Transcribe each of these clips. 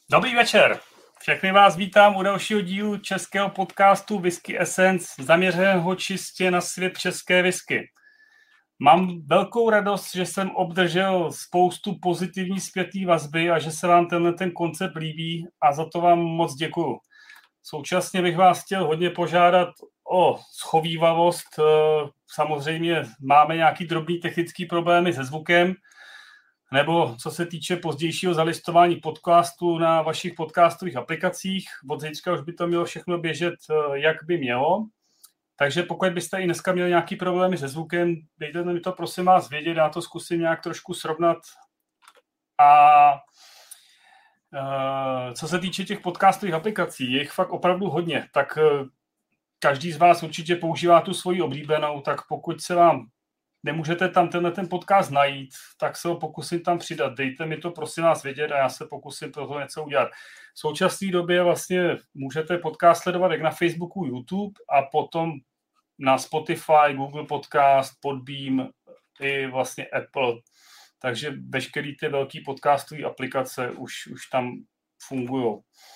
Dobrý večer. Všechny vás vítám u dalšího dílu českého podcastu Whisky Essence, zaměřeného čistě na svět české whisky. Mám velkou radost, že jsem obdržel spoustu pozitivní zpětné vazby a že se vám ten koncept líbí a za to vám moc děkuju. Současně bych vás chtěl hodně požádat o schovívavost. Samozřejmě máme nějaký drobný technický problémy se zvukem, nebo co se týče pozdějšího zalistování podcastu na vašich podcastových aplikacích. Od zítřka už by to mělo všechno běžet, jak by mělo. Takže pokud byste i dneska měli nějaký problémy se zvukem, dejte mi to prosím vás vědět, já to zkusím nějak trošku srovnat. A co se týče těch podcastových aplikací, je jich fakt opravdu hodně, tak každý z vás určitě používá tu svoji oblíbenou, tak pokud se vám nemůžete tam ten podcast najít, tak se ho pokusím tam přidat. Dejte mi to prosím vás vědět a já se pokusím toho něco udělat. V současné době vlastně můžete podcast sledovat jak na Facebooku, YouTube a potom na Spotify, Google Podcast, Podbeam i vlastně Apple. Takže veškeré ty velké podcastové aplikace už tam fungují.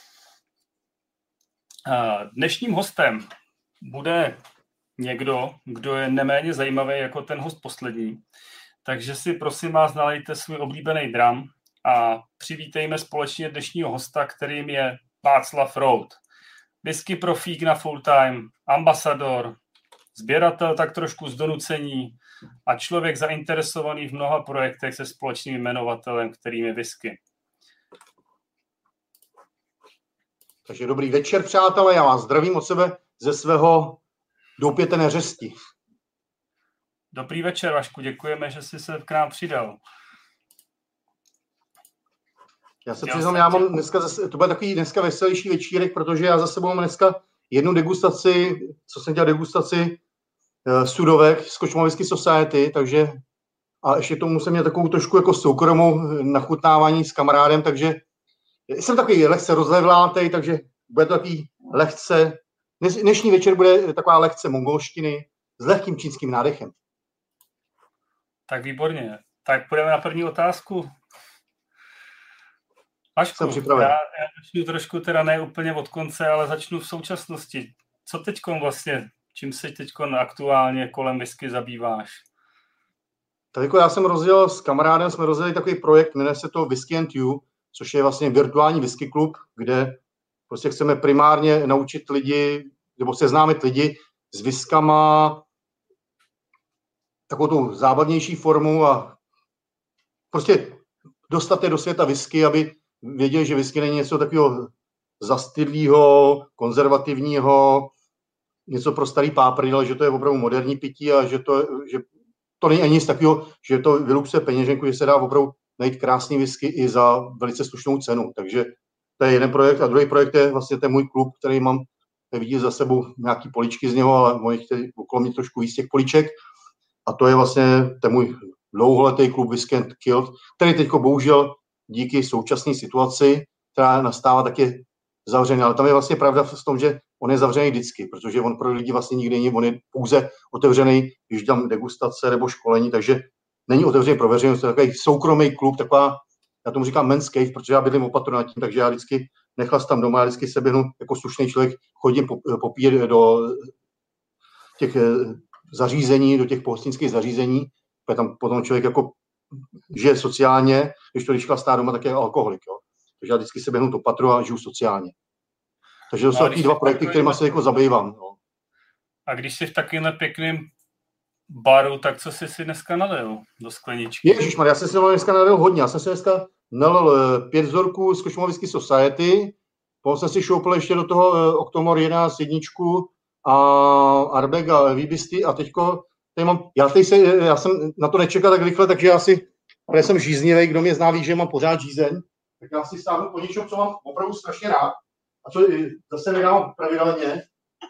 Dnešním hostem bude někdo, kdo je neméně zajímavý jako ten host poslední. Takže si prosím vás nalejte svůj oblíbený dram a přivítejme společně dnešního hosta, kterým je Václav Rout. Whisky profík na full time, ambasador, sběratel tak trošku z donucení a člověk zainteresovaný v mnoha projektech se společným jmenovatelem, kterým je whisky. Takže dobrý večer, přátelé, já vás zdravím od sebe ze svého doupěte neřesti. Dobrý večer, Vašku, děkujeme, že jsi se k nám přidal. Já se přiznám, já mám dneska to bude takový dneska veselější večírek, protože já za sebou mám dneska jednu degustaci, co jsem dělal degustaci sudovek z Scotch Whisky Society, takže a ještě tomu jsem měl takovou trošku jako soukromou nachutnávání s kamarádem, takže jsem takový lehce rozlevlátej, takže bude to takový lehce. Dnešní večer bude taková lehce mongolštiny s lehkým čínským nádechem. Tak výborně. Tak půjdeme na první otázku. Vašku, jsem připraven. Já začnu trošku teda ne úplně od konce, ale začnu v současnosti. Co teďkon vlastně, čím se teďkon aktuálně kolem whisky zabýváš? Tak jako já jsem rozjel s kamarádem, jsme rozjeli takový projekt, jmenuje se to Whisky and You, což je vlastně virtuální whisky klub, kde prostě chceme primárně naučit lidi, nebo seznámit lidi s whiskama takovou tu zábavnější formu a prostě dostat je do světa whisky, aby věděli, že whisky není něco takového zastydlého, konzervativního, něco pro starý pápry, ale že to je opravdu moderní pití a že to není ani nic takového, že to vyluxuje peněženku, že se dá opravdu najít krásný whisky i za velice slušnou cenu. Takže to je jeden projekt a druhý projekt je vlastně ten můj klub, který mám, vidí za sebou nějaký poličky z něho, ale moji chtějí okolo mě trošku víc těch poliček. A to je vlastně ten můj dlouholetý klub Whisky and Killed, který teď bohužel díky současné situaci, která nastává, tak je zavřený. Ale tam je vlastně pravda v tom, že on je zavřený vždycky, protože on pro lidi vlastně nikdy není, on je pouze otevřený, když tam degustace nebo školení, takže není otevřený pro veřejnost, to je takový soukromý klub, taková, já tomu říkám men's cave, protože já bydlím opatrně nad tím, takže já vždycky nechlastám doma, já vždycky se běhnu jako slušný člověk, chodím popít do těch zařízení, do těch pohostinských zařízení, protože tam potom člověk jako žije sociálně, když chlastá doma, tak je alkoholik, jo. Takže já vždycky se běhnu do patru a žiju sociálně. Takže to jsou taky dva projekty, kterými se jako zabývám. No. A když jsi v takovémhle pěkném baru, tak co jsi si dneska nalil do skleničky? Ježišmarja, já jsem si dneska nalil hodně. Já jsem si dneska nalil 5 vzorků z Scotch Whisky Society, potom jsem si šoupil ještě do toho Octomore 11 jedničku a Arbega Výbisty a teďko tady mám, já jsem na to nečekal tak rychle, takže protože jsem žíznivý, kdo mě zná, ví, že mám pořád žízeň, tak já si stáhnu po něčem, co mám opravdu strašně rád a co zase nedávám pravidelně.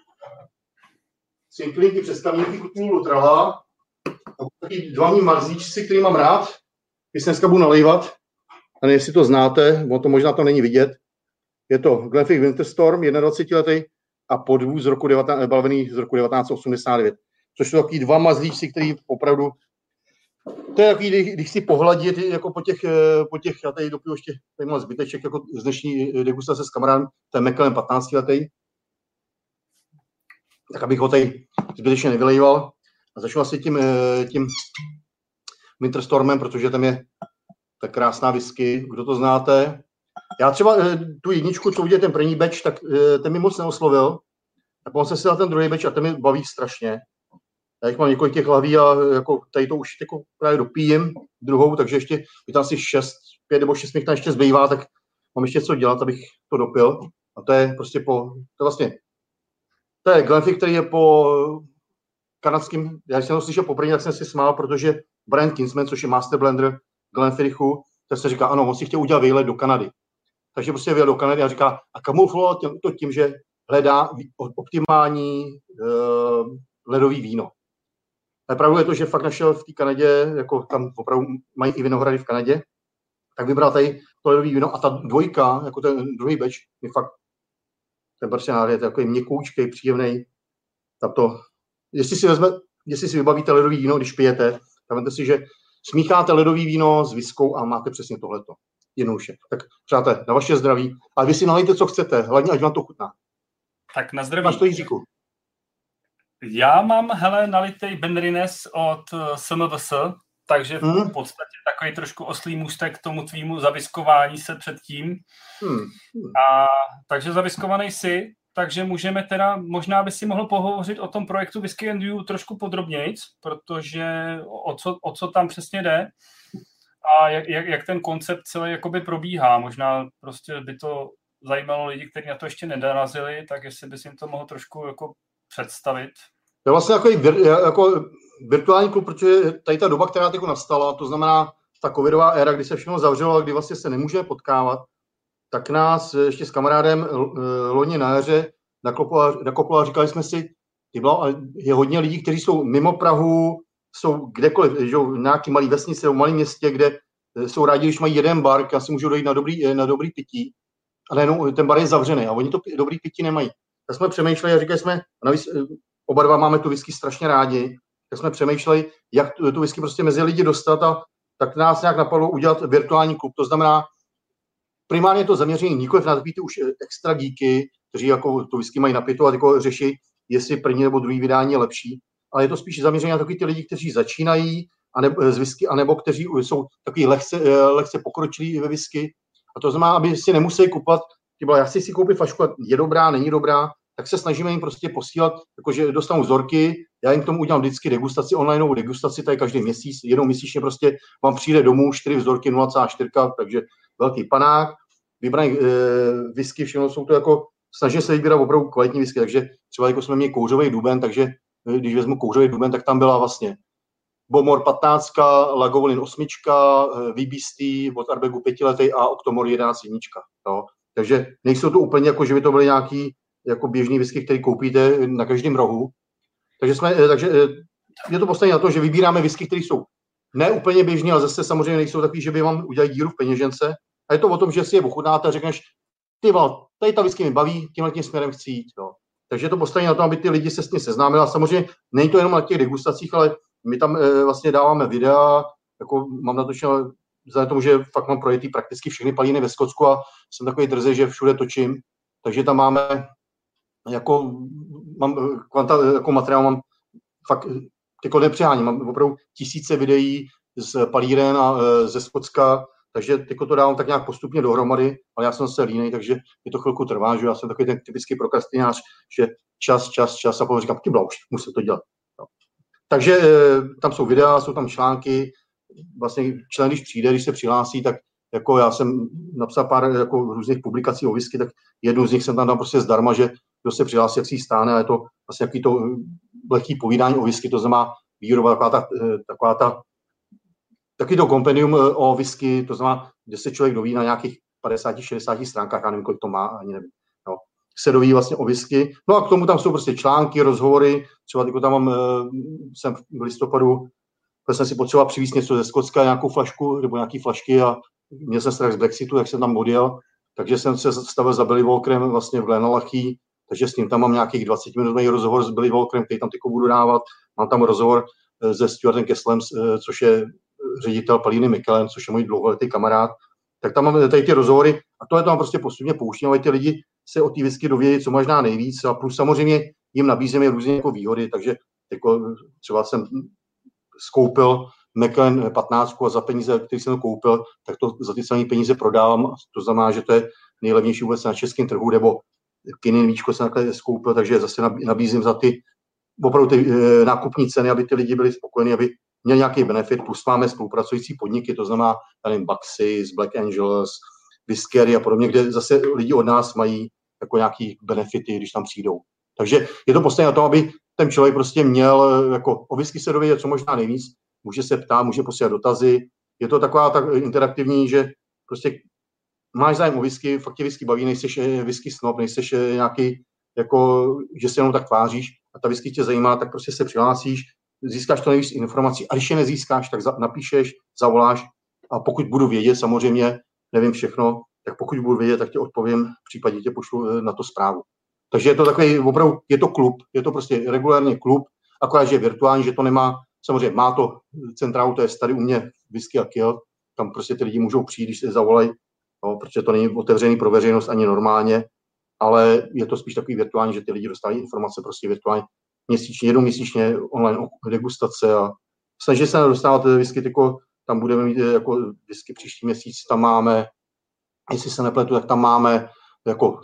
Světlinky přes kamínky kutní Lutrala a taky dva mý marzíčci, který mám rád, když se dneska budu nalejvat. A nevím, jestli to znáte, to možná to není vidět. Je to Glenfiddich Winterstorm, 21letý a podvůz z roku 1989, což jsou takový dva mazlíčci, který opravdu To je takový, když si pohladit jako po těch, já tady dopiju ještě, tady mám zbyteček jako z dnešní degustace s kamarádem, to je Macallan 15 letý, tak abych ho tady zbytečně nevylejval a začnu asi tím Winterstormem, protože tam je tak krásná whisky, kdo to znáte. Já třeba tu jedničku, co udělal ten první batch, tak ten mi moc neoslovil, a potom si dal ten druhý batch a ten mi baví strašně. Já jich mám několik těch hlaví a jako tady to už jako právě dopíjím druhou, takže ještě tam asi 5 nebo 6 mi tam ještě zbývá, tak mám ještě co dělat, abych to dopil. A to je prostě to je Glenfiddich, který je po kanadským, já jsem to slyšel poprvé, tak jsem si smál, protože Brian Kinsman, což je master blender Glenfiddichu, tak se říká, ano, on si chtěl udělat výlet do Kanady. Takže prostě vyjel do Kanady a říká, a kamufloval to tím, že hledá optimální ledový víno. Ale pravdou je to, že fakt našel v té Kanadě, jako tam opravdu mají i vinohrady v Kanadě, tak vybral tady to ledový víno a ta dvojka, jako ten druhý batch, je fakt ten prostě nádherný, je takový měkoučkej, příjemný. Jestli si vybavíte ledový víno, když pijete, tak vemte si, že smícháte ledový víno s whiskou a máte přesně tohleto. Jednoduše. Tak přátelé, na vaše zdraví. A vy si nalejte, co chcete, hlavně, ať vám to chutná. Tak na zdraví. Máš to, Jiříku? Já mám, nalitej Benrines od SMVS, takže v podstatě takový trošku oslý můstek k tomu tvýmu zaviskování se předtím. A takže zaviskovaný jsi, takže můžeme teda, možná by si mohl pohovořit o tom projektu Whisky and You trošku podrobnějc, protože o co tam přesně jde a jak ten koncept celý jakoby probíhá. Možná prostě by to zajímalo lidi, kteří na to ještě nedorazili, tak jestli bys jim to mohl trošku jako představit. To je vlastně jako virtuální klub, protože tady ta doba, která teď nastala, to znamená ta covidová éra, kdy se všechno zavřelo a kdy vlastně se nemůžeme potkávat, tak nás ještě s kamarádem loni na jaře nakoplo a říkali jsme si, je hodně lidí, kteří jsou mimo Prahu, jsou kdekoliv, že v nějaký malý vesnici, v malém městě, kde jsou rádi, když mají jeden bar, kam si můžou dojít na dobrý pití, a najednou ten bar je zavřený a oni to dobrý pití nemají. Tak jsme přemýšleli a říkali jsme, navíc oba dva máme tu whisky strašně rádi, tak jsme přemýšleli, jak tu whisky prostě mezi lidi dostat a tak nás nějak napadlo udělat virtuální klub. To znamená, primárně to zaměření nikoliv na takový ty už extra geeky, kteří jako tu whisky mají napitou a jako řeší, jestli první nebo druhý vydání je lepší, ale je to spíš zaměření na takový ty lidi, kteří začínají z whisky, anebo kteří jsou takový lehce pokročilí ve whisky. A to znamená, aby si nemuseli kupovat, já si koupit flašku, je dobrá, není dobrá, tak se snažíme jim prostě posílat, jakože dostanou vzorky, já jim k tomu udělám vždycky degustaci, onlineovou degustaci, tady každý měsíc, jednou měsíčně prostě vám přijde domů 4 vzorky 0,4, takže velký panák, vybraný whisky, všechno jsou to jako, snažím se vybírat opravdu kvalitní whisky, takže třeba jako jsme měli kouřový duben, takže když vezmu kouřový duben, tak tam byla vlastně Bomor 15, Lagavulin 8, VBST od Arbegu 5letý a Octomore 11 jednička. Jo. Takže nejsou to úplně jako, že by to byly nějaký jako běžný whisky, který koupíte na každém rohu. Takže je to postavené na to, že vybíráme whisky, které jsou ne úplně běžný, ale zase samozřejmě nejsou takový, že by vám udělali díru v peněžence. A je to o tom, že si je ochutnáte a řekneš, tady ta whisky mi baví, tímhle směrem chci jít. Jo. Takže je to postavené na to, aby ty lidi se s tím seznámili. A samozřejmě není to jenom na těch degustacích, ale my tam vlastně dáváme videa, jako mám natočené, vzhledem tomu, že fakt mám projetý prakticky všechny palíny ve Skotsku a jsem takový drzej, že všude točím. Takže tam máme jako materiál mám fakt jako nepřeháním, mám opravdu tisíce videí z palíren a ze Skotska, takže to dávám tak nějak postupně dohromady, ale já jsem se línej, takže mi to chvilku trvá, že já jsem takový ten typický prokrastinář, že čas a potom říkám, už musím to dělat. No. Takže tam jsou videa, jsou tam články, vlastně člen, když přijde, když se přihlásí, tak jako já jsem napsal pár jako různých publikací o whisky, tak jednu z nich jsem tam dal prostě zdarma, že kdo se přihlásí, jak si ji stáne, a je to vlastně jaký to lehký povídání o whisky, to znamená výroba, takový to kompendium o whisky, to znamená, kde se člověk doví na nějakých 50-60 stránkách, já nevím, kolik to má, ani nevím, no, se doví vlastně o whisky. No a k tomu tam jsou prostě články, rozhovory, třeba jako tam jsem v listopadu, jsem si potřeboval přivést něco ze Skotska, nějakou flašku, nebo nějaký flašky a měl jsem strach z Brexitu, jak jsem tam odjel, takže jsem se stavil za Billy Walkerem vlastně v Glenallachie, takže s ním tam mám nějakých 20 minutový rozhovor s Billy Walkerem, který tam teďko budu dávat. Mám tam rozhovor se Stuartem Kesslem, což je ředitel Paliny Michelin, což je můj dlouholetý kamarád, tak tam máme tady ty rozhovory a to je tam prostě postupně pouštím, aby ty lidi se o té whisky dověděli co možná nejvíc a plus samozřejmě jim nabízíme různé jako výhody, takže jako třeba jsem skoupil Macallan 15 a za peníze, který jsem to koupil, tak to za ty samé peníze prodávám. To znamená, že to je nejlevnější vůbec na českém trhu, nebo Kinin víčko jsem takhle skoupil, takže zase nabízím za ty opravdu ty nákupní ceny, aby ty lidi byli spokojení, aby měli nějaký benefit. Plus máme spolupracující podniky, to znamená Baxi, Black Angels, Whiskery a podobně, kde zase lidi od nás mají jako nějaký benefity, když tam přijdou. Takže je to podstatně na tom, aby ten člověk prostě měl jako o whisky se dovědět co možná nejvíc, může se ptát, může posílat dotazy. Je to taková tak interaktivní, že prostě máš zájem o whisky, fakt tě whisky baví, nejseš whisky snob, nejseš nějaký, jako, že se jenom tak tváříš a ta whisky tě zajímá, tak prostě se přihlásíš, získáš to nejvíc informací a když je nezískáš, tak napíšeš, zavoláš a pokud budu vědět, samozřejmě nevím všechno, tak pokud budu vědět, tak ti odpovím, v případě tě pošlu na to zprávu. Takže je to takový, opravdu, je to klub, je to prostě regulárně klub, akorát, že je virtuální, že to nemá, samozřejmě má to centrálu, to je tady u mě Whisky a Kill, tam prostě ty lidi můžou přijít, když se zavolají, no, protože to není otevřený pro veřejnost ani normálně, ale je to spíš takový virtuální, že ty lidi dostávají informace prostě virtuálně měsíčně, jednou měsíčně online degustace a snaží se dostávat whisky, jako tam budeme mít jako whisky příští měsíc, tam máme, jestli se nepletu, tak tam máme jako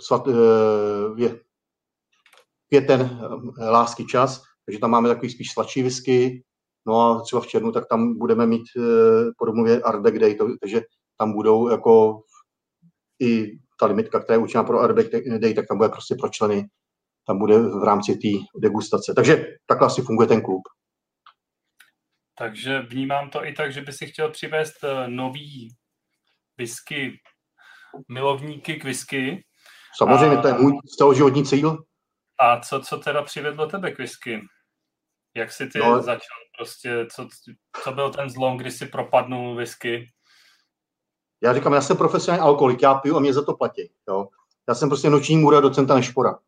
květen, lásky čas, takže tam máme takový spíš sladší whisky, no a třeba v červnu, tak tam budeme mít po domluvě Ardbeg Day, takže tam budou jako i ta limitka, která je určená pro Ardbeg Day, tak tam bude prostě pro členy, tam bude v rámci té degustace. Takže takhle asi funguje ten klub. Takže vnímám to i tak, že by si chtěl přivést nový whisky, milovníky k whisky. Samozřejmě, to je můj celoživotní cíl. A co teda přivedlo tebe k whisky? Jak jsi ty začal prostě, co byl ten zlom, kdy jsi propadnul whisky? Já říkám, já jsem profesionální alkoholik, já piju a mě za to platí. Jo. Já jsem prostě noční můra docenta Nešpora.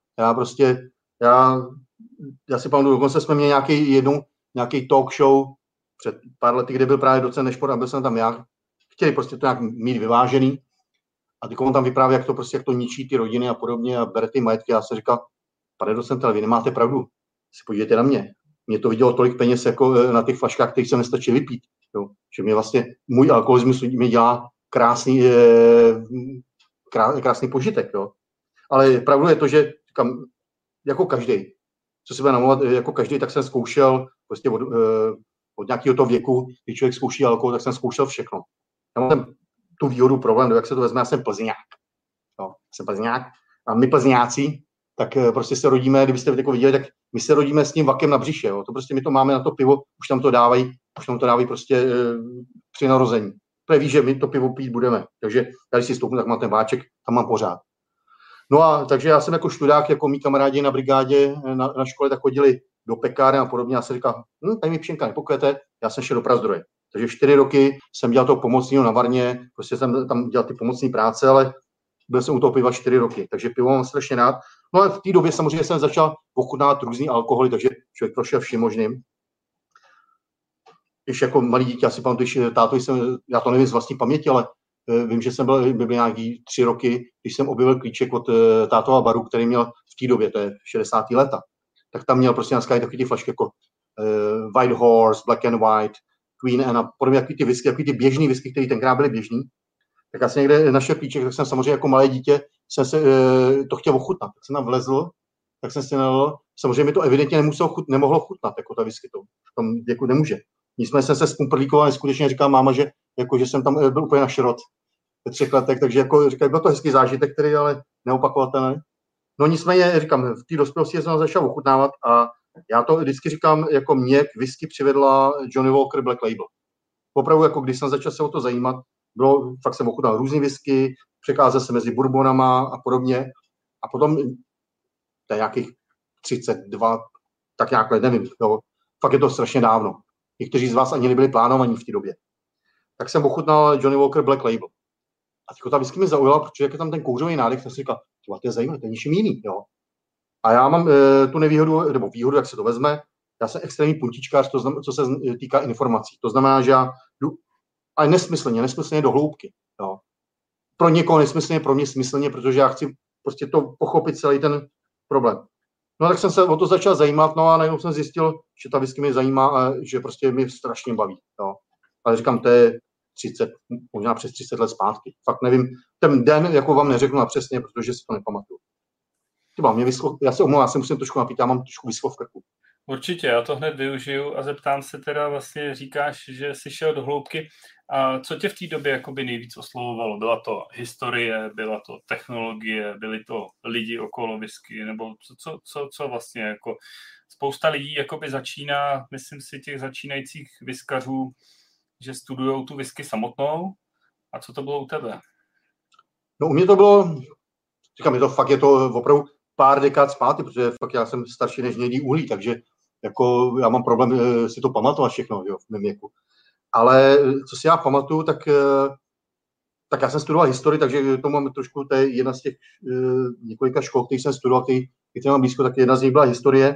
Já si pamatuju, dokonce jsme měli nějaký talk show před pár lety, kde byl právě docent Nešpor a byl jsem tam já. Chtěli prostě to nějak mít vyvážený. A teď on tam vypráví, jak to ničí ty rodiny a podobně a bere ty majetky. Já jsem říkal, pane docent, ale vy nemáte pravdu. Si podívejte na mě. Mě to vidělo tolik peněz jako na těch flaškách, kterých se nestačí vypít. Jo. Že mě vlastně můj alkoholismus mi dělá krásný požitek. Jo. Ale pravdu je to, že říkám, jako každý, co si bude namluvat, jako každý, tak jsem zkoušel prostě od nějakého toho věku, když člověk zkouší alkohol, tak jsem zkoušel všechno. Já mám tu výhodu, problém, jak se to vezme, já jsem Plzňák. Jo, jsem Plzňák a my Plzňáci, tak prostě se rodíme, kdybyste jako viděli, tak my se rodíme s tím vakem na břiše. Jo. To prostě my to máme na to pivo, už nám to dávají prostě při narození. To ví, že my to pivo pít budeme. Takže já když si stoupnu, tak mám ten váček, tam mám pořád. No a takže já jsem jako študák, jako mý kamarádi na brigádě na škole, tak chodili do pekáren a podobně. Já jsem říkal, tady mi pšenka nepokvete, já jsem šel do Prazdroje. Takže 4 roky jsem dělal toho pomocného na Varně, prostě jsem tam dělal ty pomocné práce, ale byl jsem u toho piva 4 roky, takže pivo mám strašně rád. No a v té době samozřejmě jsem začal ochutnávat různý alkoholy, takže člověk prošel vším možným. Když jako malý dítě, asi pamatuju, já to nevím z vlastní paměti, ale vím, že jsem byl nějaký 3 roky, když jsem objevil klíček od tátova baru, který měl v té době, to je 60. leta, tak tam měl prostě na skáji takový ty flašky jako White Horse, Black and White, Queen Anne a podobně, takový ty běžný whisky, které tenkrát byly běžný. Tak já jsem někde našel klíček, tak jsem samozřejmě jako malé dítě jsem se to chtěl ochutnat. Tak jsem tam vlezl, tak jsem si nalil. Samozřejmě mi to evidentně nemohlo chutnat, jako ta whisky, to v tom věku nemůže. Nicméně jsem se zkumprlíkoval a skutečně říkal máma, že jsem tam byl úplně na šrot ve 3 letech, takže jako říkal, byl to hezký zážitek, který ale neopakovatelný. No nicméně, říkám, v té dospělosti jsem začal ochutnávat a já to vždycky říkám, jako mě k whisky přivedla Johnny Walker Black Label. Opravdu, jako když jsem začal se o to zajímat, fakt jsem ochutnal různý whisky, přecházel se mezi bourbonama a podobně. A potom, to je nějakých 32, tak nějak let, nevím, jo, fakt je to strašně dávno. Někteří z vás ani nebyli plánovaní v té době. Tak jsem ochutnal Johnny Walker Black Label. A ta whisky mi zaujala, protože jak je tam ten kouřový nádech, tak si říkal, to je zajímavé, to je ničím jiný, jo. A já mám tu nevýhodu, nebo výhodu, jak se to vezme. Já jsem extrémní puntičkář, to znamená, co se týká informací. To znamená, že já jdu ale nesmyslně do hloubky. Jo. Pro někoho nesmyslně, pro mě smyslně, protože já chci prostě to pochopit celý ten problém. No tak jsem se o to začal zajímat, no a najednou jsem zjistil, že ta whisky mě zajímá a že prostě mě strašně baví. Jo. Ale říkám, to je 30, možná přes 30 let zpátky. Fakt nevím, ten den, jako vám neřeknu na přesně, protože si to nepamatuju. Třeba mě vyschlo, já se omlouvám, já se musím trošku napít, já mám trošku vyschlo v krku. Určitě, já to hned využiju a zeptám se teda, vlastně říkáš, že jsi šel do hloubky. A co tě v té době jakoby nejvíc oslovovalo? Byla to historie, byla to technologie, byly to lidi okolo whisky, nebo co vlastně jako spousta lidí jakoby začíná, myslím si, těch začínajících whiskařů, že studujou tu whisky samotnou. A co to bylo u tebe? No u mě to bylo, říkám, je to opravdu pár dekád zpátky, protože fakt já jsem starší než hnědý uhlí, takže jako já mám problém si to pamatovat všechno, jo, v mém věku. Ale co si já pamatuju, tak já jsem studoval historii, takže to mám trošku, to je jedna z těch několika škol, který jsem studoval, který mám blízko, tak jedna z nich byla historie.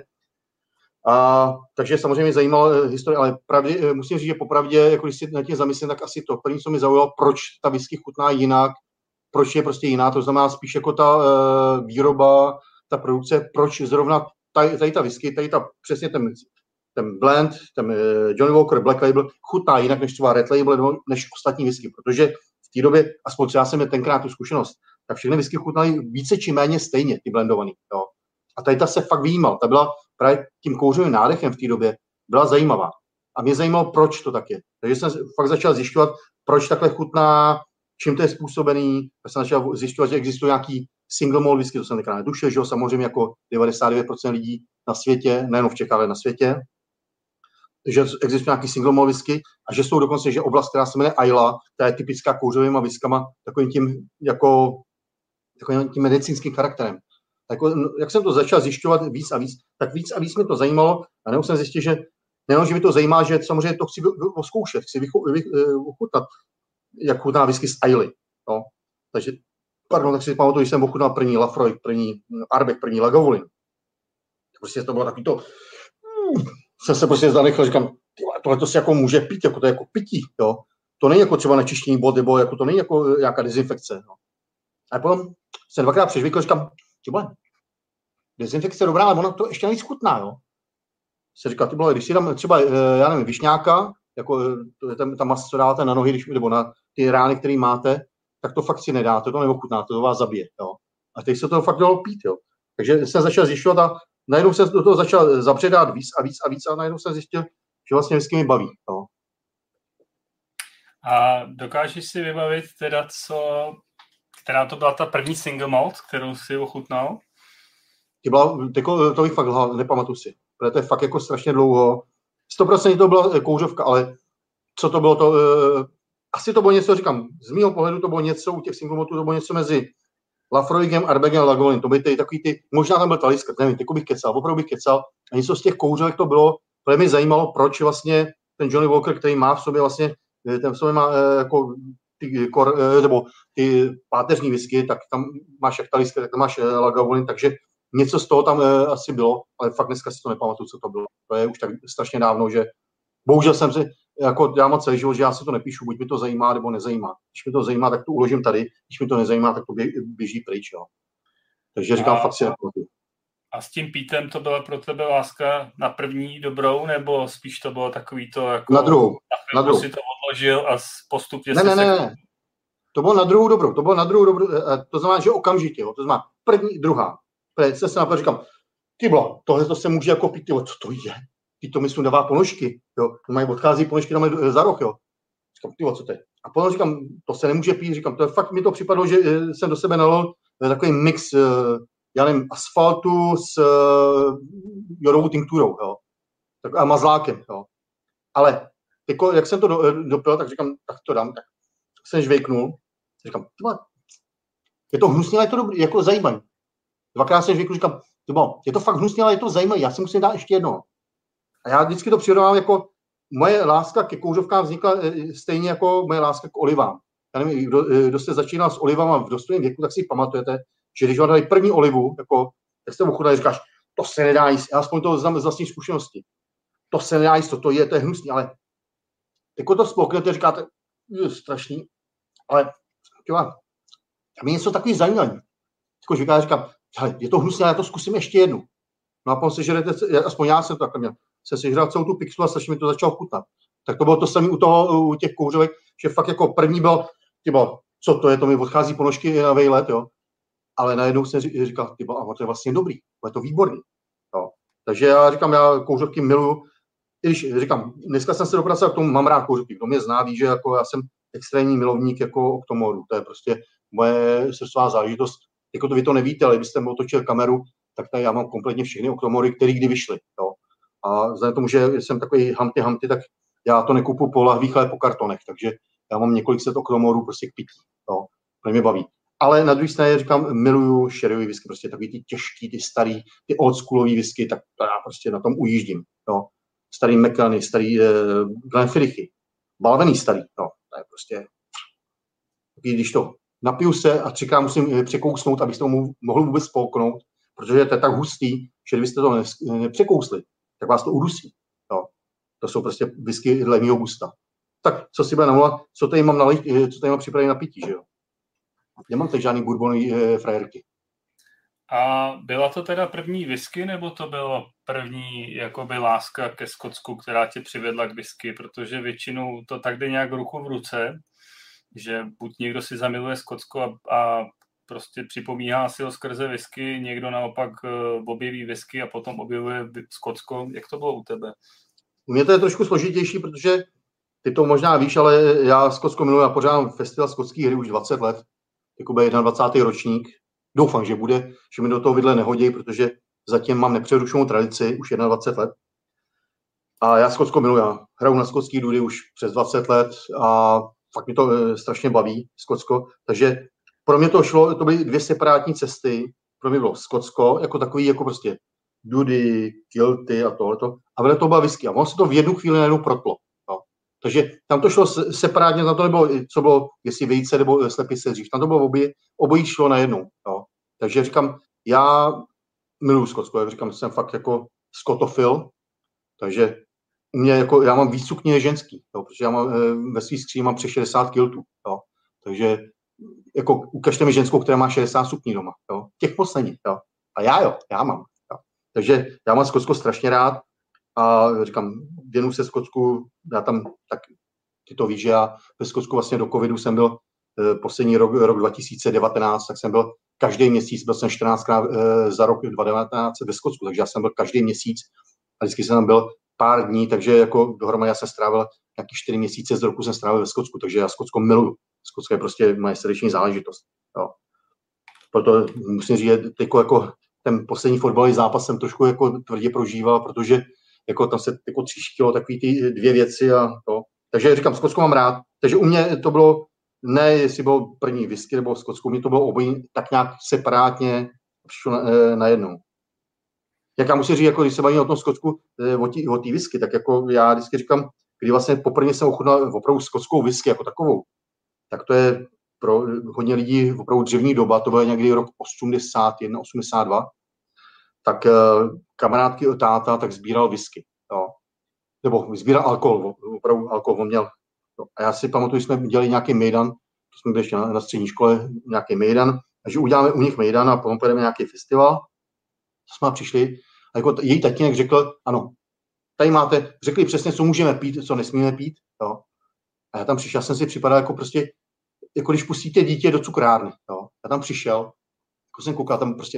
A takže samozřejmě zajímala historie, ale musím říct, že popravdě, jako když si na tím zamyslím, tak asi to první, co mi zaujalo, proč ta whisky chutná jinak, proč je prostě jiná, to znamená spíš jako ta výroba, ta produkce, proč zrovna tady ta whisky, přesně ten blend, ten Johnnie Walker Black Label chutná jinak než třeba Red Label nebo než ostatní whisky, protože v té době, aspoň já jsem měl tenkrát tu zkušenost, tak všechny whisky chutnaly více či méně stejně, ty blendovaný. Jo. A tady ta se fakt vyjímal, ta byla právě tím kouřovým nádechem v té době, byla zajímavá. A mě zajímalo, proč to tak je. Takže jsem fakt začal zjišťovat, proč takhle chutná, čím to je způsobený. Já jsem začal zjišťovat, že existují nějaký single malt whisky, to jsem tenkrát netušil, že jo, samozřejmě jako 99% lidí na světě, nejenom v Čechách, ale na světě, že existuje nějaký single malt whisky a že jsou dokonce, že oblast, která se jmenuje Islay, ta je typická kouřovýma whiskama, takovým tím medicínským charakterem. Jak jsem to začal zjišťovat víc a víc, tak víc a víc mě to zajímalo a nebo jsem zjistil, že nejenom, že mi to zajímá, že samozřejmě to chci zkoušet, chci ochutnat, jak chutná whisky z Islay. No. Takže, tak si pamatuju, když jsem ochutnal první Lafroig, první Ardbeg, první Lagavulin. Prostě to bylo takový to, jsem se prostě zanechal, říkám, tohle to si jako může pít, jako to je jako pití, jo. To není jako třeba nečištění bod, nebo jako to není jako nějaká dezinfekce. No. A potom jsem dvakrát přežvykl, říkám, dezinfekce je dobrá, ale ona to ještě navíc chutná, jo. Se říká, když si dám třeba, já nevím, višňáka, jako ta masa, co dáváte na nohy, nebo na ty rány, které máte, tak to fakt si nedáte, to neochutná, to vás zabije, jo. A teď se to fakt dalo pít, jo. Takže jsem začal zjišťovat a najednou jsem do toho začal zapředát víc a najednou jsem zjistil, že vlastně whisky mi baví, jo. A dokážeš si vybavit teda, která to byla ta první single malt, kterou si ochutnal? To bych fakt lhal, nepamatuji si. Protože to je fakt jako strašně dlouho. 100% to byla kouřovka, ale co to bylo, asi to bylo něco, říkám, z mýho pohledu to bylo něco, u těch single maltů to bylo něco mezi Lafroigem, Ardbegem a Lagavulin. To byly takový možná tam byl Talisker, nevím, bych kecal, opravdu bych kecal. A něco z těch kouřovek to bylo, protože mě zajímalo, proč vlastně ten Johnnie Walker, který má v sobě vlastně, ten v sobě má jako nebo ty páteřní whisky, tak tam máš jak Talisker, tak tam máš Lagavulin, takže něco z toho tam asi bylo, ale fakt dneska si to nepamatuju, co to bylo. To je už tak strašně dávno, že bohužel jsem si, jako já mám celý život, že já si to nepíšu, buď mi to zajímá, nebo nezajímá. Když mi to zajímá, tak to uložím tady, když mi to nezajímá, tak to běží pryč. Jo. Takže říkám, fakt si nepamatuju. A s tím pítem to byla pro tebe láska na první dobrou, nebo spíš to bylo takový to, jako... Na druhou. si to odložil a postupně Ne. To bylo na druhou dobrou. To znamená, že okamžitě. Jo. To znamená první, druhá. Jsem se napadl, říkám, tohle to se může jako pít, co to je? To myslím dává ponožky, jo. Mají odchází ponožky tam za rok, jo. Říkám, co to je? A potom říkám, to se nemůže pít, říkám, to je fakt mi to připadlo, že jsem do sebe nalil takový mix, já nevím, asfaltu s jodovou tinkturou, jo. A mazlákem, jo. Ale jako, jak jsem to dopil, tak říkám, tak to dám, tak jsem žvejknul, říkám, je to hnusně, ale je to dobrý, jako zajímavý. Dvakrát jsem žvejknul, říkám, je to fakt hnusně, ale je to zajímavý, já si musím dát ještě jedno. A já vždycky to přirovnám jako moje láska ke kouřovkám vznikla stejně jako moje láska k olivám. Já nevím, kdo jste začínal s olivama v dostojném věku, tak si pamatujete, že když vám dali první olivu, jako, tak jste ochutnali, říkáš, to se nedá jíst. Já aspoň to znám z vlastní zkušenosti. to se nedá jíst, to je hnusný, ale jako to spolknete, říkáte, je strašný, ale těla, tam je něco takový zajímavý. Jako já říkám, je to hnusné, já to zkusím ještě jednu. No a potom si žerete, aspoň já jsem to takhle měl, jsem si žral celou tu pixu a strašně mi to začalo chutnat. Tak to bylo to samé u těch kouřovek, že fakt jako první byl, co to je, to mi odchází ponožky na vejlet, jo. Ale najednou jsem říkal, a to je vlastně dobrý, to je to výborný. Jo. Takže já říkám, já kouřovky miluju. I když říkám, dneska jsem se dopracoval k tomu, mám rád kouřovky. Kdo mě zná, ví, že jako já jsem extrémní milovník jako oktomoru. To je prostě moje srdcová záležitost. Jako to vy to nevíte, ale kdybyste mi otočil kameru, tak tady já mám kompletně všechny oktomory, které kdy vyšly. Jo. A vzhledem tomu, že jsem takový hamty, tak já to nekupu po lahvích, ale po kartonech. Takže já mám několik set oktomorů prostě k pití. Jo. To mě baví. Ale na druhé straně říkám, miluju sherryový whisky, prostě takový ty těžký, ty starý, ty oldschoolový whisky, tak já prostě na tom ujíždím. Jo. Starý Macallany, starý Glenfidichy, balvený starý, no, to je prostě, když to napiju se a 3krát musím překousnout, abych to mohl vůbec spolknout, protože to je tak hustý, že kdybyste to nepřekousli, tak vás to udusí. Jo. To jsou prostě whisky dle mýho gusta. Tak co si bude namluvat, co tady mám připravené na pití, že jo? Nemám teď žádný bourbonový frajerky. A byla to teda první whisky, nebo to bylo první jakoby láska ke Skotsku, která tě přivedla k whisky? Protože většinou to tak jde nějak ruku v ruce, že buď někdo si zamiluje Skotsko a prostě připomíná si ho skrze whisky, někdo naopak objeví whisky a potom objevuje Skotsko. Jak to bylo u tebe? U mě to je trošku složitější, protože ty to možná víš, ale já Skotsko miluji, já pořádám festival skotské hry už 20 let, jako bude 21. ročník. Doufám, že bude, že mi do toho vidle nehodí, protože zatím mám nepřerušenou tradici už 21 let. A já Skotsko miluji, já hraju na skotský dudy už přes 20 let a fakt mi to strašně baví, Skotsko. Takže pro mě to byly dvě separátní cesty. Pro mě bylo Skotsko, jako takový, jako prostě dudy, kilty a tohleto. A vedle toho byla whisky. A ono se to v jednu chvíli najednou protlo. No. Takže tam to šlo separátně, tam to nebylo, co bylo, jestli vejce nebo slepice dřív. Tam to bylo obojí šlo najednou. No. Takže říkám, já miluji Skotsko, jak říkám, jsem fakt jako skotofil, takže u mě jako, já mám víc sukní než ženský, jo, protože já mám, ve svých skříni mám přes 60 kiltů, jo, takže jako ukažte mi ženskou, která má 60 sukní doma, jo, těch posledních, jo, a já mám, jo. Takže já mám Skotsko strašně rád a říkám, věnu se Skotsku, já tam, tak ty to víš, že já ve Skotsku vlastně do covidu jsem byl poslední rok 2019, tak jsem byl každý měsíc, byl jsem 14krát za rok 2019 ve Skotsku, takže já jsem byl každý měsíc a vždycky jsem tam byl pár dní, takže jako dohromady já jsem strávil nějaký 4 měsíce z roku jsem strávil ve Skotsku, takže já Skotsko miluju. Skotsko je prostě moje srdeční záležitost. Jo. Proto musím říct, že jako ten poslední fotbalový zápas jsem trošku jako tvrdě prožíval, protože jako tam se jako tříštilo takový ty dvě věci a to. Takže říkám, Skotsko mám rád. Takže u mě to bylo, ne jestli bylo první whisky nebo Skotsko, u mě to bylo obojí tak nějak separátně přišlo najednou. Jak já musím říct, jako když se bavíme o tom Skotsku, o té whisky, tak jako já vždycky říkám, když vlastně poprvé jsem ochutnal opravdu skotskou whisky jako takovou, tak to je pro hodně lidí opravdu dřevní doba, to bylo někdy rok 81, 82, tak kamarádky táta tak sbíral whisky, jo. Nebo sbíral alkohol, opravdu alkohol on měl. Jo. A já si pamatuju, že jsme dělali nějaký mejdan, to jsme byli ještě na střední škole, nějaký mejdan, takže uděláme u nich mejdan a potom pojedeme nějaký festival. Jsme přišli a jako její tatínek řekl, ano, tady máte, řekli přesně, co můžeme pít, co nesmíme pít, jo. A já tam přišel, já jsem si připadal jako prostě, jako když pustíte dítě do cukrárny, jo. Já tam přišel, jako jsem koukal tam prostě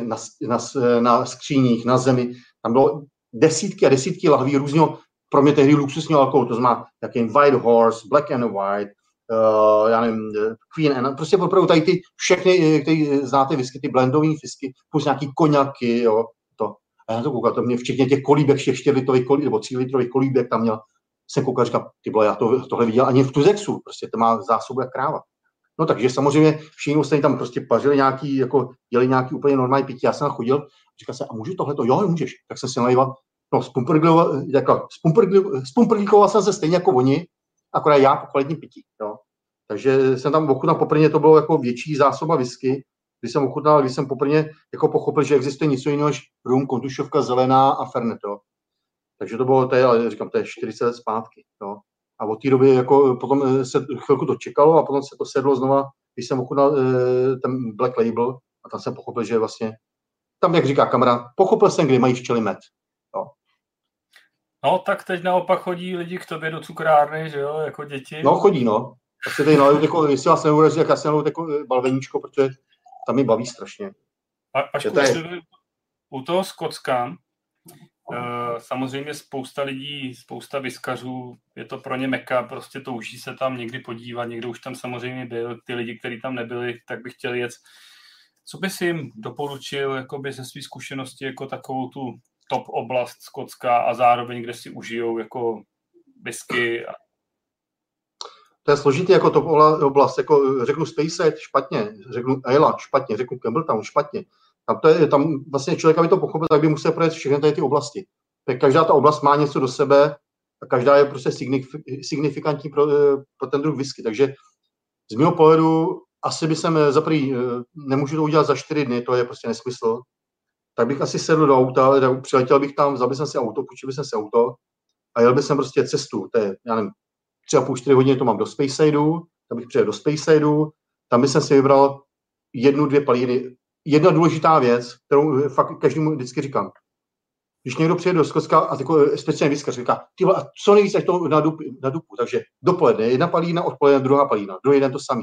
na skříních, na zemi, tam bylo desítky a desítky lahví různého, pro mě tehdy luxusního alkoholu, to znamená jaký White Horse, Black and White, já nevím, Queen Anne, prostě opravdu tady ty všechny, které znáte whisky, ty blendové whisky, plus nějaký koněky, jo, to. A já to koukal, to mě včetně těch kolíbek, všech 4litrových nebo 3litrových kolíbek tam měl, jsem koukal, říkal, ty vole, já tohle viděl ani v Tuzexu, prostě to má zásobu jak kráva. No takže samozřejmě všichni ostatní tam prostě pařili nějaký, jako dělali nějaký úplně normální pití, já jsem tam chodil, říkal jsem, a můžu tohleto? Jo, můžeš. Tak jsem si nalejval, no, spumprlíkoval jsem se stejně jako oni, akorát já po kvalitním pití, jo. Takže jsem tam ochutnal poprvé, to bylo jako větší zásoba whisky, když jsem poprvé jako pochopil, že existuje něco jiného než rum, kontušovka, zelená a fernet, jo. Takže to bylo, ale říkám, to je 40 let zpátky. Jo. A od té doby jako potom se chvilku to čekalo a potom se to sedlo znova, když jsem ochutnal ten Black Label a tam jsem pochopil, že vlastně, tam, jak říká kamarád, pochopil jsem, kdy mají včely med. Jo. No, tak teď naopak chodí lidi k tobě do cukrárny, že jo, jako děti. No, chodí, no. Asi tady naliju jako, jestli vás neurazí, jak já si naliju jako balveníčko, protože tam mi baví strašně. Až u toho Skotska, samozřejmě spousta lidí, spousta viskařů, je to pro ně meka, prostě touží se tam někdy podívat, někdo už tam samozřejmě byl, ty lidi, kteří tam nebyli, tak by chtěli jet. Co bys jim doporučil jakoby ze své zkušenosti jako takovou tu top oblast Skotska a zároveň, kde si užijou jako whisky? To je složitý jako top oblast, jako řeknu Speyside špatně, řeknu Ayla špatně, řeknu Campbelltown špatně. Tam vlastně člověk, aby to pochopil, tak by musel projet všechny tady ty oblasti. Tak každá ta oblast má něco do sebe a každá je prostě signifikantní pro ten druh whisky. Takže z mého pohledu asi by jsem nemůžu to udělat za 4 dny, to je prostě nesmysl. Tak bych asi sedl do auta, přiletěl bych tam, vzal bych si auto, půjčil bych si auto a jel bych jsem prostě cestu. To je, já nevím, 3,5-4 hodiny to mám do Speysideu, tam bych přijel do Speysideu, tam bych si vybral 1-2 palíny. Jedna důležitá věc, kterou fakt každému vždycky říkám. Když někdo přijede do Skotska a takový speciální whisky říká, a co nejvíc až to na dupu, takže dopoledne jedna palína, odpoledne druhá palína, druhý den to samý.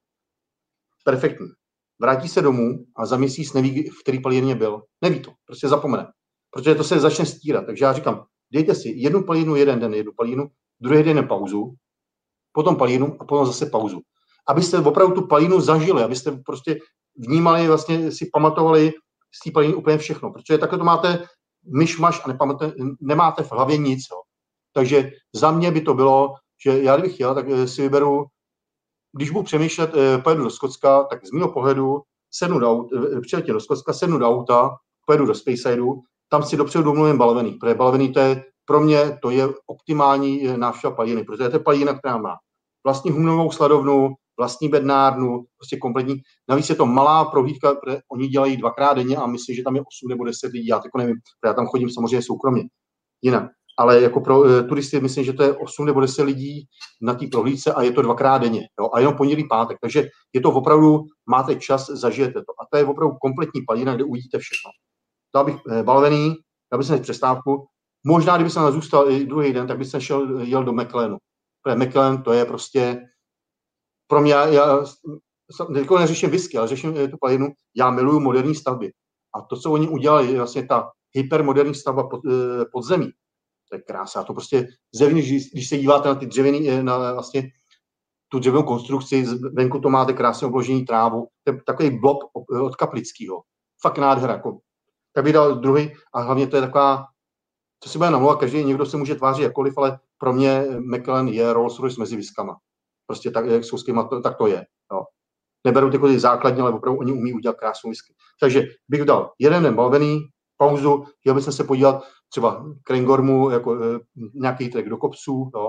Perfektní. Vrátí se domů a za měsíc neví, v který palíně byl. Neví to, prostě zapomene. Protože to se začne stírat. Takže já říkám, dejte si jednu palínu jeden den, jednu palínu, druhý den pauzu, potom palínu a potom zase pauzu. Abyste opravdu tu palínu zažili, abyste prostě vnímali, vlastně si pamatovali z té palíny úplně všechno. Protože takhle to máte myšmaš a nemáte v hlavě nic. Jo. Takže za mě by to bylo, že já kdybych chtěl, tak si vyberu, když budu přemýšlet, pojedu do Skotska, tak z mého pohledu přiletím do Skotska, sednu do auta, pojedu do Speysideu, tam si dopředu domluvím balvený, protože balvený to je, pro mě to je optimální návštěva palíny, protože to je palína, která má vlastní humnovou sladovnu, vlastní bednárnu, prostě kompletní. Navíc je to malá prohlídka, protože oni dělají 2krát denně a myslím, že tam je 8 nebo 10 lidí, já to nevím, protože já tam chodím samozřejmě soukromně. Jinak. Ale jako pro turisty myslím, že to je 8 nebo 10 lidí na té prohlídce a je to 2krát denně. Jo? A jenom pondělí, pátek. Takže je to opravdu, máte čas, zažijete to. A to je opravdu kompletní palína, kde uvidíte všechno. Dal bych balvený, dal bych si přestávku. Možná, kdyby jsem zůstal i druhý den, tak bych se jel do Macellanu. Protože Macellen to je prostě pro mě, já neřeším whisky, ale řeším tu palinu, já miluju moderní stavby. A to, co oni udělali, je vlastně ta hypermoderní stavba pod zemí. To je krása. A to prostě zevnitř, když se díváte na ty dřevěný, na vlastně tu dřevěnou konstrukci, venku to máte krásně obložený trávu. To je takový blob od Kaplického. Fakt nádhera. Jako. Tak bych dal druhý a hlavně to je taková, co si bude namlouvat, každý někdo se může tvářit jakkoliv, ale pro mě Macallan je Rolls-Royce mezi whiskama. Prostě tak, jak jsou tak to je. Jo. Neberu ty základně, ale opravdu oni umí udělat krásnou whisky. Takže bych dal jeden den balvený, pauzu, chtěl bych se podívat třeba k Rangormu, jako nějaký trek do kopců. Jo.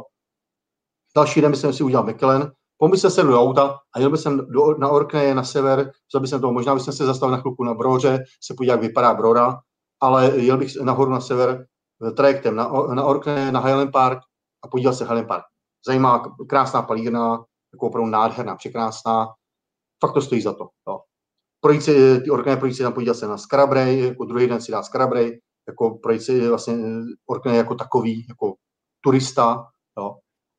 Další den bych si udělal Macallan, pomyslel jsem se do auta a jel bych na Orkney, na sever, možná bych se zastavil na chvilku na Broře, se podívat, jak vypadá Brora, ale jel bych nahoru na sever trajektem na Orkney, na Highland Park a podíval se Highland Park. Zajímavá, krásná palírna, jako opravdu nádherná, překrásná. Fakt to stojí za to. Jo. Ty Orkney projít si tam podívat se na Scarabray, jako druhý den si dá Scarabray, jako projít si vlastně Orkney jako takový, jako turista. Jo.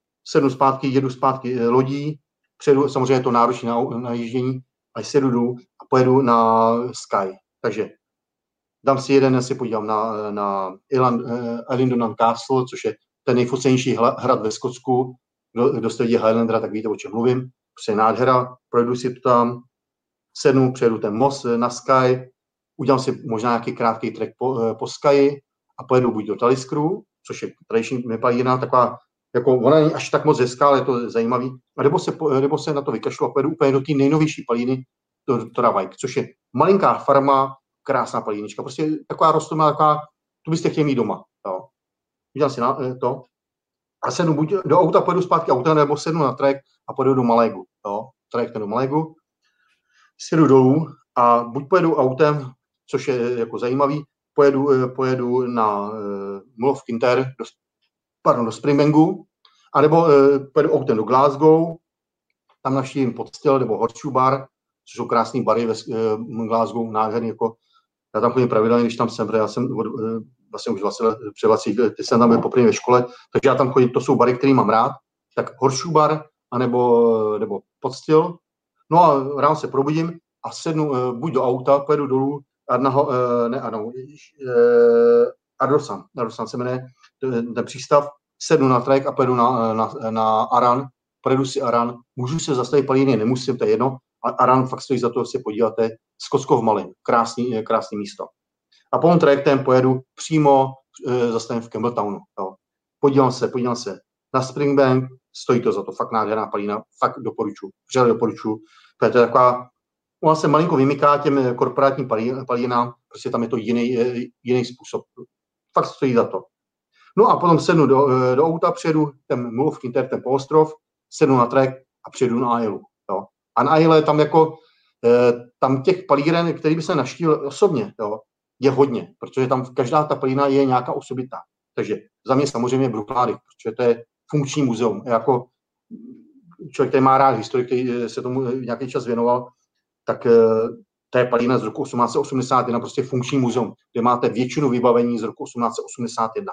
Jedu zpátky lodí, přejdu, samozřejmě je to náročné na jíždění, a sedu dolů a pojedu na Skye. Takže dám si jeden den, si podívám na Elindon Castle, což je ten nejfocenější hrad ve Skotsku. Kdo jste viděli Highlandera, tak víte, o čem mluvím. Prostě nádhera, projdu si to tam, sednu, přejdu ten most na Skye, udělám si možná nějaký krátký trek po Skye a pojedu buď do Taliskru, což je tradiční palírna, taková, jako ona není až tak moc hezká, ale je to zajímavý, nebo se na to vykašlu a pojedu úplně do té nejnovější palíny, do Toravajk, což je malinká farma, krásná palínička, prostě taková rostlina, taková, tu byste chtěli mít doma. Jo. Udělám si to a sednu buď do auta, pojedu zpátky auta, nebo sednu na trek a pojedu do Malégu. Jo. Trajektem do Malégu, sedu dolů a buď pojedu autem, což je jako zajímavý, pojedu na Mull of Kintyre, do Springbanku, anebo pojedu autem do Glasgow, tam navštívím Podstill nebo Horseshoe Bar, což jsou krásný bary ve Glasgow, nádherný, jako já tam chodím pravidelně, když tam jsem, protože já jsem vlastně už před 20 lety jsem tam byl poprvé ve škole, takže já tam chodím, to jsou bary, který mám rád, tak Horseshoe Bar, nebo Podstill. No a ráno se probudím a sednu buď do auta, pojedu dolů, Ardossan se jmenuje ten přístav, sednu na trek a pojedu na Aran, projedu si Aran, můžu se zastavit palíny, nemusím, to je jedno, a Aran fakt stojí za to, si podíváte, Skotsko v Malin, krásný místo. A potom trajektem pojedu přímo, zastavím v Campbelltownu. Jo. Podívám se na Springbank, stojí to za to, fakt nádherná palína, fakt vřele doporučuji, protože to je taková, ona se malinko vymyká těm korporátním palínám, prostě tam je to jiný způsob. Fakt stojí za to. No a potom sednu do auta, přijedu ten Mull of Kintyre, ten poloostrov, sednu na trek a přijedu na Islay. Jo. A na Islay tam tam těch palíren, který by se navštívil osobně, jo, je hodně, protože tam každá ta palína je nějaká osobitá. Takže za mě samozřejmě Brooklády, protože to je funkční muzeum. Jako člověk, který má rád historii, který se tomu nějaký čas věnoval, tak to je palína z roku 1881, prostě funkční muzeum, kde máte většinu vybavení z roku 1881.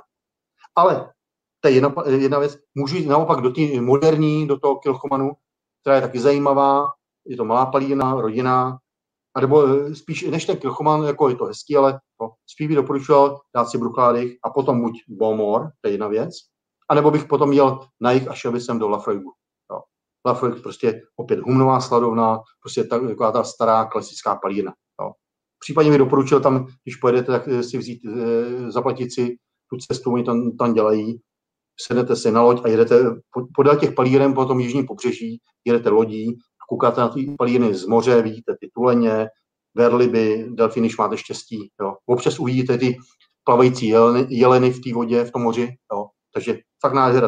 Ale to je jedna věc, můžu jít naopak do té moderní, do toho Kilchomanu, která je taky zajímavá, je to malá palína, rodinná, anebo spíš než ten Kilchoman, jako je to hezký, ale spíš bych doporučoval dát si Brooklády a potom buď Beaumont, to je jedna věc, anebo bych potom jel na jih a šel bych sem do Laphroaigu. Laphroaig prostě opět humnová sladovna, prostě taková ta stará klasická palína. Jo. Případně mi doporučil tam, když pojedete, tak si vzít, zaplatit si tu cestu, oni tam dělají, sednete si na loď a jedete podél těch palíren po tom jižním pobřeží, jedete lodí a koukáte na ty palíry z moře, vidíte ty tuleně, verliby, delfíny, když máte štěstí. Jo. Občas uvidíte ty plavající jeleny v té vodě, v tom moři. Jo. Takže fakt nádhera.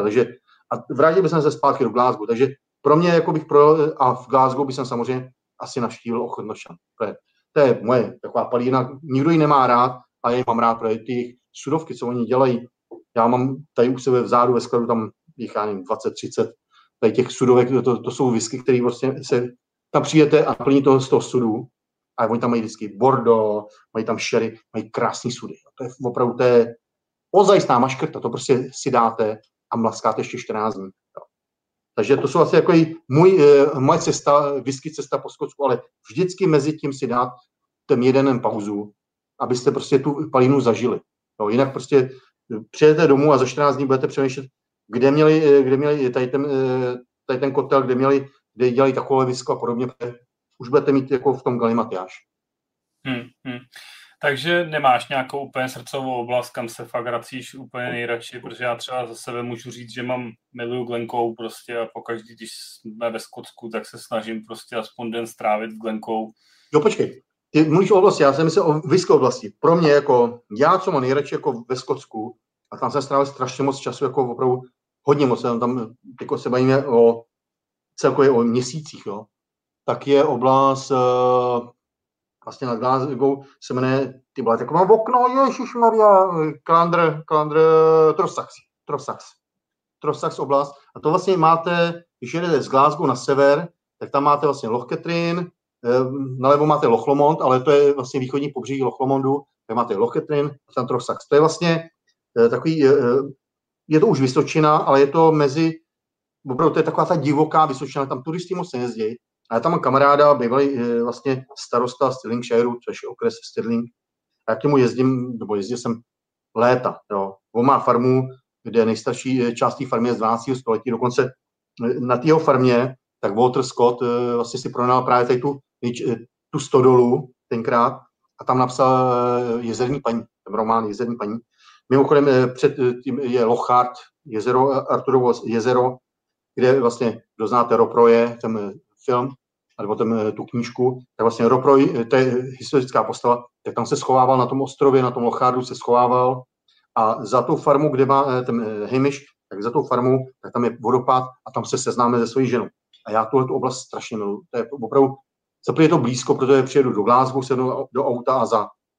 A vrátil bych se zpátky do Glasgow. Takže pro mě, jako bych a v Glasgow bych samozřejmě asi navštívil Ochotnošan. To je moje taková palína, nikdo ji nemá rád, ale já ji mám rád, protože ty sudovky, co oni dělají, já mám tady u sebe vzadu ve skladu tam jich, já nevím, 20-30, tady těch sudovek, to jsou whisky, které vlastně tam přijete a plní toho z toho sudu, a oni tam mají vždycky Bordeaux, mají tam sherry, mají krásný sudy. To je opravdu, to je ozajistná maškrta, to prostě si dáte a mlaskáte ještě 14 dní. Takže to jsou asi jako moje cesta, whisky cesta po Skotsku, ale vždycky mezi tím si dát ten jeden pauzu, abyste prostě tu palínu zažili. Jo, jinak prostě přijedete domů a za 14 dní budete přemýšlet, kde měli tady ten kotel, kde dělají takové whisky a podobně. Už budete mít jako v tom galimatiáž. Takže nemáš nějakou úplně srdcovou oblast, kam se fakt vracíš úplně nejradši, protože já třeba za sebe můžu říct, že miluju Glencoe prostě a pokaždý, když jsme ve Skotsku, tak se snažím prostě aspoň den strávit v Glencoe. Jo, počkej, ty mluvíš o oblasti, já jsem myslel o whisky oblasti. Pro mě jako, já co mám nejradši jako ve Skotsku, a tam jsem strávil strašně moc času, jako opravdu hodně moc, tam jako se bavíme celkově o měsících, jo, tak je oblast vlastně nad Glasgow se jmenuje, ty byla jako mám okno, ježišmarja, Trossachs oblast. A to vlastně máte, když jedete z Glasgow na sever, tak tam máte vlastně Loch Katrine, nalevo máte Loch Lomond, ale to je vlastně východní pobřeží Loch Lomondu, tak máte Loch Katrine a tam Trossachs. To je vlastně takový, je to už Vysočina, ale je to opravdu to je taková ta divoká Vysočina, tam turisti moc nejezdí. A já tam mám kamaráda, bývalý vlastně starosta Stirlingshireu, což je okres Stirling. A já k němu jezdil jsem léta. Jo. On má farmu, kde nejstarší část té farmy je z 12. století. Dokonce na té jeho farmě, tak Walter Scott vlastně si pronajal právě tady tu stodolu tenkrát a tam napsal Jezerní paní, ten román Jezerní paní. Mimochodem před tím je Lockhart, Arturovo jezero, kde vlastně, kdo znáte Rob Roye, ten film, nebo tu knížku, tak vlastně Rob Roy, to je historická postava, tak tam se schovával na tom ostrově, na tom Lockhartu se schovával a za tou farmu, kde má ten Hamish, tak za tou farmou, tak tam je vodopád a tam se seznáme se svojí ženou. A já tuhletu oblast strašně miluji. To je opravdu, je to blízko, protože přijedu do Glasgow, sednu do auta a za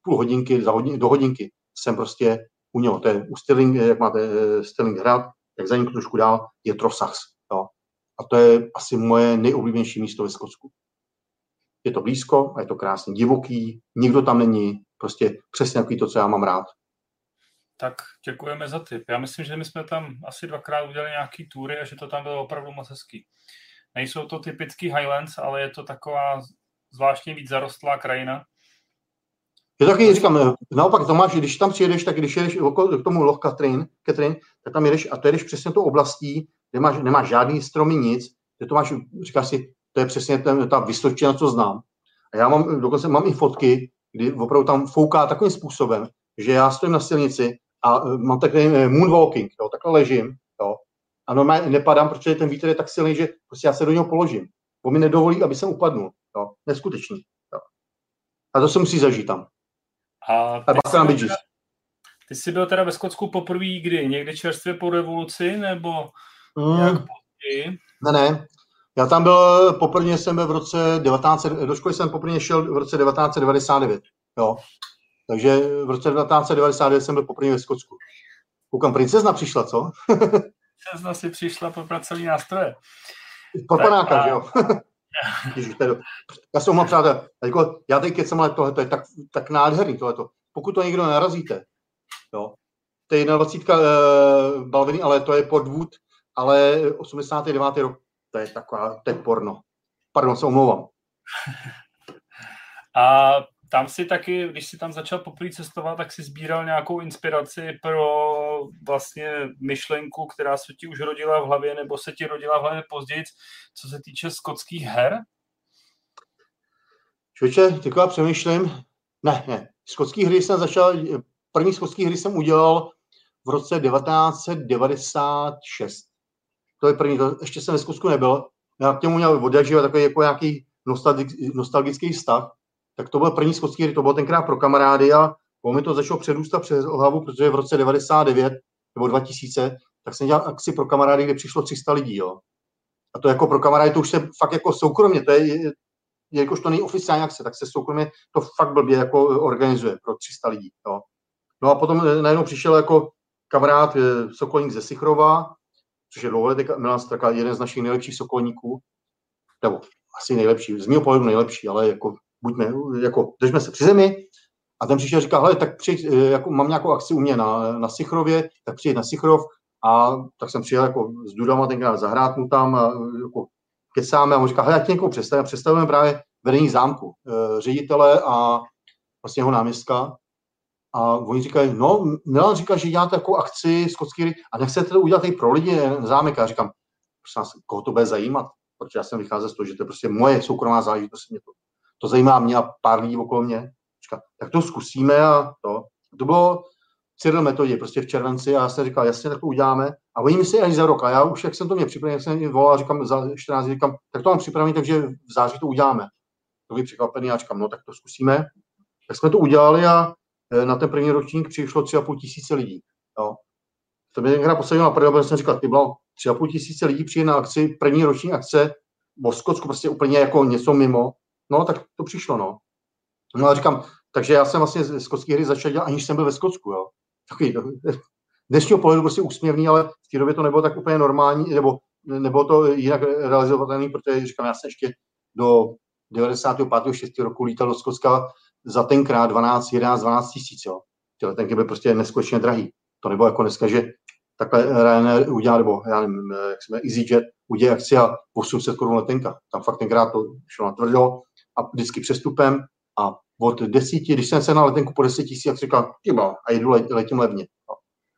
půl hodinky, do hodinky jsem prostě u něho. To je u Stirling, jak máte Stirling hrad, tak za ním trošku dál je Trossachs. Jo. A to je asi moje nejoblíbenější místo ve Skotsku. Je to blízko a je to krásně divoký, nikdo tam není, prostě přesně takový to, co já mám rád. Tak děkujeme za tip. Já myslím, že my jsme tam asi 2krát udělali nějaký tury a že to tam bylo opravdu moc hezký. Nejsou to typický Highlands, ale je to taková zvláštně víc zarostlá krajina. Já taky říkám, naopak Tomáš, když tam přijedeš, tak když jedeš k tomu Loch Catherine, tak tam jedeš a to jedeš přesně tou oblastí, kde nemáš žádný stromy, nic, kde to máš, říkáš si, to je přesně ta vysočina, co znám. A já dokonce mám i fotky, kdy opravdu tam fouká takovým způsobem, že já stojím na silnici a mám takový moonwalking, jo, takhle ležím, jo, a normálně nepadám, protože ten vítr je tak silný, že prostě já se do něho položím. On mi nedovolí, aby jsem upadnul, jo, neskutečný, jo. A to se musí zažít tam. A ty jsi byl teda ve Skotsku poprvé kdy? Někdy čerstvě po revoluci, nebo jak později? Ne. Já tam byl poprvé jsem byl do školy jsem poprvé šel v roce 1999. Jo. Takže v roce 1999 jsem byl poprvé ve Skotsku. Koukám, princezna přišla, co? Princezna si přišla po pracovní nástroje. Po panáka, že jo? Já se mám přátel. Jako, já teď kecem, ale tohle je tak nádherný tohleto. Pokud to někdo narazíte, jo. To je 21 Balviny, ale to je Portwood, ale 89. rok. To je porno. Pardon, se omlouvám. A tam si taky, když si tam začal poprvé cestovat, tak si sbíral nějakou inspiraci pro vlastně myšlenku, která se ti už rodila v hlavě, nebo se ti rodila v hlavě později, co se týče skotských her? Člověče, teď já přemýšlím. Ne. Skotský hry jsem začal, první skotský hry jsem udělal v roce 1996. To je první, ještě jsem ve Skotsku nebyl. Já k němu měl odjakživa takový jako nějaký nostalgický vztah. Tak to byl první skotský hry, to bylo tenkrát pro kamarády a mi to začalo předůstat přes hlavu, protože v roce 99 nebo 2000, tak jsem dělal akci pro kamarády, kde přišlo 300 lidí, jo. A to jako pro kamarády, to už se fakt jako soukromně, to je jakož to není oficiální akce, tak se soukromně to fakt blbě jako organizuje pro 300 lidí, jo. No a potom najednou přišel jako kamarád Sokolník ze Sichrova, což je dlouholetý Milan Straka, jeden z našich nejlepších sokolníků, nebo asi nejlepší, z mého pohledu nejlepší, ale jako držme se při zemi. A ten přišel a říkal, hele, tak přijď, jako mám nějakou akci u mě na Sichrově, tak přijď na Sichrov. A tak jsem přijel jako s Dudama tenkrát zahrát mu tam a jako kecáme a on říká, hele, jak tě někoho představujeme právě vedení zámku, ředitele a vlastně jeho náměstka. A oni říkají, no, Milan říká, že děláte takovou akci skotský hry a nechcete to udělat i pro lidi na zámek. A já říkám, prosím vás, koho to bude zajímat? Protože já jsem vycházel z toho, že to je prostě moje soukromá záležitost. To zajímá mě a pár lidí okolo mě. Říkám, tak to zkusíme a to. To bylo Cyril Metodě, prostě v červenci a já jsem říkal, jasně, tak to uděláme. A oni myslí až za rok. A já už, jak jsem to měl připravený, jak jsem jim volal, říkám, za 14 dní, říkám, tak to mám připravený, takže v září to uděláme. To byl překvapený, já říkám, no tak to zkusíme. Tak jsme to udělali a na ten první ročník přišlo 3,5 tisíce lidí. Jo. To mě tenkrát posadil na prdel, protože jsem říkal, ty bylo 3,5 tisíce lidí přijde na akci, první roční akce, v Skotsku prostě úplně jako něco mimo. No, tak to přišlo, no. No a říkám, takže já jsem vlastně z skotské hry začal dělat, aniž jsem byl ve Skotsku, jo. Takový dnešního pohledu prostě úsměvný, ale v té době to nebylo tak úplně normální, nebo nebylo to jinak realizovatelné, protože říkám, já jsem ještě do 95. 6. roku lítal do Skotska za tenkrát 12 tisíc, jo. Ty letenky byly prostě neskutečně drahý. To nebylo jako dneska, že takhle Ryanair udělá, nebo já nevím, jak jsme EasyJet udělá akci a 800 Kč letenka. Tam fakt tenkrát to šlo na tvrdo a vždycky přestupem a od 10, když jsem se na letenku po 10 tisíc, jak říkal, a jedu letím levně. No.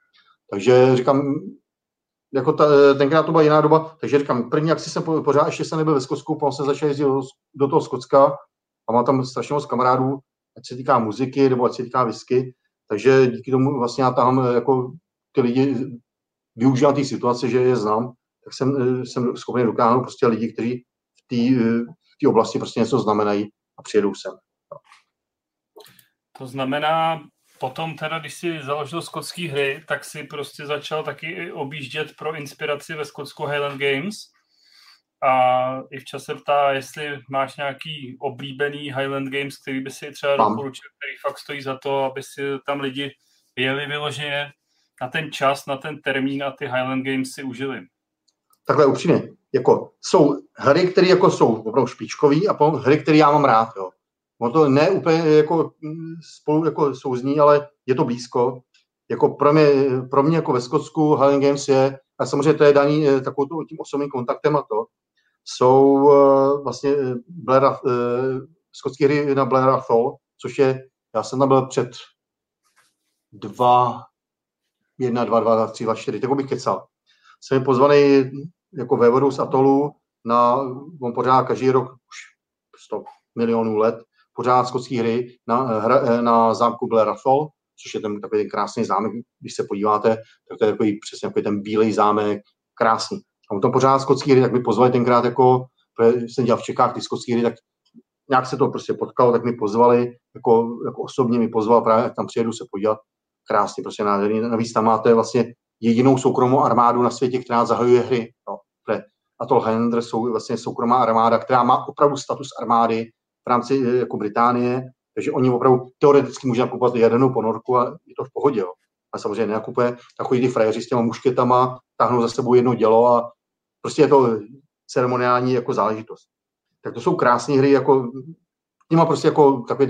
Takže říkám, jako tenkrát to byla jiná doba, takže říkám, první akci jsem pořád ještě se nebyl ve Skotsku, potom jsem začal jezdit do toho Skotska a mám tam strašně moc kamarádů, ať se týká muziky, nebo ať se týká whisky, takže díky tomu vlastně já tam jako ty lidi využívám té situace, že je znám, tak jsem schopný dokáhnout prostě lidi, kteří v té oblasti prostě něco znamenají a přijedou sem. No. To znamená, potom teda, když si založil skotské hry, tak si prostě začal taky objíždět pro inspiraci ve Skotsku Highland Games. a i včas se ptá, jestli máš nějaký oblíbený Highland Games, který by si třeba doporučil, který fakt stojí za to, aby si tam lidi jeli vyloženě na ten čas, na ten termín a ty Highland Games si užili. Takhle upřímně, jako jsou hry, které jako jsou opravdu špičkový a potom hry, které já mám rád. Jo. Ono to ne úplně jako spolu jako souzní, ale je to blízko. Jako pro mě jako ve Skotsku Highland Games je, a samozřejmě to je daný takovou tím osobním kontaktem a to, jsou vlastně skotské hry na Blair Athol, což je, já jsem tam byl před 1, 2, 2, 3, 2, 4, tak bych kecal. Jsem pozvaný jako vévodu z Atolu on pořád každý rok už 100 milionů let, pořád skotské hry na zámku Blair Athol, což je takový ten krásný zámek, když se podíváte, tak to je takový přesně takový ten bílej zámek, krásný. A on to pořád skotské hry, tak mi pozvali tenkrát jako, protože jsem dělal v Čechách ty skotské hry, tak nějak se to prostě potkalo, tak mi pozvali, jako osobně mi pozval právě, jak tam přijedu se podívat, krásně, prostě nádherný. Navíc tam máte vlastně jedinou soukromou armádu na světě, která zahajuje hry. No. Atol Highlanders jsou vlastně soukromá armáda, která má opravdu status armády v rámci jako Británie, takže oni opravdu teoreticky můžou nakupovat jadernou ponorku a je to v pohodě. Jo. A samozřejmě nenakupuje takový ty frajeři s těma mušketama, táhnou za sebou jedno dělo a prostě je to ceremoniální jako záležitost. Tak to jsou krásné hry, jako má prostě jako takový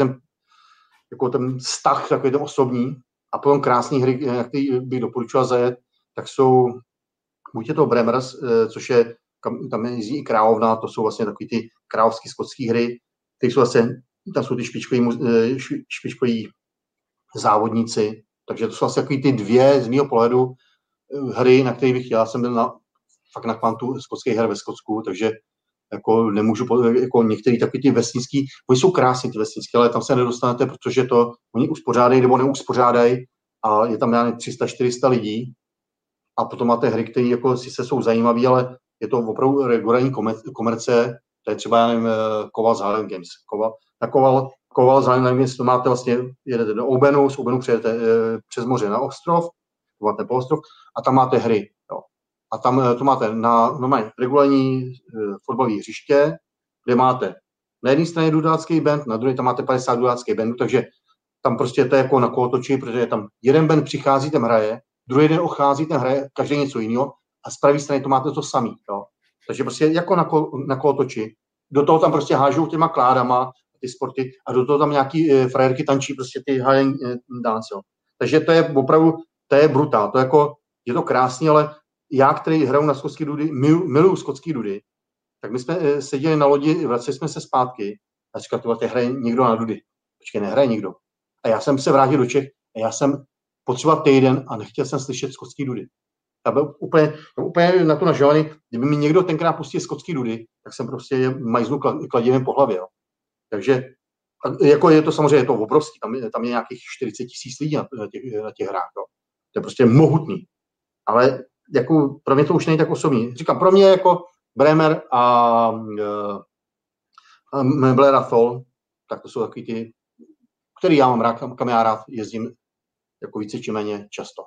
ten vztah, takový ten osobní. A potom krásné hry, který bych doporučoval zajet, tak jsou buď je to Bremers, což je, tam jezdí i královna, to jsou vlastně takový ty královský skotský hry, ty jsou vlastně, tam jsou ty špičkoví závodníci, takže to jsou vlastně takový ty dvě z mého pohledu hry, na které bych chtěl. Já jsem byl fakt na kvantu skotských her ve Skotsku, takže jako nemůžu, jako některý takový ty vesnický, oni jsou krásní ty vesnický, ale tam se nedostanete, protože to oni uspořádají nebo neuspořádají a je tam 300-400 lidí a potom máte hry, které jako sice jsou zajímavé, ale je to opravdu regulární komerce, to je třeba, já nevím, Koval z Highland Games. Koval z Highland Games, to máte vlastně, jedete do Aubenu, z Aubenu přijedete přes moře na ostrov, máte po ostrov a tam máte hry. Jo. A tam to máte na regulární fotbalové hřiště, kde máte na jedné straně dudácký band, na druhé tam máte 50 dudáckých bandů, takže tam prostě to je jako na kolotoči, protože tam jeden band přichází, ten hraje, druhý den odchází, ten hraje, každý něco jiného a z pravé strany to máte to samý. Jo. Takže prostě jako na kolotoči, do toho tam prostě hážou těma kládama ty sporty a do toho tam nějaký frajerky tančí prostě ty high dance. Jo. Takže to je opravdu, to je brutál, to jako, je to krásný, ale já, který hraju na skotský dudy, miluju skotský dudy, tak my jsme seděli na lodi, vraceli jsme se zpátky a říkali, tohle hraje někdo na dudy. Počkej, nehraje nikdo. A já jsem se vrátil do Čech a já jsem potřeboval týden a nechtěl jsem slyšet skotský dudy. Já byl úplně na to nažovaný, kdyby mi někdo tenkrát pustil skotský dudy, tak jsem prostě majznu kladivem po hlavě. Jo. Takže jako je to samozřejmě je to obrovský, tam je nějakých 40 000 lidí na těch hrách. Jo. To je prostě mohutný. Ale jako pro mě to už není tak osobní. Říkám, pro mě jako Bremer a Blair Athol, tak to jsou takový ty, který já mám rád, kam já rád jezdím jako více či méně často.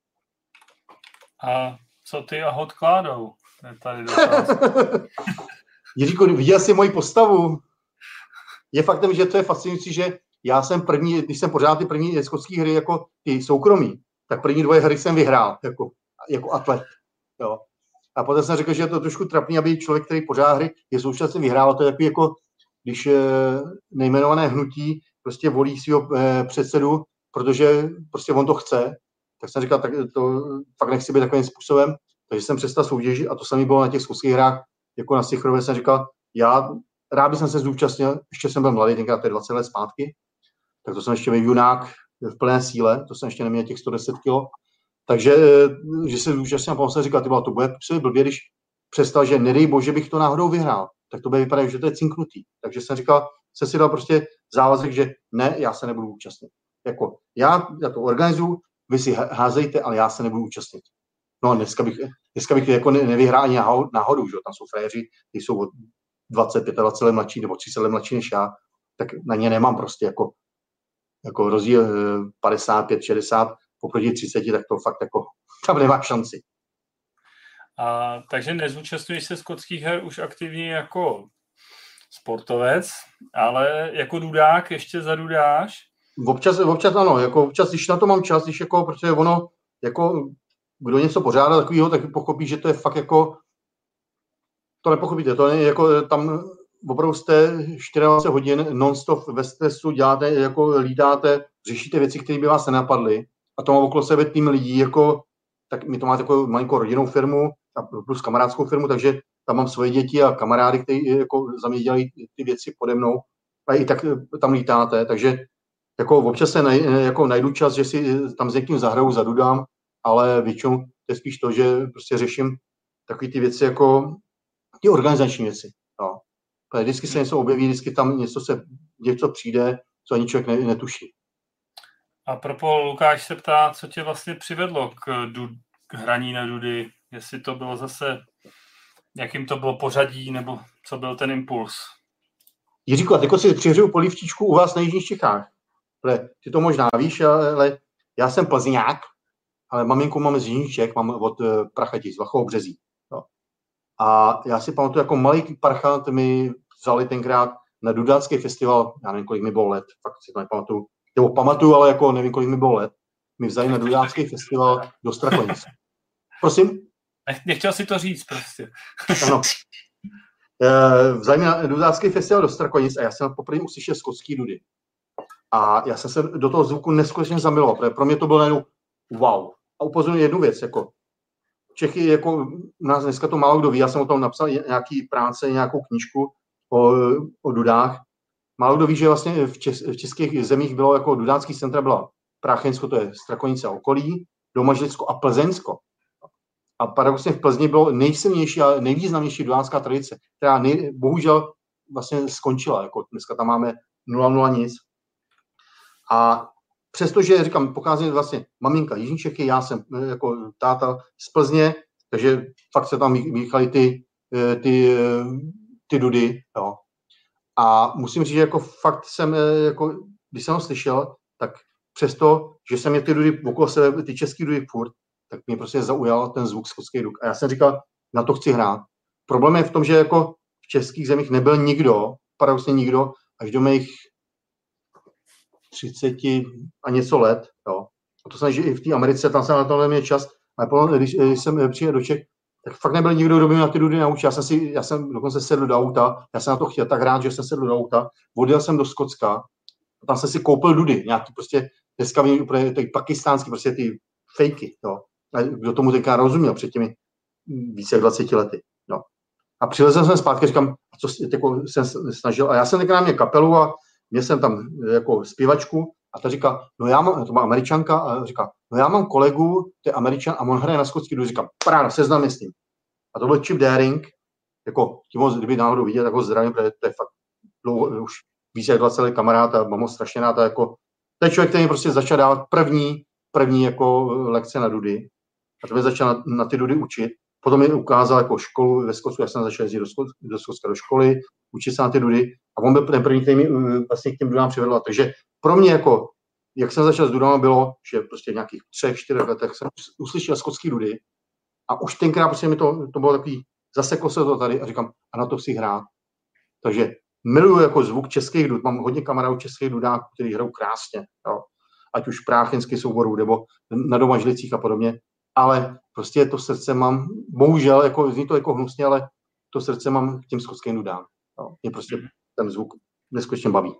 A co ty a Hot Kládou? Tady Jiříku, viděl jsi moji postavu? Je faktem, že to je fascinující, že já jsem první, když jsem pořád ty první skotské hry jako ty soukromí, tak první 2 hry jsem vyhrál jako atlet. Jo. A potom jsem řekl, že je to trošku trapný, aby člověk, který pořád hry je současně vyhrál. To je takový jako, když nejmenované hnutí prostě volí svého předsedu, protože prostě on to chce, tak jsem říkal, tak to fakt nechci být takovým způsobem, takže jsem přestal soutěžit a to samé bylo na těch skotských hrách, jako na Sichrově jsem říkal, já rád bych se zúčastnil, ještě jsem byl mladý, tenkrát to je 20 let zpátky, tak to jsem ještě byl junák v plné síle, to jsem ještě neměl těch 110 kg, takže že se zúčastnil a potom jsem říkal, to bude působit blbě, když přestal, že nedej bože bych to náhodou vyhrál, tak to bude vypadat, že to je cinknutý. Takže jsem říkal, jsem si dal prostě závazek, že ne, já se nebudu účastnit. Jako já to organizuju, vy si házejte, ale já se nebudu účastnit. No dneska bych jako nevyhrál ani náhodou, že? Tam jsou frajeři, ty jsou od 25 let mladší nebo 30 let mladší než já, tak na ně nemám prostě jako rozdíl 55, 60 oproti 30, tak to fakt jako tam nemá šanci. A takže nezúčastňuješ se skotských her už aktivně jako sportovec, ale jako dudák ještě zadudáš? Občas ano, jako občas, když na to mám čas, když jako, protože ono, jako kdo něco pořádá takového, tak pochopí, že to je fakt jako, to nepochopíte, to je jako tam opravdu jste 24 hodin non-stop ve stresu, děláte, jako lítáte, řešíte věci, které by vás nenapadly a to má okolo sebe tým lidí, jako, tak my to máte jako malinkou rodinnou firmu a plus kamarádskou firmu, takže tam mám svoje děti a kamarády, kteří jako za mě dělají ty věci pode mnou a i tak tam lítáte, takže jako občas se jako najdu čas, že si tam s někým zahraju, zadudám, ale většinou to je spíš to, že prostě řeším takové ty věci jako ty organizační věci. No. Vždycky se něco objeví, vždycky tam něco přijde, co ani člověk netuší. A propos Lukáš se ptá, co tě vlastně přivedlo k hraní na dudy, jestli to bylo zase, jakým to bylo pořadí, nebo co byl ten impuls? Jiříku, a teď si přihřeju polívčičku u vás na Jižních Čechách. Ty to možná víš, ale já jsem Plzňák, ale maminku mám z Jižních Čech, mám od Prachatic, z Vlachovo-Březí. No. A já si pamatuju, jako malý parchant mi vzali tenkrát na dudácký festival, já nevím, kolik mi bylo let, fakt si to nepamatuju, nebo pamatuju, ale jako nevím, kolik mi bylo let, mi vzali na dudácký festival do Strakonic. Prosím? Nechtěl si to říct prostě. Ano. Vzali mi na dudácký festival do Strakonic a já jsem poprvé uslyšel skotský dudy. A já jsem se do toho zvuku neskutečně zamiloval, protože pro mě to bylo najednou wow. A upozorňuji jednu věc, jako Čechy, jako u nás dneska to málo kdo ví, já jsem o tom napsal nějaký práce, nějakou knížku o dudách. Málo kdo ví, že vlastně v českých zemích bylo jako dudácký centra byla Práchensko, to je Strakonice a okolí, Domažlicko a Plzeňsko. A paradoxně v Plzni bylo nejsilnější a nejvýznamnější dudácká tradice, která bohužel vlastně skončila. Jako dneska tam máme 0-0 nic. A přestože, říkám, pochází vlastně maminka Jižní Čechy, já jsem jako táta z Plzně, takže fakt se tam míchaly ty dudy, jo. A musím říct, že jako fakt jsem, jako, když jsem ho slyšel, tak přesto, že jsem měl ty dudy okolo sebe, ty český dudy furt, tak mě prostě zaujal ten zvuk skotský duk. A já jsem říkal, na to chci hrát. Problém je v tom, že jako v českých zemích nebyl nikdo, paradoxně nikdo, až do mých 30 a něco let, jo. A to znamená, že i v té Americe, tam jsem na to neměl čas, ale potom, když jsem přijel do Čech, tak fakt nebyl nikdo, kdo by mě na ty dudy naučil. Já jsem dokonce sedl do auta, já jsem na to chtěl tak rád, že jsem sedl do auta, odjel jsem do Skotska, a tam jsem si koupil dudy, nějaký prostě, dneska vím úplně ty pakistánský, prostě ty fejky, jo. A kdo tomu teďka rozuměl před těmi více jak 20 lety, no. A přilezl jsem zpátky, říkám, co jako jsem snažil, a já jsem teďka měl kapelu a měl jsem tam jako zpěvačku a ta říká, no já mám, to má Američanka, a říká, no já mám kolegu, to je Američan a on hraje na skotský dudy, říkám, paráda, seznam s ním. A to byl Chip Daring, jako tím ho, kdyby náhodou viděl, tak ho zdravím, protože to je fakt dlouho, už více jak 20 let kamarád a mám ho strašně rád, jako, to je člověk, který prostě začal dávat první jako lekce na dudy a to mě začal na ty dudy učit. Potom mi ukázal jako školu ve Skotsku, já jsem začal jezdit do Skotska do školy, učit se na ty dudy a on byl ten první, který mi vlastně k těm dudám přivedl. Takže pro mě jako, jak jsem začal s dudama, bylo, že prostě v nějakých 3-4 letech jsem uslyšel skotský dudy a už tenkrát prostě mi to bylo takový, zaseklo se to tady a říkám, a na to chci hrát. Takže miluju jako zvuk českých dud, mám hodně kamarádů českých dudáků, kteří hrajou krásně, jo. Ať už práchenský souborů nebo na Domažlicích a podobně, ale prostě to srdce mám, bohužel, jako, zní to jako hnusně, ale to srdce mám k těm skotským dudám. Jo. Mě prostě ten zvuk neskutečně baví.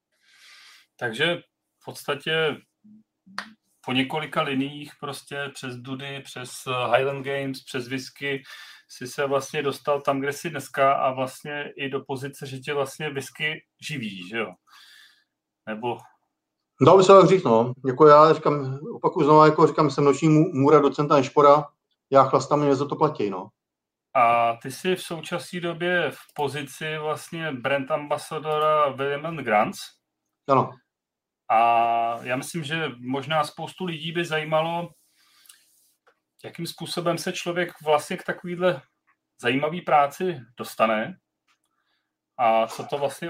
Takže v podstatě po několika liních prostě přes dudy, přes Highland Games, přes whisky si se vlastně dostal tam, kde jsi dneska a vlastně i do pozice, že tě vlastně whisky živí, že jo? Nebo... Dalo by se tak říct, no. Jako já říkám, opakuju znovu, jako říkám, jsem noční můra docenta Nešpora, já chlastám, mě za to platí, no. A ty jsi v současné době v pozici vlastně brand ambasadora William & Grants. Ano. A já myslím, že možná spoustu lidí by zajímalo, jakým způsobem se člověk vlastně k takovýhle zajímavý práci dostane a co to vlastně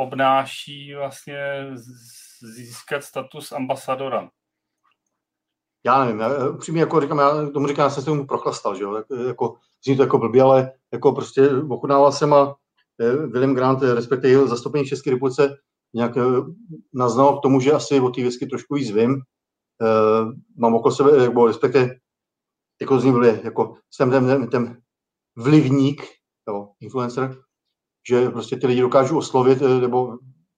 obnáší vlastně získat status ambasadora. Já nevím, upřímně jako říkám, já jsem se tomu prochlastal, že jo, jako, zní to jako blbě, ale jako prostě ochutnával jsem a William Grant, respektive jeho zastoupení v České republice, nějak naznal k tomu, že asi o té whisky trošku víc vím. Mám okolo sebe, nebo respektive jako zní blbě, jako jsem ten vlivník, jo, influencer, že prostě ty lidi dokážu oslovit, nebo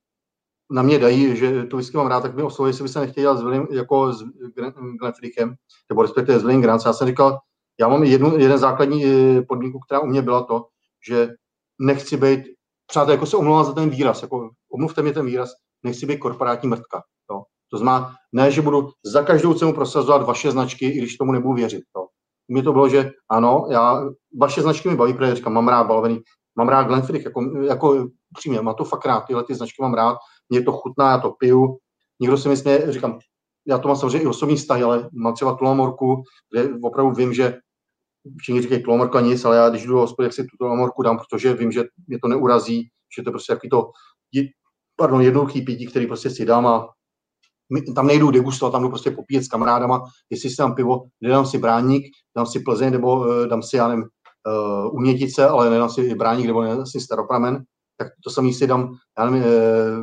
na mě dají, že tu whisky mám rád, tak mi oslovili, jestli by se nechtěl dělat s William, jako s Glenfidichem, nebo respektive s William Grant. Já jsem říkal, já mám jeden základní podmínku, která u mě byla to, že nechci být, přátelé, jako se omlouvám za ten výraz, jako omluvte mi ten výraz, nechci být korporátní mrtka. Jo. To znamená, ne, že budu za každou cenu prosazovat vaše značky, i když tomu nebudu věřit. Jo. U mě to bylo, že ano, vaše značky mi baví, protože říkám, mám rád balvený, mám rád Glenfiddich, jako upřímně, mám to fakt rád, tyhle ty značky mám rád, mě to chutná, já to piju. Někdo si myslí, říkám, já to mám samozřejmě i osobní vztahy, ale mám třeba Tulamorku, kde opravdu vím, že všichni říkají Tulamorka nic, ale já když jdu do hospody, jak si tu Tulamorku dám, protože vím, že mě to neurazí, že to je prostě takový to jednoduchý pití, který prostě si dám a tam nejdu degustovat, tam jdu prostě popíjet s kamarádama, jestli si dám pivo, nedám si Bráník, dám si Plzeň, nebo dám si, já nevím, Umětice, ale nedám si Bráník, nebo nedám si Staropramen, tak to samý si dám, já nevím,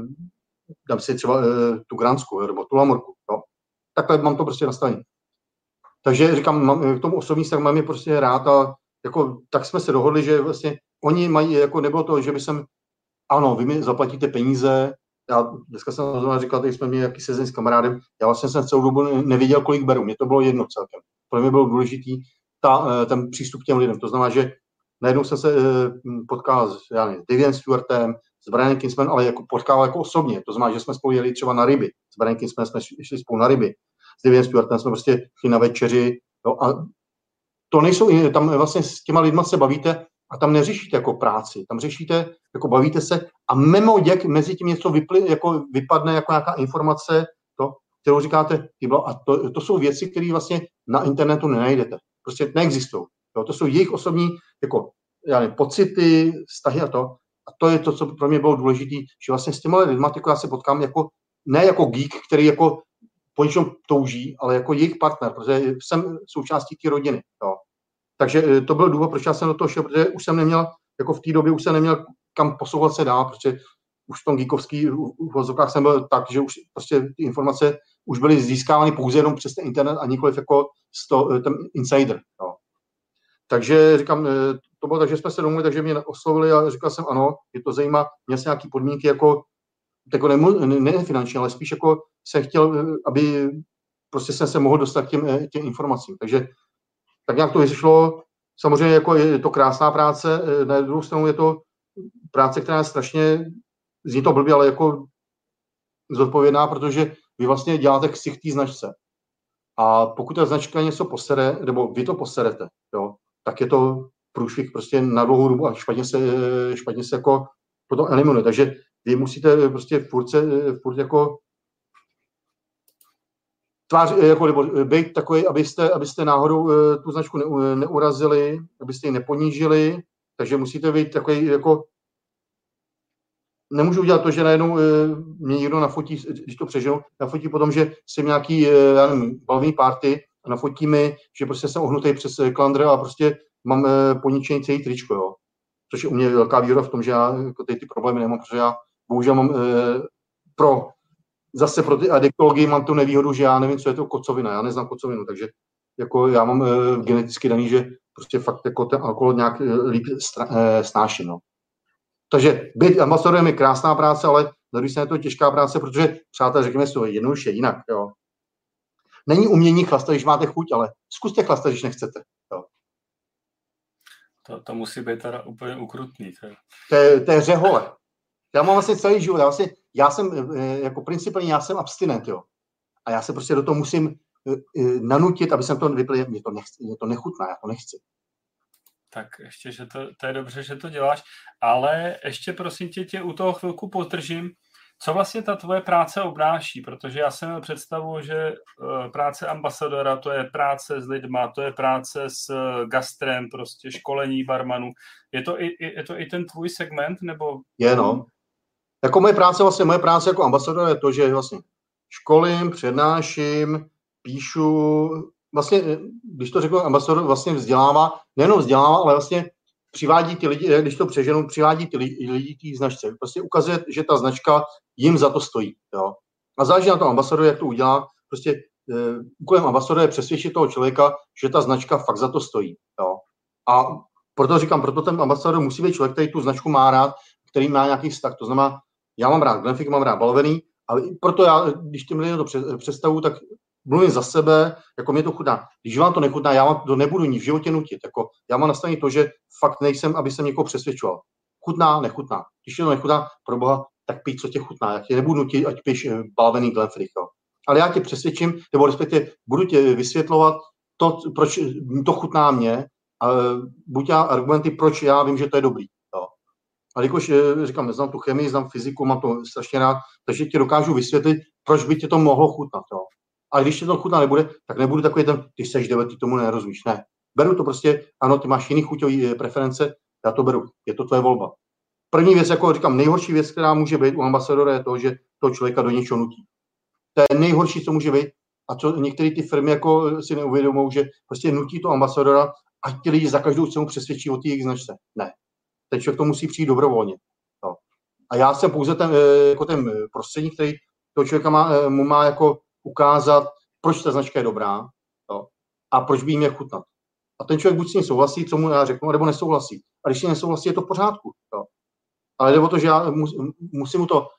dám si třeba tu Gransku, nebo Tulamorku, jo. Takhle mám to prostě nastavené. Takže říkám, mám k tomu osobní vztah mám je prostě rád a jako, tak jsme se dohodli, že vlastně oni mají, jako nebylo to, že by jsem, ano, vy mi zaplatíte peníze, já dneska jsem rozhodl říkal, že jsme měli nějaký sezení s kamarádem, já vlastně jsem celou dobu nevěděl, kolik beru, mě to bylo jedno celkem. Pro mě bylo důležitý ten přístup k těm lidem, to znamená, že najednou jsem se potkal s Davidem Stewartem, s Brianem Kinsmanem, ale jako potkal jako osobně, to znamená, že jsme spolu jeli třeba na ryby, s Brianem Kinsmanem jsme šli spolu na ryby, s Davidem Stewartem jsme prostě šli na večeři, jo, a to nejsou, tam vlastně s těma lidma se bavíte a tam neřešíte jako práci, tam řešíte, jako bavíte se a mezi tím něco vypadne jako nějaká informace, kterou říkáte, a to jsou věci, které vlastně na internetu nenajdete. Prostě neexistují. To jsou jejich osobní jako, pocity, vztahy a to. A to je to, co pro mě bylo důležité, že vlastně s těma lidma já se potkám jako, ne jako geek, který jako po něčem touží, ale jako jejich partner, protože jsem součástí té rodiny. Jo. Takže to byl důvod, proč já jsem do toho šel, protože už jsem neměl, jako v té době už jsem neměl kam posouvat se dál, protože už v tom geekovský uvozovkách jsem byl tak, že už prostě ty informace už byly získávány pouze jenom přes ten internet a nikoliv jako ten insider. Jo. Takže říkám, to bylo tak, že jsme se domluvili, takže mě oslovili a říkal jsem ano, je to zajímá, měl jsem nějaký podmínky jako ne finančně, ale spíš jako jsem chtěl, aby prostě jsem se mohl dostat k těm informacím. Takže tak nějak to vyšlo. Samozřejmě jako je to krásná práce, na druhou stranu je to práce, která je strašně, zní to blbě, ale jako zodpovědná, protože vy vlastně děláte ksicht té značce. A pokud ta značka něco posere, nebo vy to poserete, jo, tak je to průšvih prostě na dlouhou dobu a špatně se jako potom eliminuje. Takže vy musíte prostě furt jako být takový, abyste náhodou tu značku neurazili, abyste ji neponížili, takže musíte být takový jako nemůžu udělat to, že najednou mě někdo nafotí, když to přeženu, nafotí potom, že jsem nějaký, já nevím, balvný party a nafotí mi, že prostě jsem ohnutý přes klandr a prostě mám poničený celý tričko, jo. Což je u mě velká výhoda v tom, že já jako ty problémy nemám, protože já bohužel mám zase pro ty adiktologii mám tu nevýhodu, že já nevím, co je to kocovina, já neznám kocovinu, takže jako já mám geneticky daný, že prostě fakt jako ten alkohol nějak líp snáším, no. Takže být ambasadorem je krásná práce, ale na druhé straně je to těžká práce, protože, přátelé, řekněme si to jednoduše jinak. Jo. Není umění chlastat, když máte chuť, ale zkuste chlastat, když nechcete. Jo. To musí být teda úplně ukrutný. To je řehole. Já mám vlastně celý život. Já jsem jako principálně, já jsem abstinent. Jo. A já se prostě do toho musím nanutit, aby jsem to vypil. Mě to nechutná, já to nechci. Tak ještě, že to je dobře, že to děláš, ale ještě prosím tě u toho chvilku pozdržím. Co vlastně ta tvoje práce obnáší? Protože já jsem měl představu, že práce ambasadora, to je práce s lidma, to je práce s gastrem, prostě školení barmanů. Je to i ten tvůj segment? Nebo... Je, no. Jako moje práce jako ambasadora je to, že vlastně školím, přednáším, píšu, vlastně, když to řeknu, ambasador vlastně vzdělává, nejenom vzdělává, ale vlastně přivádí ty lidi, když to přeženu, přivádí ty lidi k značce. Prostě ukazuje, že ta značka jim za to stojí. Jo. A záleží na tom ambasadoru, jak to udělá. Prostě úkolem ambasadora je přesvědčit toho člověka, že ta značka fakt za to stojí. Jo. A proto říkám, proto ten ambasador musí být člověk, který tu značku má rád, který má nějaký vztah. To znamená, já mám rád Glenfiddich, mám rád Balvenie, ale proto já, když těm lidem to představu, tak mluvím za sebe, jako mě to chutná. Když vám to nechutná, já vám to nebudu ní v životě nutit. Jako, já mám nastavení to, že fakt nejsem, aby jsem někoho přesvědčoval. Chutná, nechutná. Když tě to nechutná, pro boha, tak pij, co tě chutná. Já tě nebudu nutit, ať piješ Balvenie, Glenfiddich. Ale já tě přesvědčím, nebo respektive budu tě vysvětlovat to, proč to chutná mě, a buď já argumenty, proč já vím, že to je dobrý. Jo. A jakož říkám, neznám tu chemii, znám fyziku, mám to strašně rád, takže ti dokážu vysvětlit, proč by tě to mohlo chutnat. Jo. A když tě to chutná nebude, tak nebudu takový ten, ty seš 9, ty tomu nerozumíš. Ne. Beru to prostě, ano, ty máš jiný chuťový preference, já to beru, je to tvoje volba. První věc, jako říkám, nejhorší věc, která může být u ambasadora, je to, že toho člověka do něčeho nutí. To je nejhorší, co může být. A co některé ty firmy jako si neuvědomují, že prostě nutí to ambasadora, ať ti lidi za každou cenu přesvědčí o té jejich značce. Ne. Ten člověk to musí přijít dobrovolně. No. A já jsem pouze ten, jako ten prostředník, který toho člověka mu má jako ukázat, proč ta značka je dobrá, no, a proč by jim je chutnat. A ten člověk buď s ním souhlasí, co mu já řeknu, nebo nesouhlasí. A když si nesouhlasí, je to v pořádku. No. Ale jde o to, že já musím mu to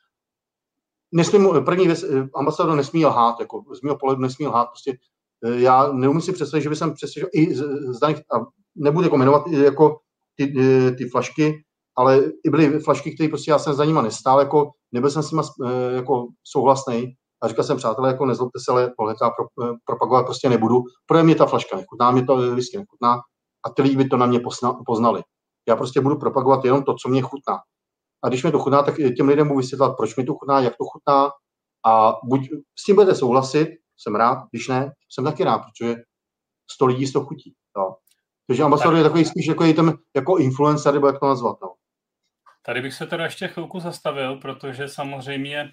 první věc, ambasador nesmí lhát, jako z mého pohledu nesmí lhát, prostě já neumím si představit, že by jsem přesvědčil i a nebudu jako jmenovat jako ty flašky, ale i byly flašky, které prostě já jsem za nima nestál, jako nebyl jsem s nima jako souhlasný a říkal jsem, přátelé, jako nezlobte se, ale tohle já propagovat prostě nebudu, protože mě ta flaška nechutná, mě to whisky nechutná a ty lidi by to na mě poznali. Já prostě budu propagovat jenom to, co mě chutná. A když mi to chutná, tak těm lidem budu vysvětlovat, proč mi to chutná, jak to chutná a buď s tím budete souhlasit, jsem rád, když ne, jsem taky rád, protože 100 lidí z toho chutí. Jo. Takže ambasador je takový spíš jako influencer, nebo jak to nazvat. No. Tady bych se teda ještě chvilku zastavil, protože samozřejmě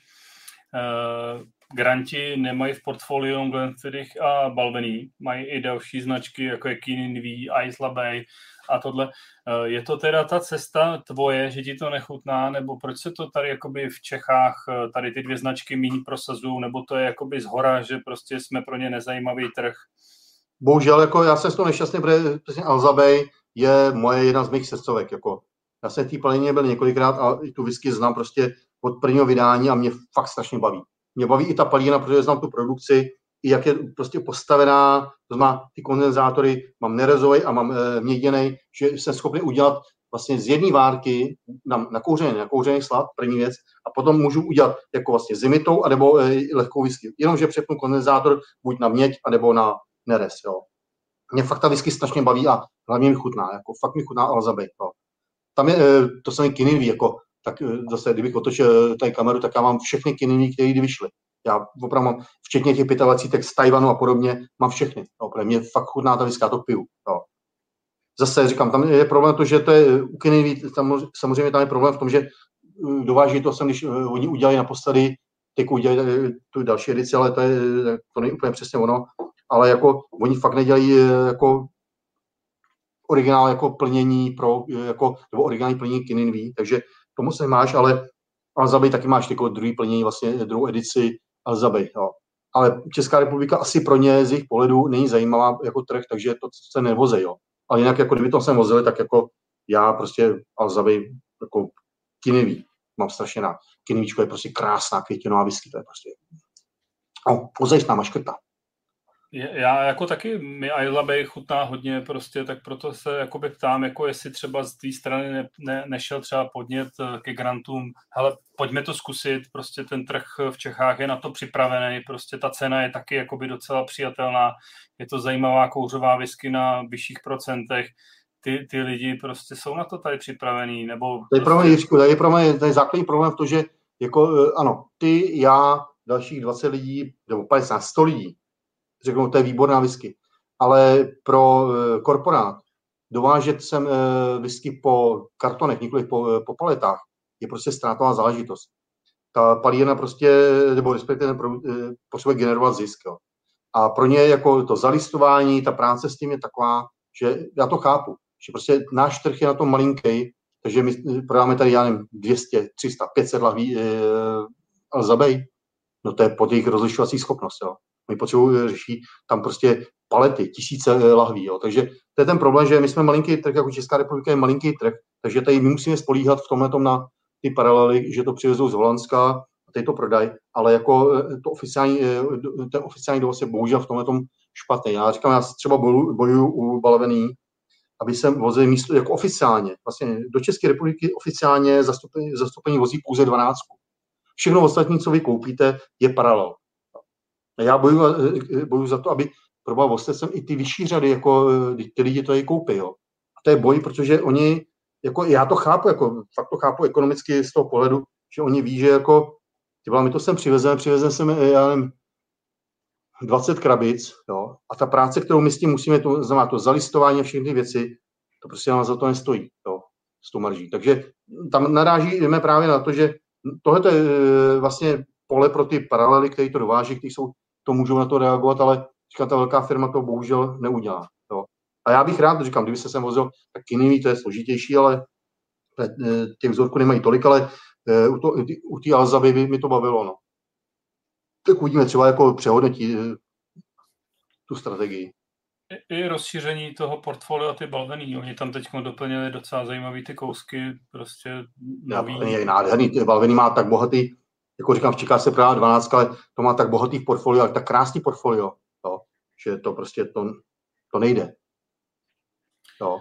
granti nemají v portfoliu Glenfiddich a Balvenie, mají i další značky, jako je Kinniv, Islay Bay a tohle. Je to teda ta cesta tvoje, že ti to nechutná, nebo proč se to tady jakoby v Čechách tady ty dvě značky méně prosazují, nebo to je jakoby zhora, že prostě jsme pro ně nezajímavý trh? Bohužel, jako já jsem z toho nešťastný, protože Islay Bay je jedna z mých srdcovek. Jako. Já jsem v té planině byl několikrát a i tu whisky znám prostě od prvního vydání a mě fakt strašně baví. Mě baví i ta palína, protože znám tu produkci, i jak je prostě postavená, to znamená ty kondenzátory, mám nerezový a mám měděnej, že jsem schopný udělat vlastně z jedné várky na kouřený slad, první věc, a potom můžu udělat jako vlastně zimitou, anebo lehkou whisky. Jenomže přepnu kondenzátor buď na měď, anebo na nerez. Jo. Mě fakt ta whisky strašně baví a hlavně mi chutná, jako fakt mi chutná Islay Bay. Jo. Tam je, to samé Kinniv, jako tak zase, kdybych otočil tady kameru, tak já mám všechny Kinniv, které kdy vyšly. Já opravdu mám, včetně těch 25 z Tajvanu a podobně, mám všechny. No, mě fakt chutná ta whisky, já to piju. No. Zase říkám, tam je problém to, že to je u Kinniv, samozřejmě tam je problém v tom, že dováží to sem, když oni udělají naposledy, teď udělají tu další edici, ale to není úplně přesně ono, ale jako oni fakt nedělají jako originál jako plnění nebo originální plnění Kinniv, takže tomu se máš, ale Islay Bay taky máš jako druhý plnění, vlastně druhou edici Islay Bay. Jo. Ale Česká republika asi pro ně z jejich pohledu není zajímavá jako trh, takže to se nevozí. Jo. Ale jinak, jako kdyby to sem vozili, tak jako já prostě Islay Bay jako Kinniv mám strašně rád. Kinnivíčko je prostě krásná květinová whisky, to je prostě pozajistná maškrta. Já jako taky, mi Islay Bay chutná hodně prostě, tak proto se jakoby ptám, jako jestli třeba z té strany nešel třeba podnět ke grantům, hele, pojďme to zkusit, prostě ten trh v Čechách je na to připravený, prostě ta cena je taky jakoby docela přijatelná, je to zajímavá kouřová whisky na vyšších procentech, ty lidi prostě jsou na to tady připravený, nebo... To je základní problém v tom, že jako, ano, ty, já, dalších 20 lidí, nebo 50, 100 lidí, řeknou, to je výborná whisky. Ale pro korporát dovážet sem whisky po kartonech, nikoliv po paletách, je prostě ztrátová záležitost. Ta palírna prostě, nebo respektive potřebuje generovat zisk. Jo. A pro ně jako to zalistování, ta práce s tím je taková, že já to chápu, že prostě náš trh je na tom malinký, takže my prodáme tady, já nevím, 200, 300, 500 lahví Alzabej, no to je pod jejich rozlišovací schopnost, jo. My potřebujeme řešit tam prostě palety, tisíce lahví, jo. Takže to je ten problém, že my jsme malinký trh, jako Česká republika je malinký trh, takže tady my musíme spolíhat v tomhletom na ty paralely, že to přivezou z Holandska a tady to prodají, ale jako ten oficiální dovoz je bohužel v tomhletom špatný. Já říkám, já třeba bojuju u balevený, aby se vozili místo jako oficiálně. Vlastně do České republiky oficiálně zastoupení vozí pouze 12. Všechno ostatní, co vy koupíte, je paralel. A já bojuju za to, aby probal voztecem i ty vyšší řady, jako ty lidi to je koupí. Jo. A to je boj, protože oni, jako já to chápu, jako fakt to chápu ekonomicky z toho pohledu, že oni ví, že jako, my to sem přivezeme sem, já nevím, 20 krabic, jo, a ta práce, kterou my s tím musíme, to znamená to zalistování a všechny ty věci, to prostě nám za to nestojí, jo, s tou marží. Takže tam narážíme právě na to, že tohle je vlastně pole pro ty paralely, které to dováží, kteří to můžou na to reagovat, ale říkám, ta velká firma to bohužel neudělá. Jo. A já bych rád, říkám, kdyby se sem vozil, tak jiný, to je složitější, ale těch vzorků nemají tolik, ale u té Alzaby by mi to bavilo. No. Tak uvidíme, třeba jako přehodnotí tu strategii. I rozšíření toho portfolia ty balvený. Oni tam teď doplnili docela zajímavý ty kousky, prostě nový. Balvený je nádherný, balvený má tak bohatý, jako říkám, v Čechách se prodává 12, ale to má tak bohatý portfolio, ale tak krásný portfolio, jo, že to prostě to nejde. Jo.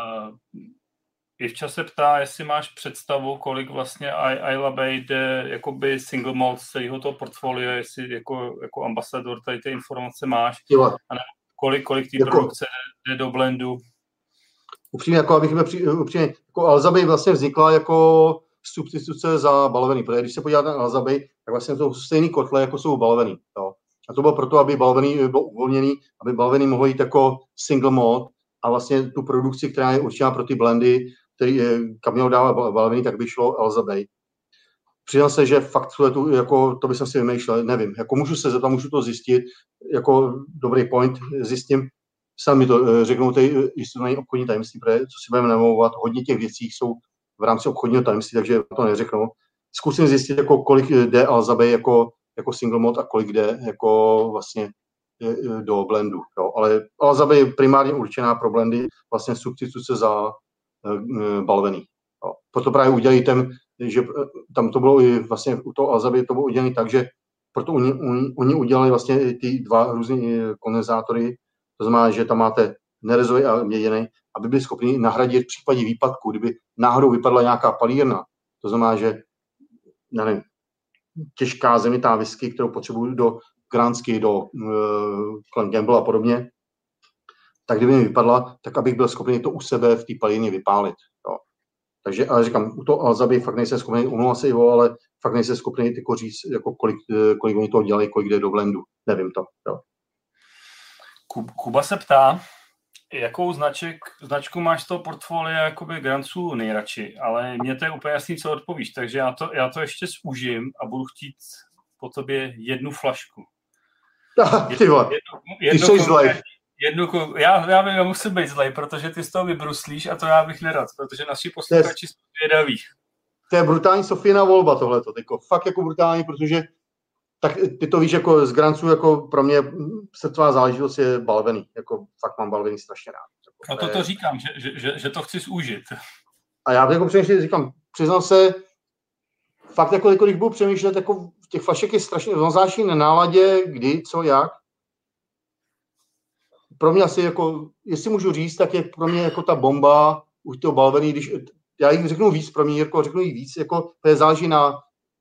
Ivča se ptá, jestli máš představu, kolik vlastně Isla Bay jde jakoby single malt z celého toho portfolia, jestli jako ambasador tady ty informace máš, a kolik té produkce jde do blendu. Upřímně, jako abych upřímně, jako Alza Bay vlastně vznikla jako substituce za balevený, protože když se podíváte na Alza Bay, tak vlastně to jsou stejný kotle, jako jsou balevený. Jo. A to bylo proto, aby balevený byl uvolněný, aby balevený mohl jít jako single malt a vlastně tu produkci, která je určená pro ty blendy, kam mělo dávat balevený, tak by šlo Alza Bay. Přiznal se, že fakt jako, to bych si vymýšlel, nevím. Jako můžu se zeptat, můžu to zjistit, jako dobrý point, zjistím. Sám mi to řeknou, jestli to není obchodní tajemství, protože co si budeme namlouvat, hodně těch věcí jsou v rámci obchodního tajemství, takže to neřeknou. Zkusím zjistit, jako, kolik jde Alza Bay jako single malt a kolik jde jako vlastně do blendu. Jo. Ale Alza Bay je primárně určená pro blendy, vlastně substituce za balvený. Jo. Proto právě udělají že tam to bylo i vlastně u toho Alza Bay to bylo udělané tak, že proto oni udělali vlastně ty dva různé kondenzátory, to znamená, že tam máte nerezový a měděný, aby byli schopni nahradit v případě výpadku, kdyby náhodou vypadla nějaká palírna, to znamená, že nevím, těžká zemitá whisky, kterou potřebuju do Gransky, do Glen Gamble a podobně, tak kdyby mi vypadla, tak abych byl schopný to u sebe v té palírně vypálit. Jo. Takže, ale říkám, u toho Alza Bay fakt nejsem schopný, omlouvám se Ivo, ale fakt nejsem schopný tyko říct, jako kolik oni toho dělají, kolik jde do blendu. Nevím to. Jo. Kuba se ptá, jakou značku máš z toho portfolia jakoby Granců nejradši, ale mně to je úplně jasný, co odpovíš, takže já to ještě zúžím a budu chtít po tobě jednu flašku. Já vím, já musím být zlej, protože ty z toho vybruslíš a to já bych nerad, protože naši posluchači jsou vědaví. To je brutální Sofína volba tohleto, fakt jako brutální, protože tak ty to víš, jako z Granců, jako pro mě srdcová záležitost je balvený, jako fakt mám balvený strašně rád. Jako, to říkám, že to chci zúžit. A já jako přemýšlím, říkám, přiznám se, fakt jako když budu přemýšlet, jako těch flašek je strašně zvláštní na náladě, kdy, co, jak. Pro mě asi jako, jestli můžu říct, tak je pro mě jako ta bomba už toho balvený, když já jich řeknu víc, pro mě Jirko, řeknu jich víc, jako to záleží na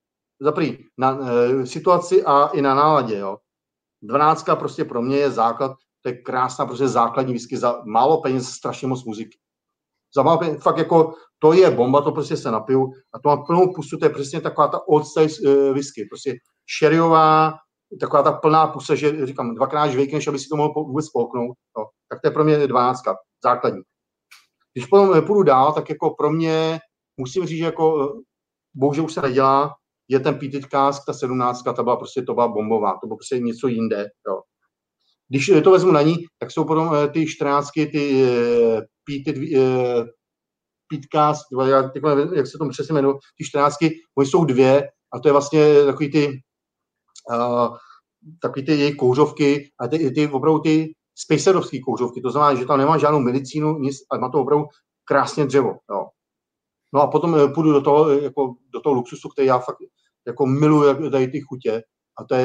situaci a i na náladě, jo. 12 prostě pro mě je základ, to je krásná prostě základní whisky za málo peněz, strašně moc muziky. Za málo peněz, fakt jako, to je bomba, to prostě se napiju a to má plnou pusu, to je přesně taková ta old style whisky, prostě sherryová, taková ta plná pusa, že říkám, dvakrát žvejkneš, aby si to mohl vůbec spolknout, jo. Tak to je pro mě 12, základní. Když potom půjdu dál, tak jako pro mě, musím říct, že jako, bohužel už se nedělá, je ten Peated Cask, ta 17, ta byla prostě, to byla bombová, to bylo prostě něco jinde, jo. Když to vezmu na ní, tak jsou potom ty 14, ty Pítkas, jak se tomu přesně jmenují, ty 14, oni jsou dvě a to je vlastně takový ty jejich kouřovky a ty opravdu ty spacerovské kouřovky, to znamená, že tam nemá žádnou medicínu, nic, ale má to opravdu krásně dřevo. Jo. No a potom půjdu do toho luxusu, který já fakt jako miluji tady ty chutě a to je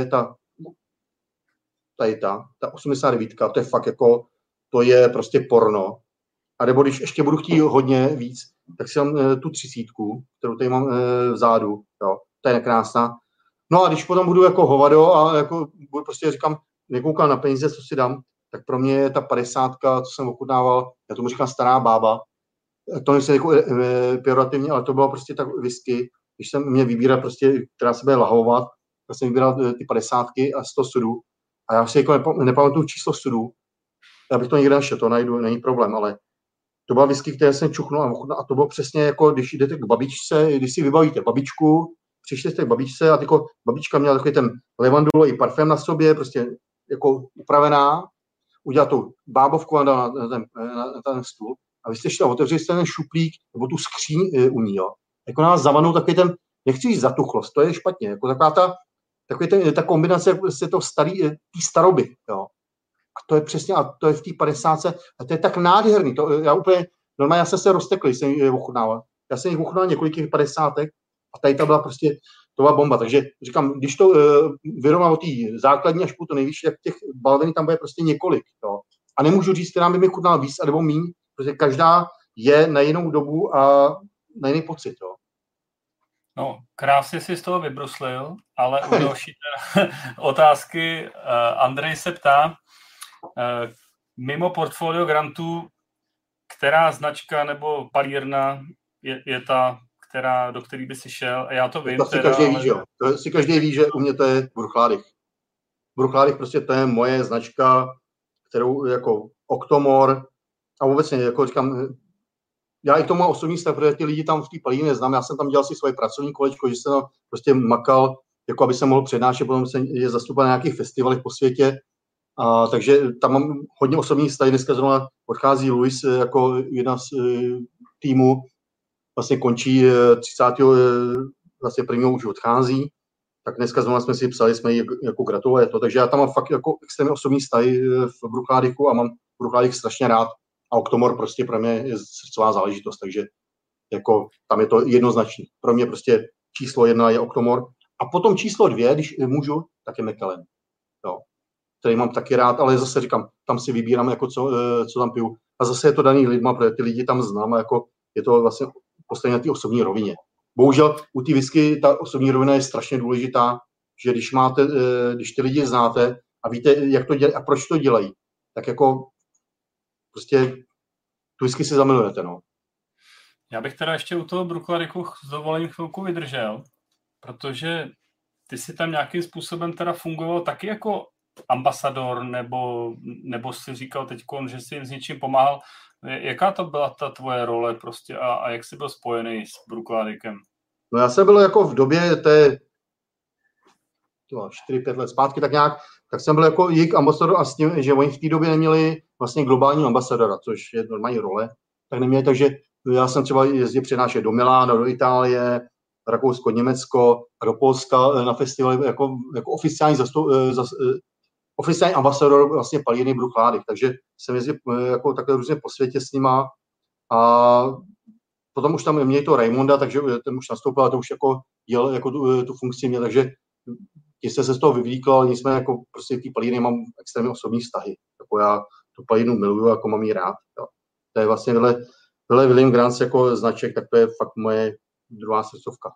ta 89, to je fakt jako, to je prostě porno. A nebo když ještě budu chtít hodně víc, tak si mám tu 30, kterou tady mám vzadu, jo, to je nekrásná. No a když potom budu jako hovado a jako budu prostě říkám, nekoukám na peníze, co si dám, tak pro mě je ta 50, co jsem ochutnával, já tomu říkám stará bába, to nejsem jako pejorativně, ale to byla prostě tak whisky, když jsem mě vybíral prostě, která se bude lahovat, tak jsem vybíral ty 50 a 100 sudů a já si jako nepamatuju číslo sudů, já bych to někde našel, to najdu, není problém, ale to byla whisky, které jsem čuchnul a to bylo přesně jako, když jdete k babičce, když si vybavíte babičku, přišli jste k babičce a jako babička měla takový ten levandulový parfém na sobě, prostě jako upravená, udělat tu bábovku na ten stůl a vy jste šli a otevřeli jste ten šuplík nebo tu skříň u ní, jo. Jako nás zavanou takový ten, nechci říct zatuchlost, to je špatně, jako ta kombinace prostě toho té staroby, jo. A to je přesně, a to je v té 50 a to je tak nádherný, to já úplně, normálně já jsem se roztekl, jsem jich ochutnával. Já jsem jich ochutnal několik 50 a tady ta byla prostě, to byla bomba, takže říkám, když to vyrovnám od té základní až po to nejvyšší, tak těch balvený tam bude prostě několik, jo. A nemůžu říct, která by mi chutnala víc, nebo míň, protože každá je na jinou dobu a na jiný pocit, jo. No, krásně si z toho vybruslil, ale u další otázky Andrej se ptá, mimo portfolio grantů, která značka nebo palírna je ta, do který by si šel? A já to vím. To si každý ví, že jo. To si každý ví, že u mě to je Bruichladdich. Bruichladdich prostě to je moje značka, kterou jako Octomore a obecně, jako říkám, já i k tomu mám osobní stav, protože ty lidi tam v té palírně neznám. Já jsem tam dělal si svoje pracovní kolečko, že jsem tam prostě makal, jako aby se mohl přednášet, potom jsem je zastupoval na nějakých festivalech po světě. Takže tam mám hodně osobních vztahů. Dneska zrovna odchází Luis jako jedna z týmu, vlastně končí 30. vlastně prvního už odchází, tak dneska zrovna jsme si psali, jsme jí jako gratuluje to, takže já tam mám fakt jako extrémně osobní vztahy v Bruichladdichu a mám Bruichladdich strašně rád a Octomore prostě pro mě je srdcová záležitost, takže jako tam je to jednoznačný. Pro mě prostě číslo 1 je Octomore a potom číslo 2, když můžu, tak je Macallan. Jo. Který mám taky rád, ale zase říkám, tam si vybírám, jako co tam piju. A zase je to daný lidma, protože ty lidi tam znám a jako je to vlastně posledně na té osobní rovině. Bohužel u té whisky ta osobní rovina je strašně důležitá, že když ty lidi znáte a víte, jak to dělají a proč to dělají, tak jako prostě tu whisky si zamilujete, no. Já bych teda ještě u toho Bruichladdich s dovolením chvilku vydržel, protože ty si tam nějakým způsobem teda fungoval taky jako ambasador, nebo si říkal teďkon, že jsi jim s něčím pomáhal. Jaká to byla ta tvoje role prostě a jak jsi byl spojený s Bruichladdichem? No já jsem byl jako v době té 4-5 let zpátky tak nějak, tak jsem byl jako jejich ambasador a s tím, že oni v té době neměli vlastně globální ambasadora, což je normální role, tak neměli, takže já jsem třeba jezdil přednášet do Milána, do Itálie, Rakousko, Německo a do Polska na festivaly jako oficiální ambasador vlastně palírny Bruichladdich, takže jsem jezdil jako takhle různě po světě s nima a potom už tam měli to Raimonda, takže ten už nastoupil a to už jako jel jako tu funkci měl, takže těžce se z toho vyvlíkl, ale nicméně jako prostě ty palírny mám extrémně osobní vztahy, jako já tu palírnu miluju, jako mám jí rád, jo. To je vlastně vedle William Grant jako značek, tak to je fakt moje druhá srdcovka.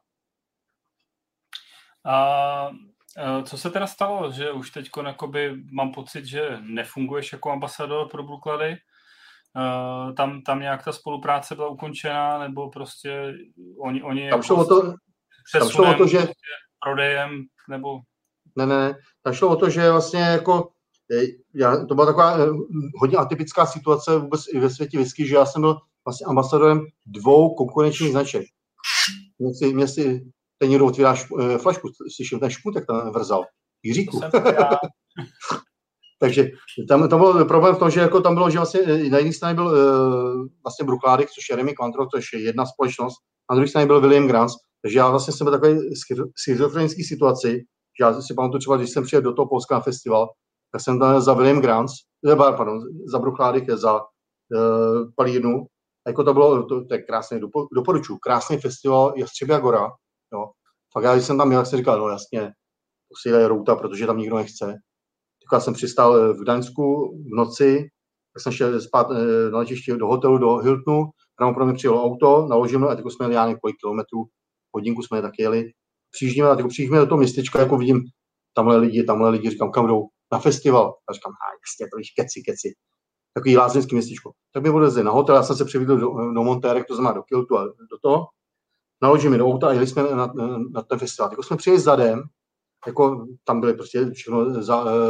A co se teda stalo, že už teď mám pocit, že nefunguješ jako ambasador pro Bruichladdich? Tam nějak ta spolupráce byla ukončená, nebo prostě oni tam šlo o to, že prodejem, nebo... Ne, tam šlo o to, že vlastně jako to byla taková hodně atypická situace vůbec i ve světě whisky, že já jsem byl vlastně ambasadorem 2 konkurenčních značek. Mě si ten někdo otvírá flašku, slyším ten šputek, ten vrzal. Jiříku. Takže tam byl problém v tom, že jako tam bylo, že vlastně na jedné straně byl vlastně Bruichladdich, což je Remy Quantro, což je jedna společnost, a na druhé straně byl William Grant. Takže já vlastně jsem byl takový schizofrenický situaci, že já si pamatuju třeba, když jsem přijel do toho Polska na festival, tak jsem tam za William Grant, za Bruichladdich, za Palírnu. A jako to bylo, to je krásný, doporučuji, krásný festival Jastřebí Gora. Jo. Fakt já, když jsem tam měl, jak jsem říkal, no jasně, to je routa, protože tam nikdo nechce. Tak já jsem přistál v Gdaňsku v noci, tak jsem šel spát na letišti do hotelu, do Hiltonu, ráno pro mě přijelo auto, naložíme a teď jsme jeli několik kilometrů, hodinku jsme taky jeli. Přijíždíme do toho městečka, jako vidím tamhle lidi, říkám, kam jdou? Na festival. A říkám, jasně, to víš, keci. Takový lázeňský městečko. Tak mi odvezli na hotel, já jsem se přivídl do Montérek, to znamená do Kiltu a do toho. Naložíme do auta a jeli jsme na ten festival. Jako jsme přijeli zadem, jako tam byly prostě všechno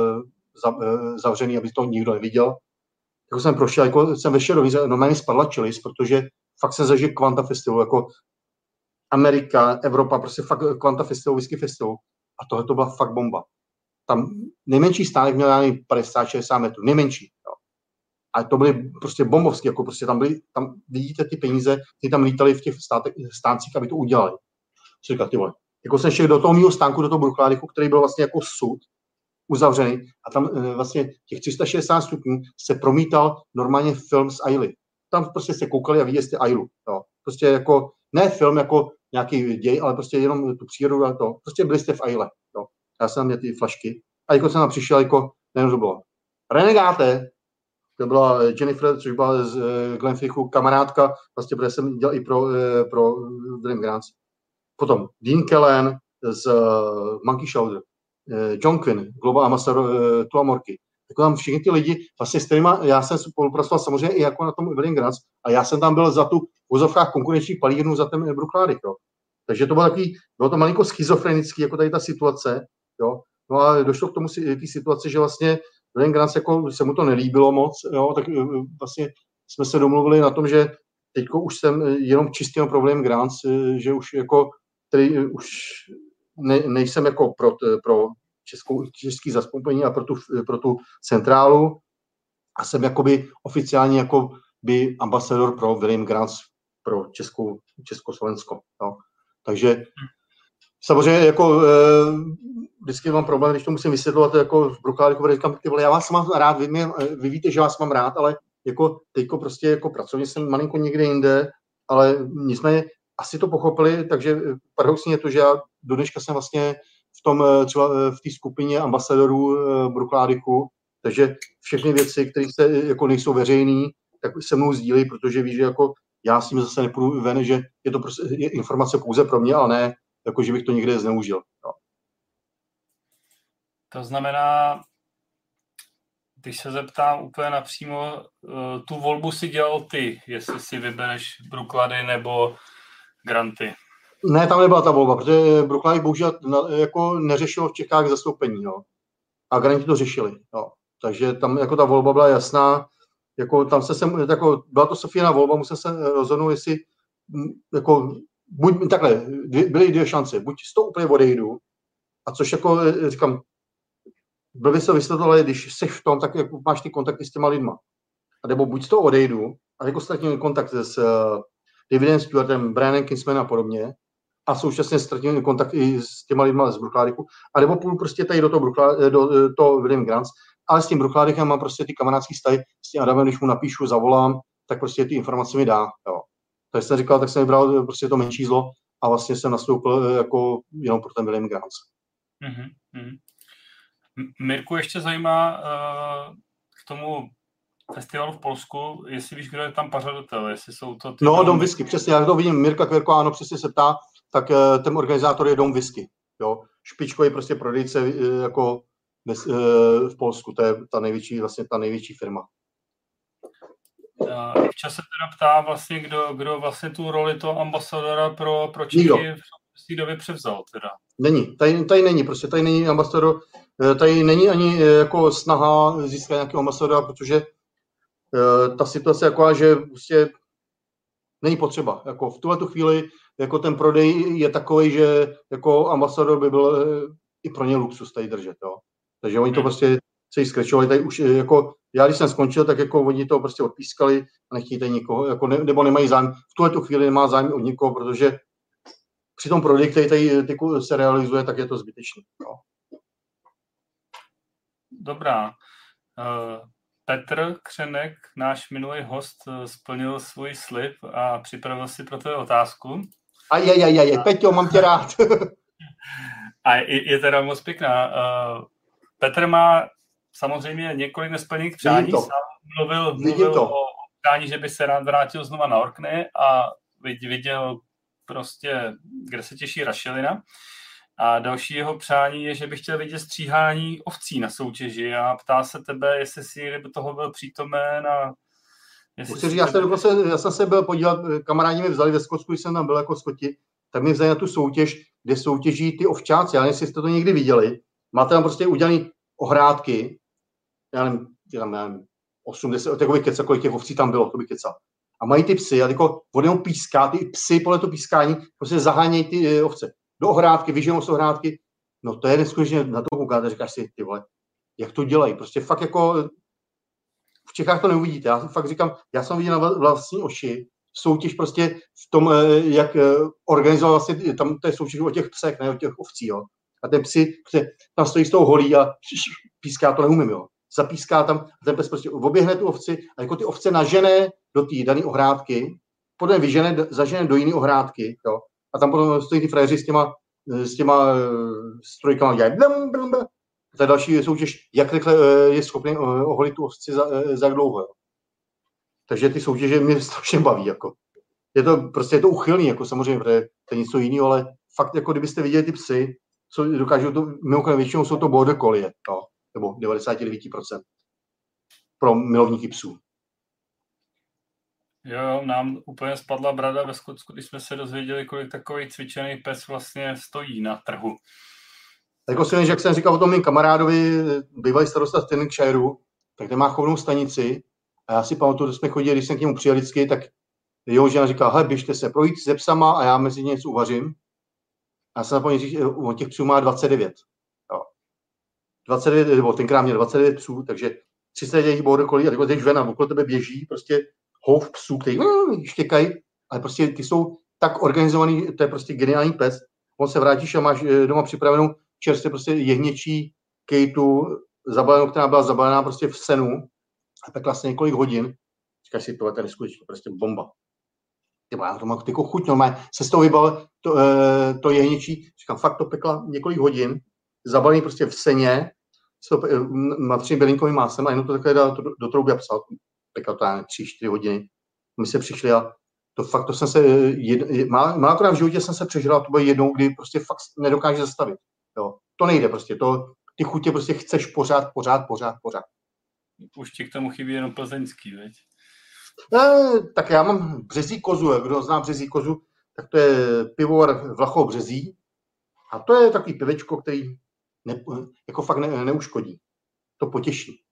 zavřený, aby to nikdo neviděl. Jako jsem prošel, jako jsem vešel dovnitř, normálně spadla čelist, protože fakt jsem zažil Quanta Festival, jako Amerika, Evropa, prostě fakt Quanta Festival, whisky festival. A tohle to byla fakt bomba. Tam nejmenší stánek měl ani 50-60 metrů, nejmenší. Jo. A to byly prostě bombovské, jako prostě tam vidíte ty peníze, ty tam lítali v těch stáncích, aby to udělali. Co říkal, ty vole. Jako jsem šel do toho mýho stánku, do toho Bruichláddichu, který byl vlastně jako sud, uzavřený, a tam vlastně těch 360 stupňů se promítal normálně film z Aily. Tam prostě se koukali a viděli jste Ailu. Jo. Prostě jako, ne film jako nějaký děj, ale prostě jenom tu přírodu a to. Prostě byli jste v Aile. Jo. Já jsem tam měl ty flašky. A jako jsem tam přišel, jako, nejenom to bylo Renegáte, to byla Jennifer, což byla z Glenfiddichu kamarádka, vlastně, protože jsem dělal i pro William Grant. Potom Dean Kellen z Monkey Shoulder, John Quinn, Global Ambassador Tuamorky. Jako tam všichni ty lidi, vlastně s kterýma já jsem spolupracoval samozřejmě i jako na tom William Grant, a já jsem tam byl za tu v vozovkách konkurenční palírnu za ten Bruichladdich, jo. Takže to bylo to malinko schizofrenický, jako tady ta situace, jo. No a došlo k tomu té situaci, že vlastně William Grant, jako se mu to nelíbilo moc, jo, tak vlastně jsme se domluvili na tom, že teďko už jsem jenom čistě problém Grant, že už jako tady už nejsem jako pro český zastoupení a pro tu centrálu, a jsem jakoby oficiálně jakoby ambasador pro William Grant pro Československo. Jo. Takže samozřejmě jako vždycky mám problém, když to musím vysvětlovat jako v Bruichláddichu, říkám, já vás mám rád, vy víte, že vás mám rád, ale jako teďko prostě jako pracovně jsem malinko někde jinde, ale nicméně asi to pochopili, takže paradoxně je to, že já do dneška jsem vlastně třeba v té skupině ambasadorů Bruichláddichu, takže všechny věci, které jako nejsou veřejné, tak se mnou sdílí, protože ví, že jako já s tím zase nepůjdu ven, že je to prostě informace pouze pro mě, ale ne, jako že bych to někde zneužil. No. To znamená, když se zeptám úplně napřímo, tu volbu si dělal ty, jestli si vybereš Bruichlady nebo Granty. Ne, tam nebyla ta volba, protože Bruichladdich bohužel jako neřešilo v Čechách zastoupení, no. A Granti to řešili, no. Takže tam jako ta volba byla jasná, jako tam jako byla to Sofína volba, musel se rozhodnout, jestli jako buď takhle, byly dvě šance, buď z toho úplně odejdu, a což jako říkám, blbě se vysvětlilo, když jsi v tom, tak jako máš ty kontakty s těma lidma. A nebo buď z toho odejdu, a jako ztratím kontakt s Davidem Stewartem, Brianem Kinsmanem a podobně, a současně ztratím kontakt i s těma lidma z Bruichláddichu, a nebo půjdu prostě tady do toho William Grant, ale s tím Bruichladdichem mám prostě ty kamarádský vztahy s tím Adamem, když mu napíšu, zavolám, tak prostě ty informace mi dá, jo. Takže jsem říkal, tak jsem vybral prostě to menší zlo a vlastně jsem nastoupil jako jenom pro ten William Grant. Mm-hmm. Mirku ještě zajímá k tomu festivalu v Polsku, jestli víš, kdo je tam pořadatel, jestli jsou to ty... No, Dom Whisky, přesně, já to vidím, Mirka Kvěrko, ano, přesně se ptá, tak ten organizátor je Dom Whisky, jo. Špičkový prostě prodejce jako v Polsku, to je ta největší firma. Včas se teda ptá vlastně, kdo vlastně tu roli toho ambasadora pro Čechy v té době převzal teda. Není, tady není, prostě tady není ambasador, tady není ani jako snaha získat nějakého ambasadora, protože ta situace je taková, že prostě není potřeba. Jako v tuhletu chvíli jako ten prodej je takový, že jako ambasador by byl i pro ně luxus tady držet. Jo. Takže oni to prostě se jí skrečovali tady už, jako já když jsem skončil, tak jako oni to prostě odpískali a nechtějí tady nikoho, jako nebo nemají zájem, v tuhletu chvíli nemá zájem od nikoho, protože při tom prodeji, který tady se realizuje, tak je to zbytečný. No. Dobrá. Petr Křenek, náš minulý host, splnil svůj slib a připravil si pro tvé otázku. Peťo, mám tě rád. A je teda moc pěkná. Petr má samozřejmě několik nesplněných přání. Sám mluvil o přání, že by se rád vrátil znova na Orkney a viděl prostě, kde se těší rašelina. A další jeho přání je, že by chtěl vidět stříhání ovcí na soutěži a ptá se tebe, jestli si do toho byl přítomen a já jsem se byl podívat, kamarádi mi vzali ve Skotsku, když jsem tam byl jako Skoti, tak mi vzali na tu soutěž, kde soutěží ty ovčáci. Já nevím, jestli jste to někdy viděli. Máte tam prostě udělané ohrádky, já nevím, 80, takový keca, kolik těch ovcí tam bylo, to by kecal. A mají ty psy a jako vodou píská, ty psy podle to pískání prostě zahánějí ty ovce do ohrádky, vyženou z ohrádky. No to je neskutečně, na to koukáte, říkáš si, ty vole, jak to dělají. Prostě fakt jako v Čechách to neuvidíte. Já fakt říkám, já jsem viděl na vlastní oči soutěž prostě v tom, jak organizoval vlastně, tam to je soutěž o těch psech, ne o těch ovcí, jo. A ten psi prostě tam stojí s tou holí a píská, to neumím, jo. Zapíská tam a ten pes prostě oběhne tu ovci a jako ty ovce nažené do té dané ohrádky, potom zažene do jiné ohrádky, jo. A tam potom stojí ty frajeři s těma strojkama, dělají blum, blum, blum. A ta další soutěž, jak rychle je schopný oholit tu ovci za dlouho, jo. Takže ty soutěže mě strašně baví, jako. Je to uchylný, jako samozřejmě, protože to je něco jiného, ale fakt, jako kdybyste viděli ty psy, co dokážou to, mimochodem většinou jsou to border collie, no, nebo 99% pro milovníky psů. Jo, nám úplně spadla brada ve Skotsku, když jsme se dozvěděli, kolik takový cvičený pes vlastně stojí na trhu. Jako si jak jsem říkal o tom mým kamarádovi, bývalý starosta z Stirlingshireu, tak ten má chovnou stanici a já si pamatuju, že jsme chodili, když jsem k němu přijel vždycky, tak jeho žena říká, hele, běžte se projít se psama a já mezi něco uvařím. A já jsem zapomněl říct, on těch psů má 29. Jo. 29, nebo tenkrát měl 29 psů, takže 30 jejich border collie a teď žena okolo tebe běží, prostě hov psů, který štěkají, ale prostě ty jsou tak organizovaný, to je prostě geniální pes. On se vrátíš a máš doma připravenou čerstvě prostě jehněčí kejtu, zabalenou, která byla zabalená prostě v senu a tak vlastně několik hodin. Říkáš si, tohle je skutečně prostě bomba. Já to mám jako chuť, se z toho vybal to jehněčí, říkám, fakt to pekla několik hodin, zabalený prostě v seně, s matřiným bylinkovým másem a jenom to takhle dal do trouby a psal. Pekla to 3-4 hodiny. My se přišli a to jsem se, málokrát v životě jsem se přežil a to bylo jednou, kdy prostě fakt nedokáže zastavit. Jo. To nejde prostě, ty chutě prostě chceš pořád. Už ti k tomu chybí jenom plzeňský, veď? Tak já mám Březí kozu, kdo zná Březí kozu, tak to je pivovar Vlachov Březí a to je takový pivečko, který jako fakt neuškodí. To potěší.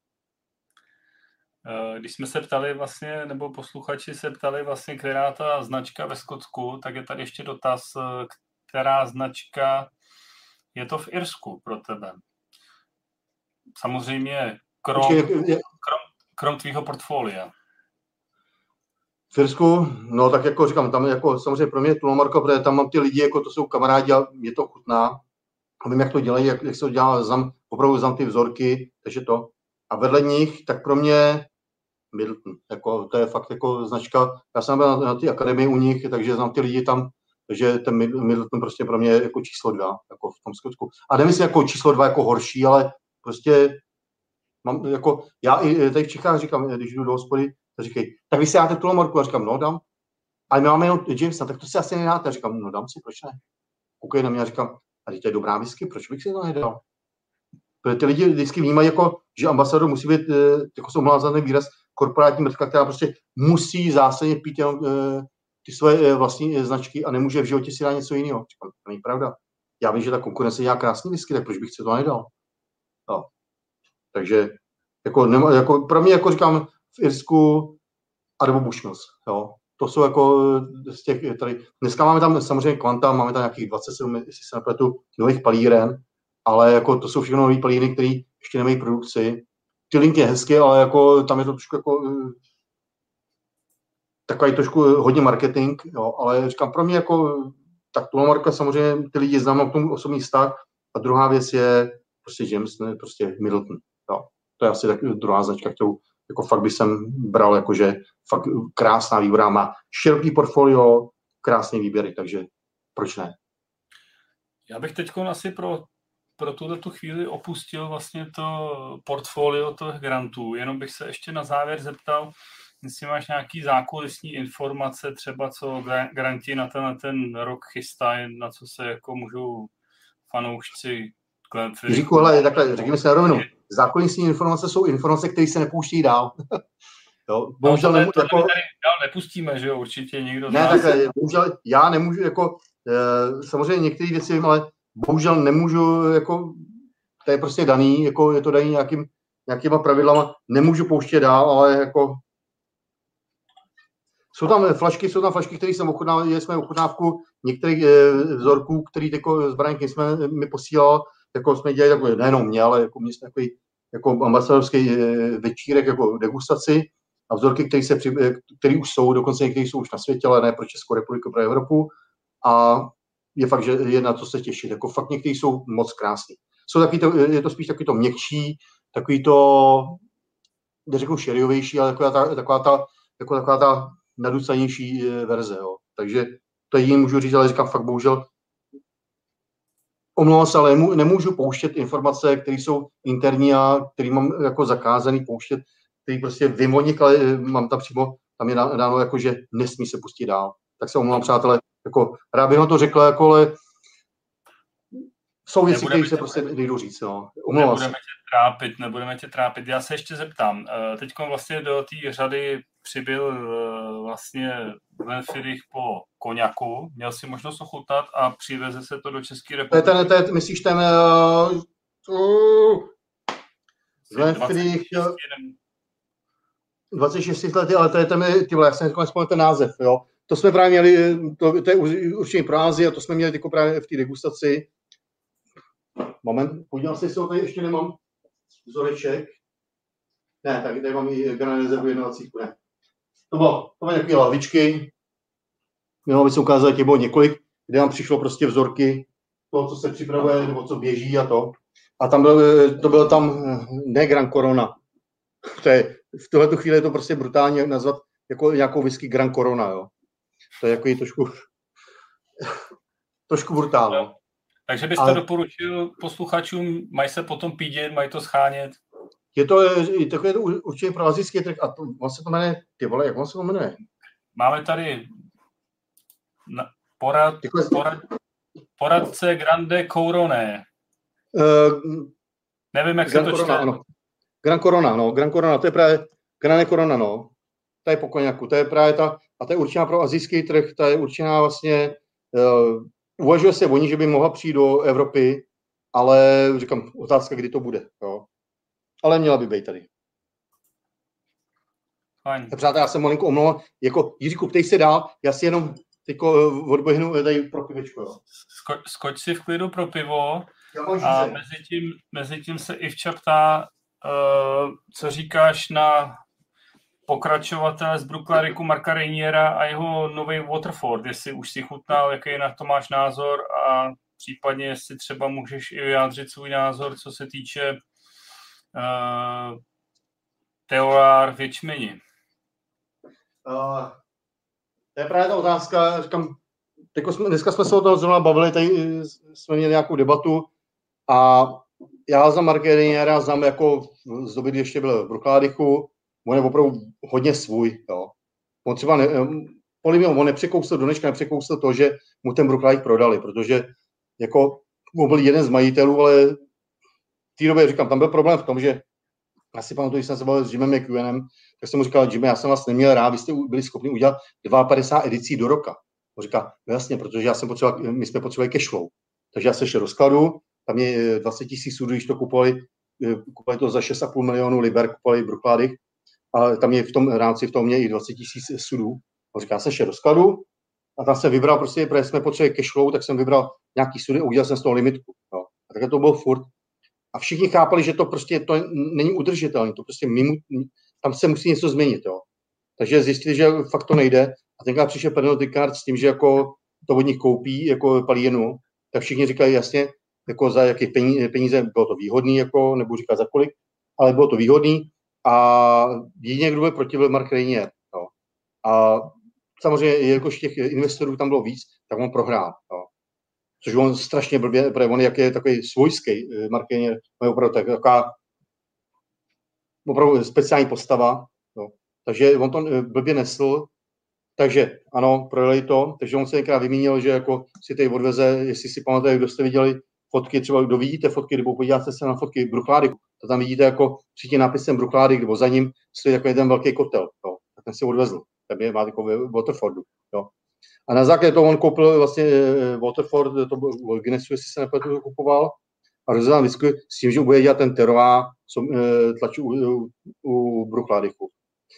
Když jsme se ptali vlastně, nebo posluchači se ptali vlastně, která ta značka ve Skotsku, tak je tady ještě dotaz, která značka je to v Irsku pro tebe. Samozřejmě krom tvýho portfolia. V Irsku, no tak jako říkám, tam jako samozřejmě pro mě je Tulomarko, protože tam mám ty lidi, jako to jsou kamarádi a mě to chutná. A vím, jak to dělají, jak se to dělá opravdu ty vzorky, takže to. A vedle nich, tak pro mě Middleton, jako, to je fakt jako značka. Já jsem byl na té akademii u nich, takže znám ty lidi tam, takže ten Middleton prostě pro mě je jako číslo 2, jako v tom Skotsku. A nemyslím jako číslo 2 jako horší, ale prostě mám, jako, já i tady v Čechách říkám, když jdu do hospody, tak říkají, tak vy si dáte Tulomorku, a říkám, no dám. Ale my máme jenom Jamesa, tak to si asi nedáte. A říkám, no dám si, proč ne? Koukej na mě a říkám, a teď je dobrá whisky, proč bych si to nedal? Protože ty lidi vždycky vnímají, jako, že ambasador musí být, jako jsou mlázaný výraz, korporátní mrtka, která prostě musí zásadně pít jenom ty svoje vlastní značky a nemůže v životě si dát něco jiného. Říkám, to není pravda. Já vím, že ta konkurence dělá krásný whisky, tak proč bych si to nedal? No. Takže jako pro mě, jako říkám, v Irsku a nebo Bushmills, jo. To jsou jako z těch tady. Dneska máme tam samozřejmě Quanta, máme tam nějakých 27, jestli se nepletu, nových palíren, ale jako to jsou všechno nový palíry, které ještě nemají produkci ty linky je hezky, ale jako tam je to trošku jako takový trošku hodně marketing, jo, ale říkám, pro mě jako tak Tula Marka samozřejmě ty lidi znám, mám k tomu osobní vztah a druhá věc je prostě James, ne, prostě Middleton, jo. To je asi tak druhá značka, kterou jako fakt by jsem bral, jakože fakt krásná výběra, má široký portfolio, krásné výběry, takže proč ne? Já bych teď asi pro tu chvíli opustil vlastně to portfolio těch grantů. Jenom bych se ještě na závěr zeptal, jestli máš nějaký zákulisní informace, třeba co granti na ten rok chystají, na co se jako můžou fanoušci Glenfiddich. Jiříku, hele, takhle, řekněme si na rovinu. Zákulisní informace jsou informace, které se nepouští dál. Jo, bohužel to jako... tady dál nepustíme, že jo, určitě někdo. Ne, takhle, bohužel já nemůžu, jako, samozřejmě některé věci vím, ale bohužel nemůžu, jako, to je prostě daný, jako je to daný nějakýma pravidlama, nemůžu pouštět dál, ale jako jsou tam flašky, které jsem ochutnal, jsme ochutnávku některých vzorků, který jako z Brian jsme mi posílal, jako jsme dělali takový, nejenom mě, ale jako mě takový jako ambasadorský večírek, jako degustaci a vzorky, které už jsou, dokonce některé jsou už na světě, ale ne pro Českou republiku, pro Evropu. A je fakt, že je na to se těšit. Jako fakt některé jsou moc krásné. Je to spíš takový to měkčí, takový to, neřeknu šeriovější, ale taková ta naducanější verze. Jo. Takže to jediný můžu říct, ale říkám fakt bohužel, omlouvám se, ale nemůžu pouštět informace, které jsou interní a které mám jako zakázaný pouštět, který prostě vymonik, ale mám tam přímo, tam je dáno jako, že nesmí se pustit dál. Tak se omlouvám, přátelé, jako rád bych vám to řekl, jako, ale jsou věci, které se prostě nejdou říct. No. Nebudeme tě trápit. Já se ještě zeptám. Teď vlastně do té řady přibyl vlastně Glenfiddich po koňaku. Měl si možnost ochutnat a přiveze se to do České republiky. Myslíš ten Glenfiddich 26 lety, ale to je ten, ty vole, já jsem vzpomněl ten název, jo. To jsme právě měli, to je určitě pro Ázii a to jsme měli jako právě v té degustaci. Moment, podívám se, jestli ho tady ještě nemám vzoreček. Ne, tak tady mám i Grand Reserve 21. Ne. To bylo nějaké lahvičky. Mělo by se ukázat, jak je bylo několik, kde nám přišlo prostě vzorky toho, co se připravuje, nebo co běží a to. A tam to bylo tam ne Grand Corona. V tuhletu chvíli je to prostě brutálně nazvat jako nějakou whisky Grand Corona, jo. To je jako trošku brutálno. Takže byste doporučil posluchačům, mají se potom pídět, mají to schánět? Je to určitě pro asijský trh a to vlastně to jmenuje, ty vole, jak on se to jmenuje? Máme tady poradce Grande Couronné. Nevím, jak se to čte. Ano. Grand Corona, to je právě Grande Corona, no. To je po koněku, to je právě a to je určená pro asijský trh, to je určená vlastně, uvažuje se o ní, že by mohla přijít do Evropy, ale říkám, otázka, kdy to bude, jo. Ale měla by být tady. Fajn. Přátelé, já jsem malinko omlouvám, jako Jiříku, ptej se dál, já si jenom teďko odběhnu tady pro pivečko, jo. Skoč si v klidu pro pivo a mezi tím se Ivča ptá, co říkáš na pokračovatele z Bruichladdich Marka Reiniera a jeho nový Waterford, jestli už si chutnal, jaký na to máš názor a případně jestli třeba můžeš i vyjádřit svůj názor, co se týče terroir v ječmeni. To je právě ta otázka, říkám, dneska jsme se o tom zrovna bavili, tady jsme měli nějakou debatu a já znám Marka Reiniera, znám jako z doby, kdy ještě byl v Bruichladichu, on je opravdu hodně svůj, jo. On třeba, on nepřekousl, do dneška nepřekousl to, že mu ten Bruichladdich prodali, protože jako on byl jeden z majitelů, ale v té době, říkám, tam byl problém v tom, že asi pamatuju, když jsem se bavil s Jimem McEwenem, tak jsem mu říkal, Jimmy, já jsem vás neměl rád, vy jste byli schopni udělat 52 edicí do roka. On říká, no jasně, protože my jsme potřebovali cashflow. Takže já se šel do skladu, tam je 20 000 sudů, když to kupovali to za 6,5 milionů liber, kupovali Bruichladdich, a tam je v tom rámci, v tom mě i 20 000 sudů. On říká, já se šel do skladu a tam jsem vybral prostě, protože jsme potřebovali cashflow, tak jsem vybral nějaký sudy a udělal jsem z toho limitku. Jo. A takhle to bylo furt. A všichni chápali, že to prostě to není udržitelné, to prostě tam se musí něco změnit, jo. Takže zjistili, že fakt to nejde. A tenkrát přišel Pernod Ricard s tím, že jako to od nich koupí jako palírnu, tak všichni říkali jasně, jako za jaké peníze bylo to výhodný, jako, nebudu říkat za kolik, ale bylo to výhodný. A jedině, kdo byl proti, byl Mark Reynier. Jo. A samozřejmě, jakož těch investorů tam bylo víc, tak on prohrál. Jo. Což on strašně blbě, protože on je takový svojský, Mark Reynier, je opravdu taková opravdu speciální postava. Jo. Takže on to blbě nesl. Takže ano, projeli to. Takže on se některá vymínil, že jako si tady odveze, jestli si pamatujete, kdo jste viděli fotky, třeba kdo vidíte fotky, nebo podíváte se na fotky Bruichladdich, to tam vidíte jako při tím nápisem Bruichladdich, nebo za ním stojí takový ten velký kotel. Jo. Tak ten si odvezl. Tam je, má takový Waterfordu. Jo. A na základě toho on koupil vlastně Waterford, to byl Guinnessu, jestli se nepletu, to kupoval, a rozhodl whisky s tím, že bude dělat ten terroir, co tlačí u Bruichladichu.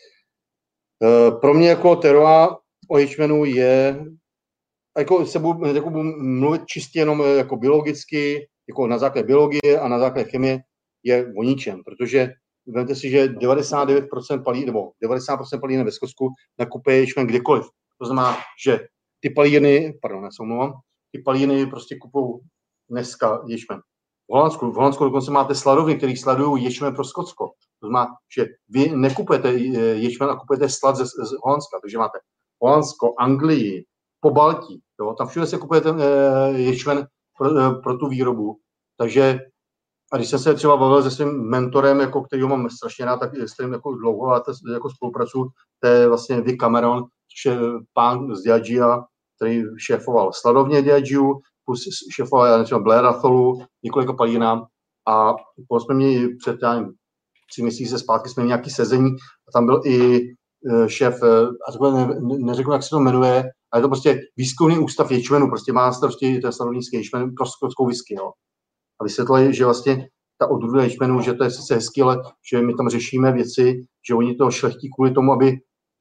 Pro mě jako terroir o ječmenu je, jako se budu mluvit čistě jenom jako biologicky, jako na základě biologie a na základě chemie, je o ničem, protože vemte si, že 99% palí, nebo 90% palíren ve Skotsku nakupuje ječmen kdekoliv. To znamená, že ty palírny, ty palírny prostě kupují dneska ječmen. V Holandsku dokonce máte sladovny, který sladují ječmen pro Skotsko. To znamená, že vy nekupujete ječmen a kupujete slad z Holandska. Takže máte Holandsko, Anglii, Pobaltí. Jo? Tam všude se kupuje ten ječmen pro tu výrobu. Takže a když jsem se třeba bavil se svým mentorem, jako kterýho mám strašně rád, tak s kterým jako dlouho jako spolupracuju, to je vlastně Vic Cameron, což je pán z Diagea, který šéfoval sladovně Diageu, plus šéfoval třeba Blair Atholu, několika palírnám. A jsme měli před 3 měsíce zpátky jsme měli nějaký sezení a tam byl i šéf, a to neřeknu, jak se to jmenuje, ale je to prostě výzkumný ústav ječmenu, prostě má starosti ten sladovnický ječmen pro skotskou whisky, jo. A vysvětlili, že vlastně ta odrůda ječmenu, že to je sice hezky, ale že my tam řešíme věci, že oni to šlechtí kvůli tomu, aby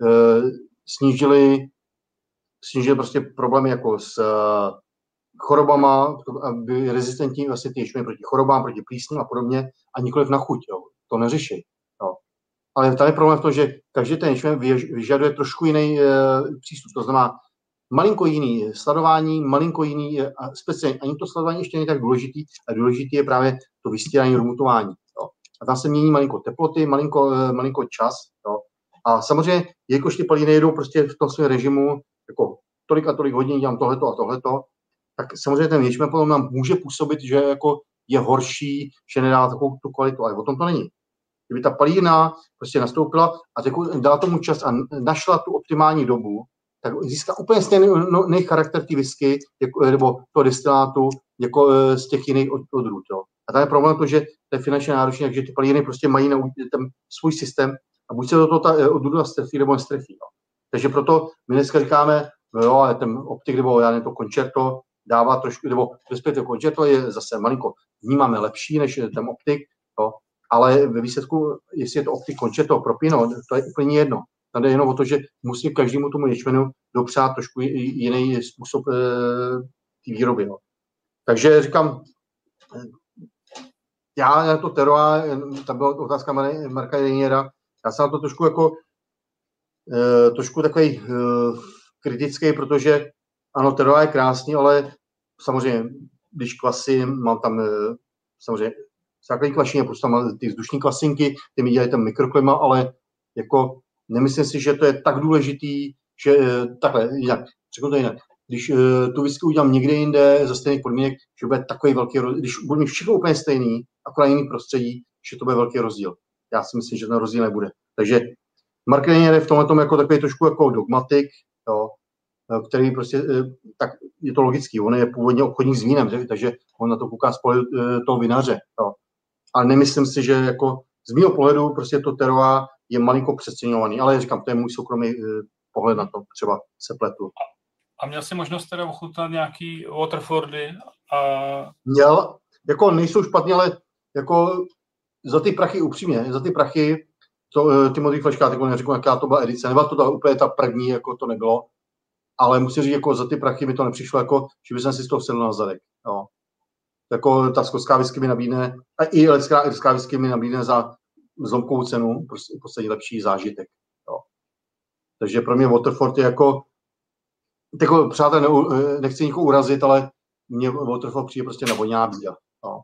snížili prostě problémy jako s chorobama, aby rezistentní vlastně ty ječmeny proti chorobám, proti plísním a podobně, a nikoliv na chuť, jo. To neřeší. Jo. Ale tam je problém v tom, že každý ten ječmen vyžaduje trošku jiný přístup. To znamená malinko jiný sledování, malinko jiný, a speciálně ani to sledování ještě není tak důležitý, a důležitý je právě to vystírání, rumutování. Jo. A tam se mění malinko teploty, malinko čas. Jo. A samozřejmě, jakož ty palíny jedou prostě v tom svém režimu, jako tolik a tolik hodin dělám tohleto a tohleto, tak samozřejmě ten ječmen potom nám může působit, že jako je horší, že nedá takovou tu kvalitu, ale o tom to není. Kdyby ta palírna prostě nastoupila a dala tomu čas a našla tu optimální dobu, tak získá úplně stejný charakter té whisky, nebo toho destilátu, jako z těch jiných odrůd. A tam je problém to, že to je finančně náročné, takže ty palírny prostě mají ten svůj systém a buď se do toho ta odrůda strefí, nebo nestrefí. Jo. Takže proto my dneska říkáme, jo, ale ten optik, nebo já nevím, to koncerto dává trošku, nebo respektive koncerto je zase malinko vnímáme lepší než ten optik, jo. Ale ve výsledku, jestli je to optik koncerto propino, to je úplně jedno. Tady je jenom o to, že musí každému tomu ječmenu dopřát trošku jiný způsob té výroby. No. Takže říkám, já na to terroir, tam byla otázka Marka Reyniera, já jsem na to trošku jako trošku takový kritický, protože ano, terroir je krásný, ale samozřejmě, když kvasím, mám tam samozřejmě základní kvašení, prostě tam mám ty vzdušní kvasinky, ty mi dělají tam mikroklima, ale jako nemyslím si, že to je tak důležitý, že takhle, jinak, řeknu to jinak. Když tu whisky udělám někde jinde za stejných podmínek, že bude takový velký rozdíl, když bude mít všechno úplně stejný, akorát jiný prostředí, že to bude velký rozdíl. Já si myslím, že ten rozdíl nebude. Takže Mark Reynier je v tomhle tom jako takový trošku jako dogmatik, jo, který prostě, tak je to logický, on je původně obchodník s vínem, takže on na to kouká z pohledu toho vinaře. Jo. Ale nemyslím si, že jako z mého pohledu prostě to terroir je malinko přeceňovaný, ale říkám, to je můj soukromý pohled na to, třeba se pletu. A měl jsi možnost teda ochutnat nějaký Waterfordy? Měl, jako nejsou špatně, ale jako za ty prachy upřímně, za ty prachy, ty modrý flaška, tak neřeknu, jaká to byla edice, nebyla to ta úplně ta první, jako to nebylo, ale musím říct, jako za ty prachy mi to nepřišlo, jako, že bych si z toho sedl na zadek. Jo. jako ta skotská whisky mi nabídne, a i irská whisky mi nabídne za zlomkovou cenu, prostě lepší zážitek. Jo. Takže pro mě Waterford je jako přátelé, nechci nikoho urazit, ale mně Waterford přijde prostě na voňá bída. Jo.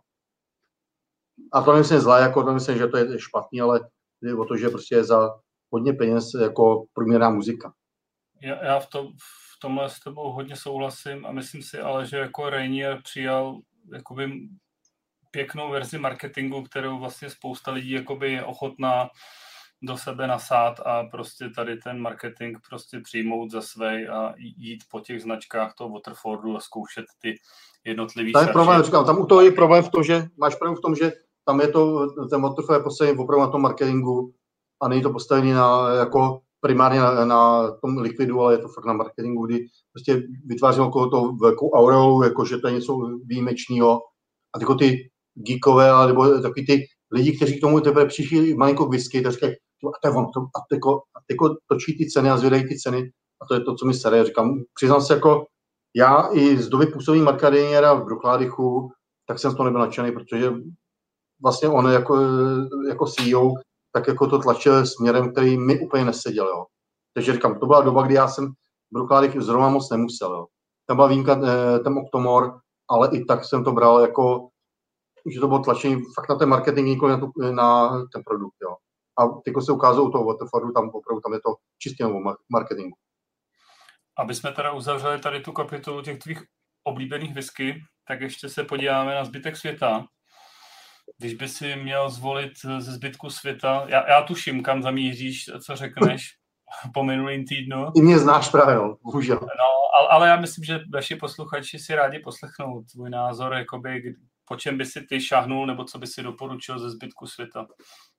A to nemyslím zlé, jako to myslím, že to je špatný, ale je o to, že prostě je za hodně peněz jako průměrná muzika. Já v tomhle s tebou hodně souhlasím a myslím si ale, že jako Rainier přijal jakoby pěknou verzi marketingu, kterou vlastně spousta lidí jakoby je ochotná do sebe nasát a prostě tady ten marketing prostě přijmout za své a jít po těch značkách toho Waterfordu a zkoušet ty jednotlivý šarže. Problém, říkám, tam u toho je problém v tom, že máš problém v tom, že tam je to, ten Waterford je postavený opravdu na tom marketingu a není to postavený jako primárně na tom likvidu, ale je to fakt na marketingu, kdy prostě vytvářím okolo toho velkou aureolu, jako že to je něco výjimečného. A jako ty geekové, nebo takový ty lidi, kteří k tomu teprve přišli malinko k whisky, tak říkají, a to je on, a točí ty ceny a zvědají ty ceny. A to je to, co mi staré. Říkám, přiznám se, jako já i z doby působení Marka Rainiera v Bruichladichu, tak jsem z toho nebyl nadšený, protože vlastně on jako CEO tak jako to tlačil směrem, který mi úplně neseděl. Jo. Takže říkám, to byla doba, kdy já jsem Bruichladdich zrovna moc nemusel. Jo. Tam byla výjimka ten Octomore, ale i tak jsem to bral jako, že to bylo tlačení fakt na ten marketing, nikoli na ten produkt. Jo. A teď se ukázalo u toho Waterfordu, tam opravdu tam je to čistě o marketingu. Aby jsme teda uzavřeli tady tu kapitolu těch tvých oblíbených whisky, tak ještě se podíváme na zbytek světa. Když by si měl zvolit ze zbytku světa, já tuším, kam zamíříš, co řekneš po minulým týdnu. Ty mě znáš právě, no, bohužel. No, ale já myslím, že vaši posluchači si rádi poslechnou tvůj názor, jakoby, po čem by si ty šáhnul, nebo co by si doporučil ze zbytku světa.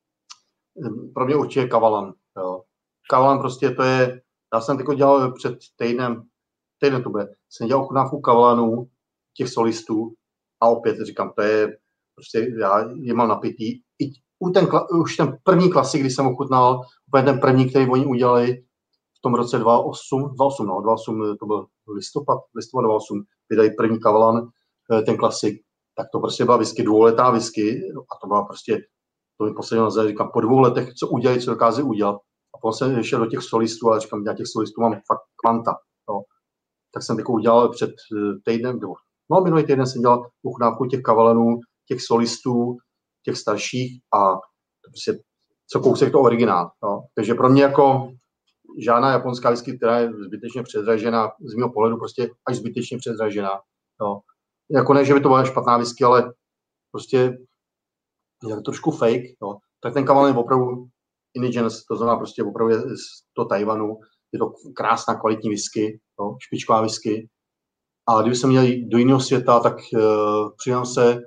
Pro mě určitě Kavalan. Jo. Kavalan prostě to je, já jsem teď dělal před týden to bude, jsem dělal chutnávku Kavalanů, těch solistů a opět říkám, to je prostě, já je mám napitý. Už ten první klasik, kdy jsem ochutnal, úplně ten první, který oni udělali v tom roce 2008, to byl listopad 2008, vydali první Kavalan, ten klasik, tak to prostě byla whisky, dvouletá whisky a to byla prostě, to mi posledně nazvat, říkám, po 2 letech, co udělali, co dokázali udělat. A potom jsem šel do těch solistů, ale říkám, já těch solistů mám fakt kvanta. Jo. Tak jsem takovou udělal před týdnem, minulý týden jsem dělal ochutnávku těch Kavalanů, těch solistů, těch starších a to prostě co kousek to originál. Jo. Takže pro mě jako žádná japonská whisky, která je zbytečně předražená, z mého pohledu prostě až zbytečně předražená. Jo. Jako ne, že by to byla špatná whisky, ale prostě je to trošku fake. Jo. Tak ten Kavalan je opravdu indigenous, to znamená prostě opravdu je z toho Tajvanu. Je to krásná kvalitní whisky, jo, špičková whisky. A kdyby se měl jít do jiného světa, tak přidám se,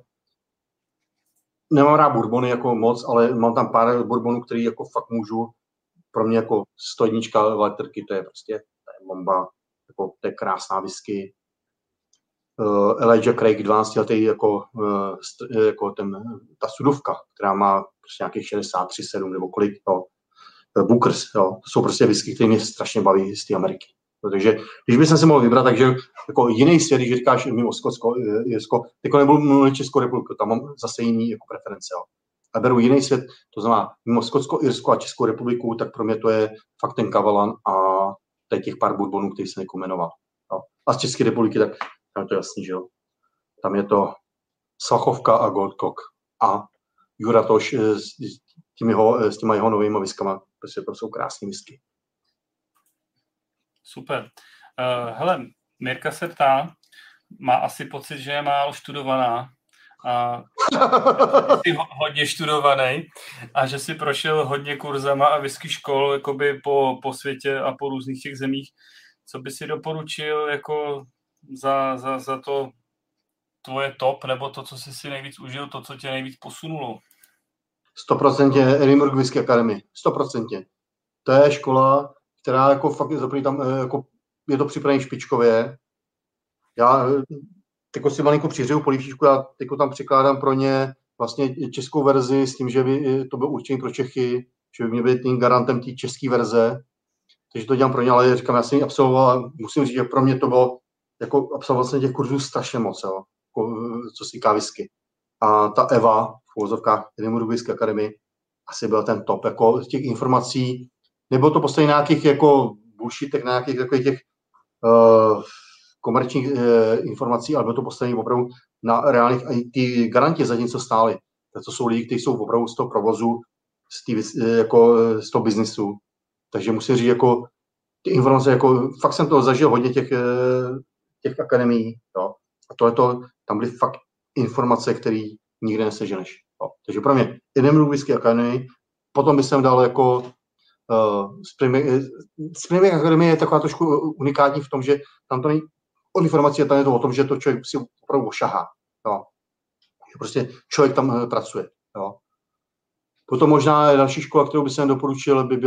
nemám rád bourbony jako moc, ale mám tam pár bourbonů, který jako fakt můžu, pro mě jako 101 letterky, to je prostě bomba, jako, to je krásná whisky. Elijah Craig, 12 letý, jako ta sudovka, která má prostě nějakých 63,7 nebo kolik, jo. Bookers, jo. To jsou prostě whisky, které mě strašně baví z té Ameriky. Takže když bych se mohl vybrat, takže jako jiný svět, když říkáš mimo Skotsko, Jirsko, jako nebudu mluvit Českou republiku, tam mám zase jiný jako preference. Jo. A beru jiný svět, to znamená mimo Skotsko, Irsko a Českou republiku, tak pro mě to je fakt ten Kavalan a to je těch pár bourbonů, který jsem jmenoval. Jo. A z České republiky, tak tam je to jasný, že jo. Tam je to Svachovka a Goldcock a Juratoš s těma jeho novýma whiskama, protože to jsou krásné whisky. Super. Hele, Mirka se ptá, má asi pocit, že je málo študovaná a jsi hodně študovaný a že si prošel hodně kurzama a whisky škol jakoby po světě a po různých těch zemích. Co by si doporučil jako za to tvoje top, nebo to, co jsi si nejvíc užil, to, co tě nejvíc posunulo? 100% Edinburgh Whisky Academy. 100%. To je škola, která jako fakt je tam, jako je to připravené špičkově. Já jako si malinko přihřeju polívčičku, já jako tam přikládám pro ně vlastně českou verzi s tím, že by to bylo určený pro Čechy, že by mě byl tím garantem té české verze. Takže to dělám pro ně, ale říkám, já jsem ji absolvoval a musím říct, že pro mě to bylo, jako absolvoval jsem těch kurzů strašně moc. Jo. co se týká whisky. A ta Eva v uvozovkách Edinburgh Whisky Academy asi byl ten top jako těch informací. Nebylo to postavení nějakých jako bullshitech, na nějakých takových těch komerčních informací, ale bylo to postavení opravdu na reálných, a ty garanti za něco stáli. To jsou lidi, kteří jsou opravdu z toho provozu, z toho biznisu. Takže musím říct, jako ty informace, jako fakt jsem toho zažil hodně těch akademií, jo. A tohleto, tam byly fakt informace, které nikde neseženeš. Jo. Takže pro mě Edinburgh Whisky Academy, potom bych jsem dal jako Springbank Academy je taková trošku unikátní v tom, že tam to není o informací, tam je to o tom, že to člověk si opravdu ošahá. Jo. Že prostě člověk tam pracuje. Jo. Potom možná další škola, kterou bych jsem doporučil, by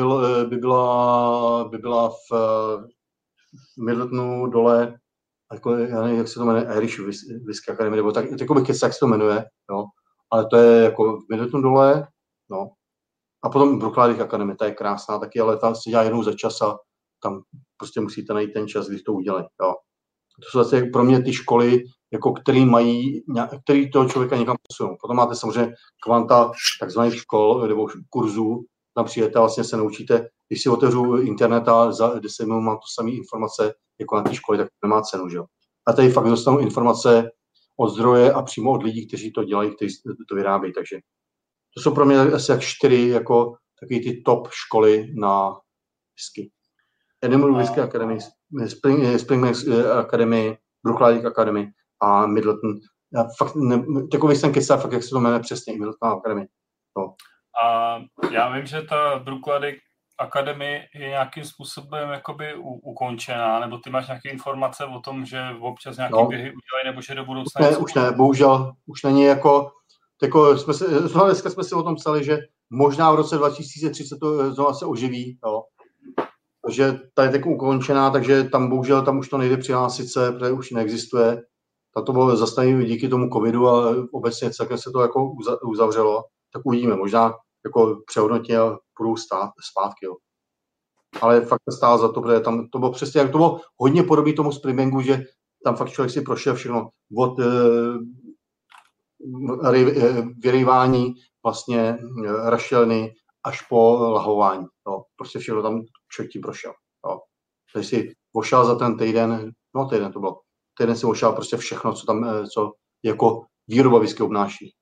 byla v Middletonu dole, jako, já nevím, jak se to jmenuje, Irish Whisky Academy, nebo tak, jako bych jak se to jmenuje, jo. Ale to je jako v Middletonu dole, no. A potom Brookline Academy, ta je krásná taky, ale tam se dělá jednou za čas a tam prostě musíte najít ten čas, když to udělají, jo. To jsou zase pro mě ty školy, jako který toho člověka někam posunou. Potom máte samozřejmě kvanta takzvaných škol nebo kurzů, tam přijete a vlastně se naučíte, když si otevřu internet a za 10 minut mám to samé informace jako na té škole, tak nemá cenu, že jo. A tady fakt dostanu informace od zdroje a přímo od lidí, kteří to dělají, kteří to vyrábějí, takže to jsou pro mě asi jak 4 jako takový ty top školy na whisky. Edinburgh Whisky Academy, Springbank Academy, Brookline Academy a Middleton. Já fakt takový jsem kecal, fakt jak se to jmenuje přesně, Middleton Academy. No. A já vím, že ta Brookline Academy je nějakým způsobem jakoby ukončená, nebo ty máš nějaké informace o tom, že občas nějaké běhy udělají, nebo že do budoucna... Ne, už ne, bohužel, už není jako dneska jsme si o tom psali, že možná v roce 2030 to znovu se oživí, jo. Takže ta je tak ukončená, takže tam bohužel tam už to nejde přihlásit se, protože už neexistuje. Tam to bylo zastavení díky tomu covidu a obecně celkem se to jako uzavřelo. Tak uvidíme, možná jako přehodnotně a budou stát zpátky. Jo. Ale fakt stálo za to, protože tam to bylo přesně, jak to bylo hodně podobné tomu Springbanku, že tam fakt člověk si prošel všechno od vyrývání vlastně rašeliny až po lahování. Jo. Prostě všechno tam člověk tím prošel. Jo. Takže si vošel za ten týden to bylo. Týden si vošel prostě všechno, co tam co jako výroba whisky obnáší.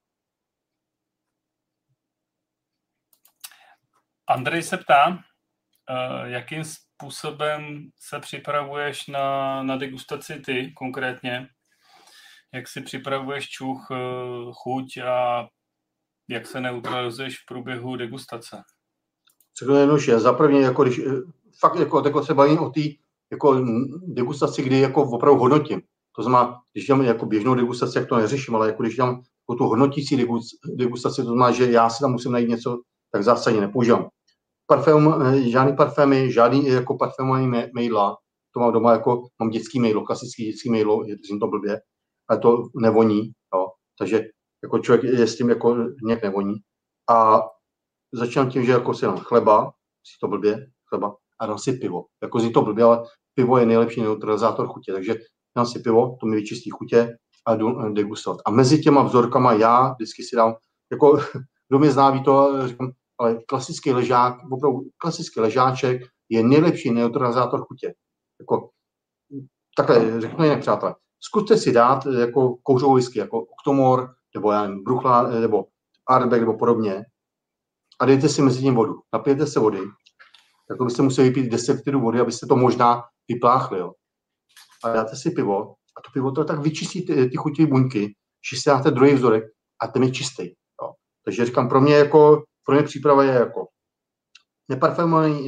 Andrej se ptá, jakým způsobem se připravuješ na degustaci ty konkrétně? Jak si připravuješ čuch, chuť a jak se neutralizuješ v průběhu degustace? Řeknu jednoduše, za první, jako když fakt jako se bavím o té jako degustaci, kdy jako opravdu hodnotím. To znamená, když dělám jako běžnou degustaci, jak to neřeším, ale jako když dělám jako tu hodnotící degustaci, to znamená, že já si tam musím najít něco, tak zásadně nepoužívám. Žádný parfémy, žádný jako parfémovaný mejdla, to mám doma jako, mám dětský mejdlo, klasický dětský mejdlo, držím to blbě, ale to nevoní, jo. Takže jako člověk je s tím jako nějak nevoní. A začínám tím, že jako si dám chleba, si to blbě, chleba, a dám si pivo. Jako zní to blbě, ale pivo je nejlepší neutralizátor chutě, takže dám si pivo, to mi vyčistí chutě a jdu degustovat. A mezi těma vzorkama já vždycky si dám, jako kdo mě zná, ví to, říkám, ale klasický ležák, opravdu klasický ležáček je nejlepší neutralizátor chutě. Jako, takhle řeknu jinak, přátelé. Zkuste si dát jako kouřovou whisky, jako Octomore, nebo já nevím, Brookline, nebo Ardbeg, nebo podobně. A dejte si mezi tím vodu. Napijete se vody. Tak to byste museli vypít 10 litrů vody, abyste to možná vypláchli. Jo. A dáte si pivo. A to pivo to tak vyčistí ty chutivé buňky, že si dáte druhý vzorek a ten je čistý. Jo. Takže říkám, pro mě příprava je jako neparfémovaný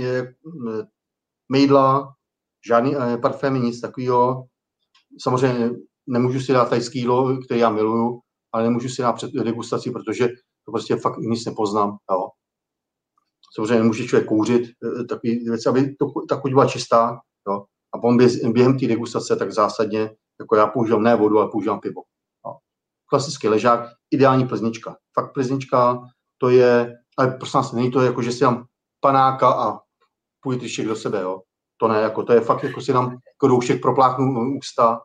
mejdla, žádný parfémy, nic takového. Samozřejmě nemůžu si dát tajský jídlo, které já miluju, ale nemůžu si dát před degustací, protože to prostě fakt nic nepoznám. Jo. Samozřejmě nemůže člověk kouřit takové věci, aby ta chuť byla čistá. Jo. A potom během té degustace tak zásadně, jako já používám ne vodu, ale používám pivo. Jo. Klasický ležák, ideální plznička. Fakt plznička, to je, ale prosím vás, není to jako, že si dám panáka a půl litříček do sebe. Jo. To ne, jako, to je fakt, jako si dám jako doušek, propláchnu ústa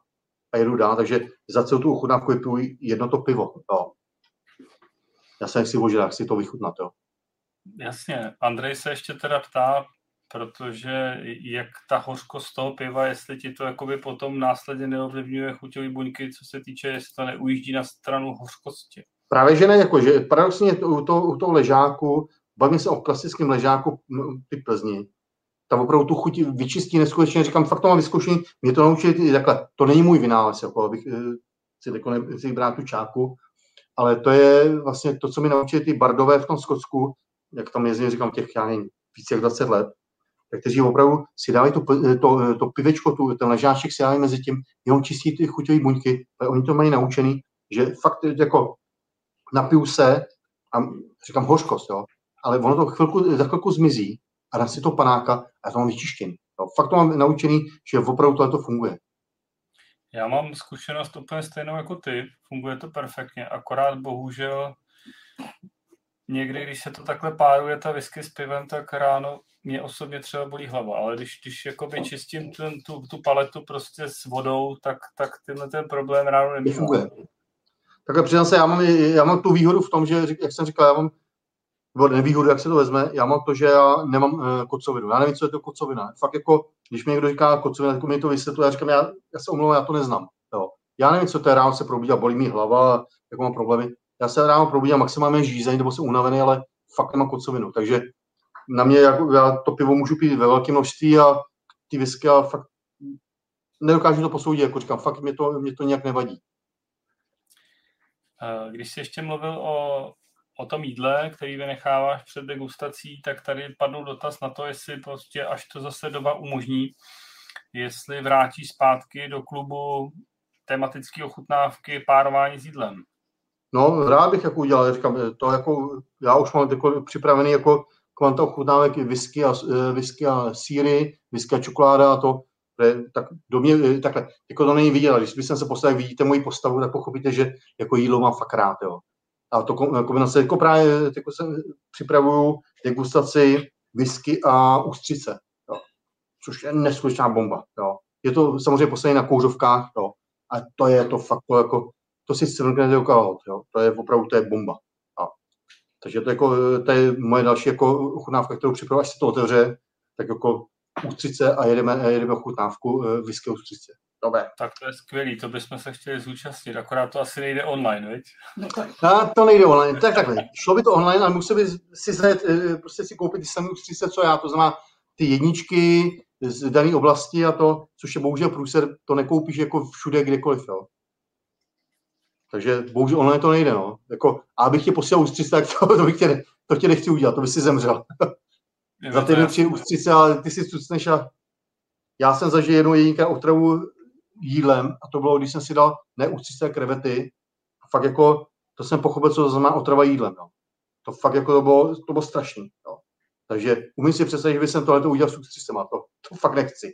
a jedu dál, takže za celou tu ochutnávku je jedno to pivo. Jo. Já se nechci božit, jak si to vychutnat. Jo. Jasně. Andrej se ještě teda ptá, protože jak ta hořkost toho piva, jestli ti to jakoby potom následně neovlivňuje chuťové buňky, co se týče, jestli to neujíždí na stranu hořkosti. Právě, že ne, jako, že paradoxně u toho ležáku, bavím se o klasickém ležáku ty Plzni, tam opravdu tu chuť vyčistí neskutečně, říkám, fakt to mám vyzkoušení, mě to naučili takhle, to není můj vynález, jako, abych si brát tu čáku, ale to je vlastně to, co mi naučili ty bardové v tom Skotsku, jak tam jezdím, říkám, těch, já nevím, více jak 20 let, tak kteří opravdu si dávají to pivečko, ten ležáček si dávají mezi tím, jenom čistí ty chuťové buňky, ale oni to mají naučený, že fakt jako napiju se a říkám hořkost, jo, ale ono to za chvilku zmizí a dá si to panáka a to mám vyčištěný. Jo. Fakt to mám naučený, že opravdu tohle funguje. Já mám zkušenost úplně stejnou jako ty, funguje to perfektně, akorát bohužel někdy, když se to takhle páruje ta whisky s pivem, tak ráno mě osobně třeba bolí hlava, ale když jakoby čistím tu paletu prostě s vodou, tak ten problém ráno nemůžu. Takhle přiznám se, já mám tu výhodu v tom, že, jak jsem říkal, já mám nevýhodu, jak se to vezme, já mám to, že já nemám kocovinu. Já nevím, co je to kocovina. Fakt jako, když mi někdo říká kocovina, tak mi to vysvětluje, já říkám, já se omlouvám, já to neznám. Jo. Já nevím, co to je, ráno se probudí a bolí mi hlava, jako mám problémy. Já se ráno probudím a maximálně žízeň, nebo jsem unavený, ale fakt nemám kocovinu. Takže na mě, já to pivo můžu pít ve velkém množství a ty whisky a fakt nedokážu to posoudit, jako říkám, fakt mě to nějak nevadí. Když jsi ještě mluvil o tom jídle, který vynecháváš před degustací, tak tady padl dotaz na to, jestli prostě až to zase doba umožní, jestli vrátíš zpátky do klubu tematické ochutnávky párování s jídlem. No, rád bych jako udělal, říkám, to jako, já už mám jako připravený jako kvanta ochutnávek whisky a síry, whisky a čokoláda a to, tak do mě takhle, jako to není vidět, když byste se postavili, jak vidíte moji postavu, tak pochopíte, že jako jídlo mám fakt rád, jo. A to kombinace, jako právě jako se připravuju degustaci whisky a ústřice, jo. Což je neskutečná bomba, jo. Je to samozřejmě postavené na kouřovkách, jo. A to je to fakt, to si cvrknete do kalhot, jo. To je opravdu, to je bomba. Jo. Takže to je moje další jako ochutnávka, kterou připravuji, až se to otevře, tak jako ústřice a jedeme ochutnávku whisky ústřice. Dobré. Tak to je skvělý, to bychom se chtěli zúčastnit, akorát to asi nejde online, viď? To nejde online, takhle. Šlo by to online, ale musel by si zajet, prostě si koupit ty samé ústřice, co já, to znamená ty jedničky z dané oblasti a to, což je bohužel průser, to nekoupíš jako všude, kdekoliv, jo. Takže bohužel online to nejde, no. Jako, a abych tě posílal ústřice, tak to tě nechci udělat, to by si zemřel. Za ty 3 ústřice, ale ty si cucneš a já jsem zažil jednou jedinkrát otravu jídlem a to bylo, když jsem si dal ne ústřice a krevety, fakt jako, to jsem pochopil, co to znamená otrava jídlem, no. To fakt jako to bylo strašný, no. Takže umím si představit, že bych jsem tohleto udělal s ústřicema, to fakt nechci.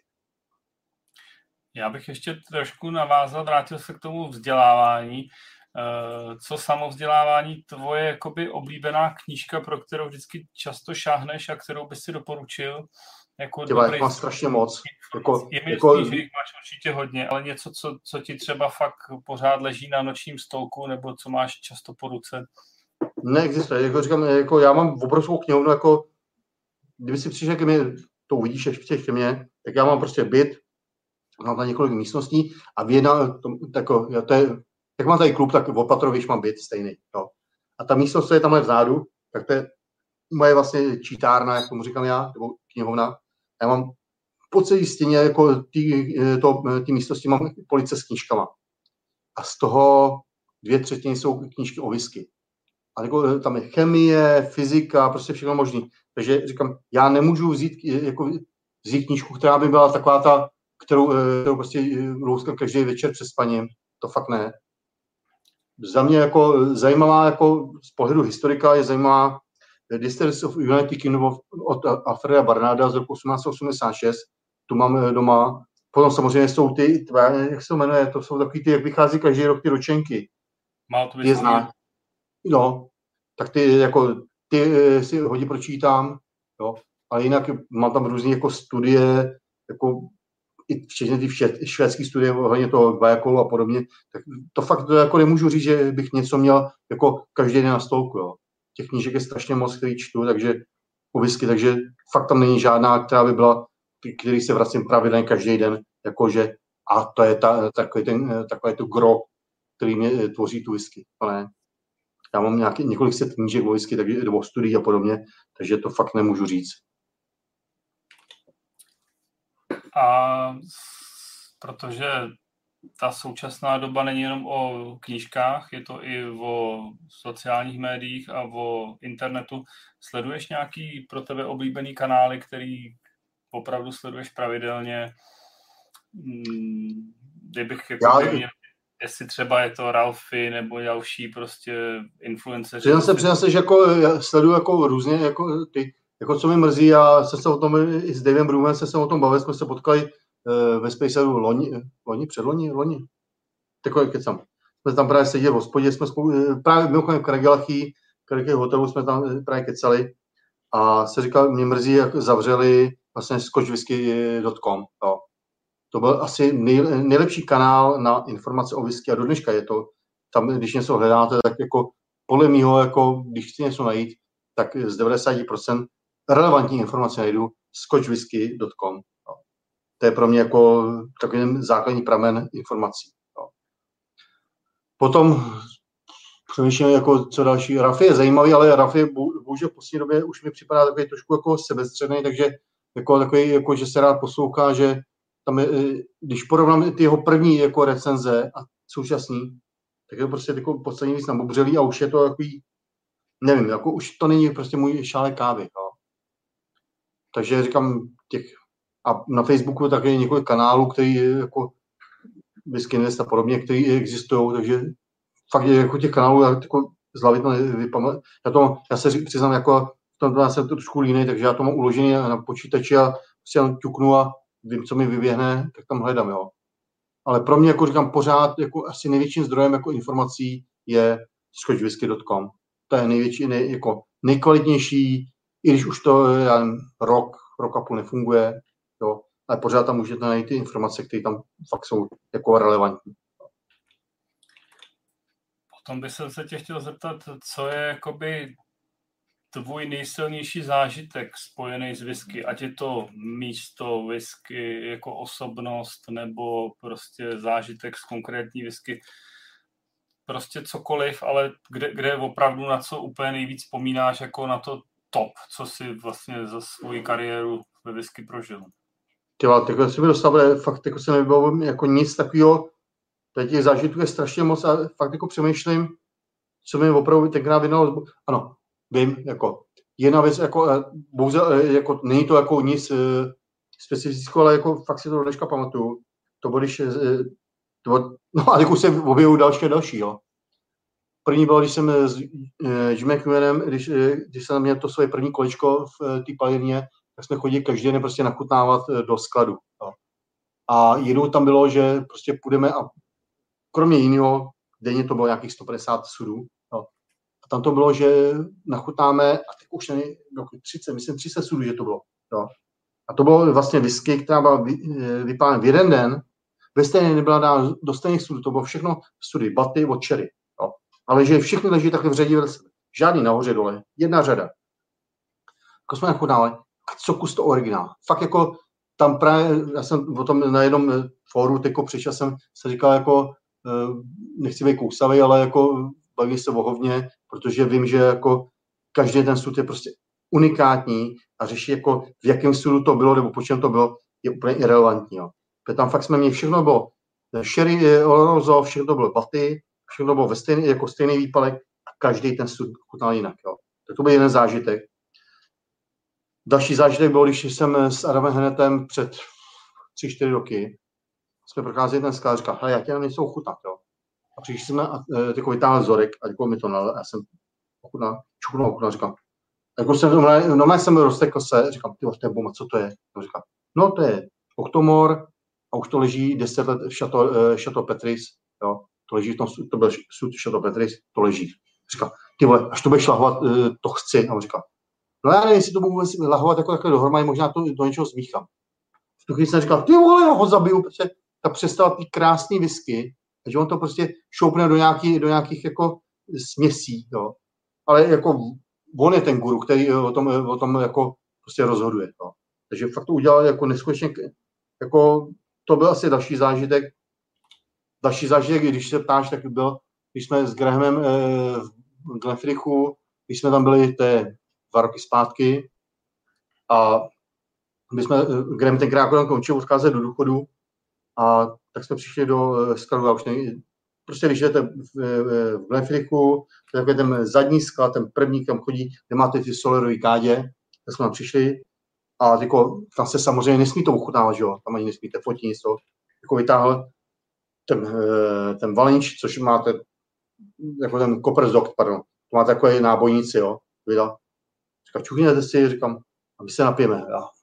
Já bych ještě trošku navázal, vrátil se k tomu vzdělávání. Co samovzdělávání, tvoje jakoby oblíbená knížka, pro kterou vždycky často šáhneš a kterou bys si doporučil? Jako dobrý, mám strašně moc. Že jich máš určitě hodně, ale něco, co ti třeba fakt pořád leží na nočním stolku, nebo co máš často po ruce? Neexistuje. Jako říkám, jako já mám obrovskou knihovnu, jako kdyby si přišel ke mně, to uvidíš, až přijdeš ke mně, tak já mám prostě byt, mám tam několik místností a jak mám tady klub, tak v Opatrově mám byt stejný. Jo. A ta místnost, co je tamhle vzadu, tak to je moje vlastně čítárna, jak tomu říkám já, nebo knihovna. Já mám po celé stěně jako ty místnosti mám police s knížkama. A z toho 2/3 jsou knížky o whisky. A jako, tam je chemie, fyzika, prostě všechno možné. Takže říkám, já nemůžu vzít knížku, která by byla taková ta, kterou prostě louskám každý večer před spaním. To fakt ne. Za mě jako zajímavá, jako z pohledu historika je zajímavá Distilleries of United Kingdom od Alfreda Barnarda z roku 1886. Tu mám doma. Potom samozřejmě jsou ty, jak se to jmenuje, to jsou takový ty, jak vychází každý rok ty ročenky. Má to je zná. No, tak ty si hodně pročítám, jo. Ale jinak mám tam různé jako studie, jako i včetně ty švédský studie ohledně toho Guayacolu a podobně, tak to fakt jako nemůžu říct, že bych něco měl jako každý den na stolku, jo. Těch knížek je strašně moc, který čtu, takže o whisky, takže fakt tam není žádná, která by byla, který se vracím pravidelně každý den, jakože a to je takové to gro, který mě tvoří tu whisky, ale já mám několik set knížek o whisky, takže, nebo studií a podobně, takže to fakt nemůžu říct. A protože ta současná doba není jenom o knížkách, je to i o sociálních médiích a o internetu. Sleduješ nějaký pro tebe oblíbený kanály, který opravdu sleduješ pravidelně? Kdybych měl, jestli třeba je to Ralfy nebo další prostě influenceři. Přiznám se, že jako sleduju jako různě jako ty, jako co mi mrzí, já jsem se o tom i s Davem Broomem se o tom bavil, jsme se potkali ve Spaceu loni. Takové kecam. Jsme tam právě seděli v hospodě, jsme právě mimochodem v Kragelachy, hotelu jsme tam právě kecali a se říkal, mě mrzí, jak zavřeli vlastně scotchwhisky.com. To byl asi nejlepší kanál na informace o whisky a do dneška je to. Tam, když něco hledáte, tak jako podle mýho, jako když chci něco najít, tak z 90% relevantní informace najdu scotchwhisky.com. To je pro mě jako takový základní pramen informací. Potom přemýšlím, jako co další. Rafy je zajímavý, ale Rafy bohužel v poslední době už mi připadá takový trošku jako sebestředný, takže jako takový, jako, že se rád poslouchá, že tam je, když porovnám ty jeho první jako recenze a současný, tak je to prostě jako poslední víc nabubřelý a už je to takový, nevím, jako už to není prostě můj šálek kávy. Jo. Takže říkám a na Facebooku taky je několik kanálů, který jako Whisky Invest a podobně, který existují, takže fakt je jako těch kanálů, jako z hlavy to nevypamatuji. Já se přiznám, jako v tom já jsem trošku línej, takže já to mám uložený na počítači a prostě jenom ťuknu a vím, co mi vyběhne, tak tam hledám, jo. Ale pro mě, jako říkám, pořád jako asi největším zdrojem jako informací je scotchwhisky.com. To je největší, jako nejkvalitnější, i když už to rok a půl nefunguje, jo, ale pořád tam můžete najít ty informace, které tam fakt jsou jako relevantní. Potom bych se tě chtěl zeptat, co je jakoby tvůj nejsilnější zážitek spojený s whisky, ať je to místo whisky jako osobnost, nebo prostě zážitek z konkrétní whisky, prostě cokoliv, ale kde opravdu na co úplně nejvíc vzpomínáš jako na to top, co si vlastně za svou kariéru ve whisky prožil. Tak si mi dostal, fakt jako se nevybavím jako nic takového, těch zážitků je strašně moc a fakt jako přemýšlím, co mi opravdu tenkrát vydalo. Ano, vím, jako jedna věc, jako, bohužel, jako není to jako nic specifického, ale jako fakt si to dneška pamatuju. To bylo, když, no a jako se objevují další, jo. První bylo, když jsem s Jimem Queenem, když jsem měl to svoje první kolečko v té palírně, tak jsme chodili každý den prostě nachutnávat do skladu. Jo. A jednou tam bylo, že prostě půjdeme a kromě jiného, denně to bylo nějakých 150 sudů. Jo. A tam to bylo, že nachutnáme, a teď už není 30 sudů, že to bylo. Jo. A to bylo vlastně whisky, která byla vypálena v jeden den, ve stejně nebyla dána do stejných sudů, to bylo všechno sudy, baty od cherry. Jo. Ale že všechny leží takhle v řadě vedle sebe. Žádný nahoře dole, jedna řada. Jako jsme nachutnávali, co kus to originál. Fakt jako tam právě, já jsem o tom na jednom fóru teď před časem se říkal jako, nechci být kousavý, ale jako baví se vohovně, protože vím, že jako každý ten sud je prostě unikátní a řeší jako v jakém sudu to bylo nebo po čem to bylo, je úplně irelevantní. Jo. Tam fakt jsme měli všechno bylo sherry, olorozo, všechno to bylo baty, všechno to bylo ve stejný výpalek a každý ten sud chutnal jinak. Jo. Tak to byl jeden zážitek. Další zážitek byl, když jsem s Adamem Hennetem před 3-4 roky jsme procházeli ten sklad a říkal, hele, já tě něco ochutnat, jo. A přišli jsme a takový vytáhl vzorek a jako mi to nalil, já jsem ochutnal, říkal. Jako jsem roztekl se, říkám, ty to je bomba, co to je? A říkal, no to je Octomore a už to leží 10 let v Chateau Petrus, jo. To leží v tom, to byl sud Chateau Petrus, to leží. Říkal, ty vole, až to budeš lahovat, to chci. A on říkal, no já nevím, jestli to budu lahovat jako takhle dohromady, možná to do něčeho smíchám. v tu chvíli jsem říkal, ty vole, já ho zabiju, protože ta přestala ty krásný whisky, takže on to prostě šoupne do nějakých jako směsí, jo. Ale jako on je ten guru, který o tom jako prostě rozhoduje, jo. Takže fakt to udělal jako neskutečně, jako to byl asi další zážitek. Další zážitek, když se ptáš, tak byl, když jsme s Grahamem v Glenfiddichu, když jsme tam byli 2 roky zpátky a my jsme, Graham tenkrát končil odcházet do důchodu a tak jsme přišli do skladu a už prostě když jdete v Glenfiddichu, to je takový ten zadní sklad, ten první, kam chodí, kde máte ty solerový kádě, tak jsme tam přišli a jako, tam se samozřejmě nesmí to ochutnávat, že jo, tam ani nesmíte fotit nic, jako vytáhl ten valenič, což máte jako ten Copper's Dog, pardon, to máte takové nábojnici, jo, vydal. Říkám, čuchněte si, říkám, a my se napijeme.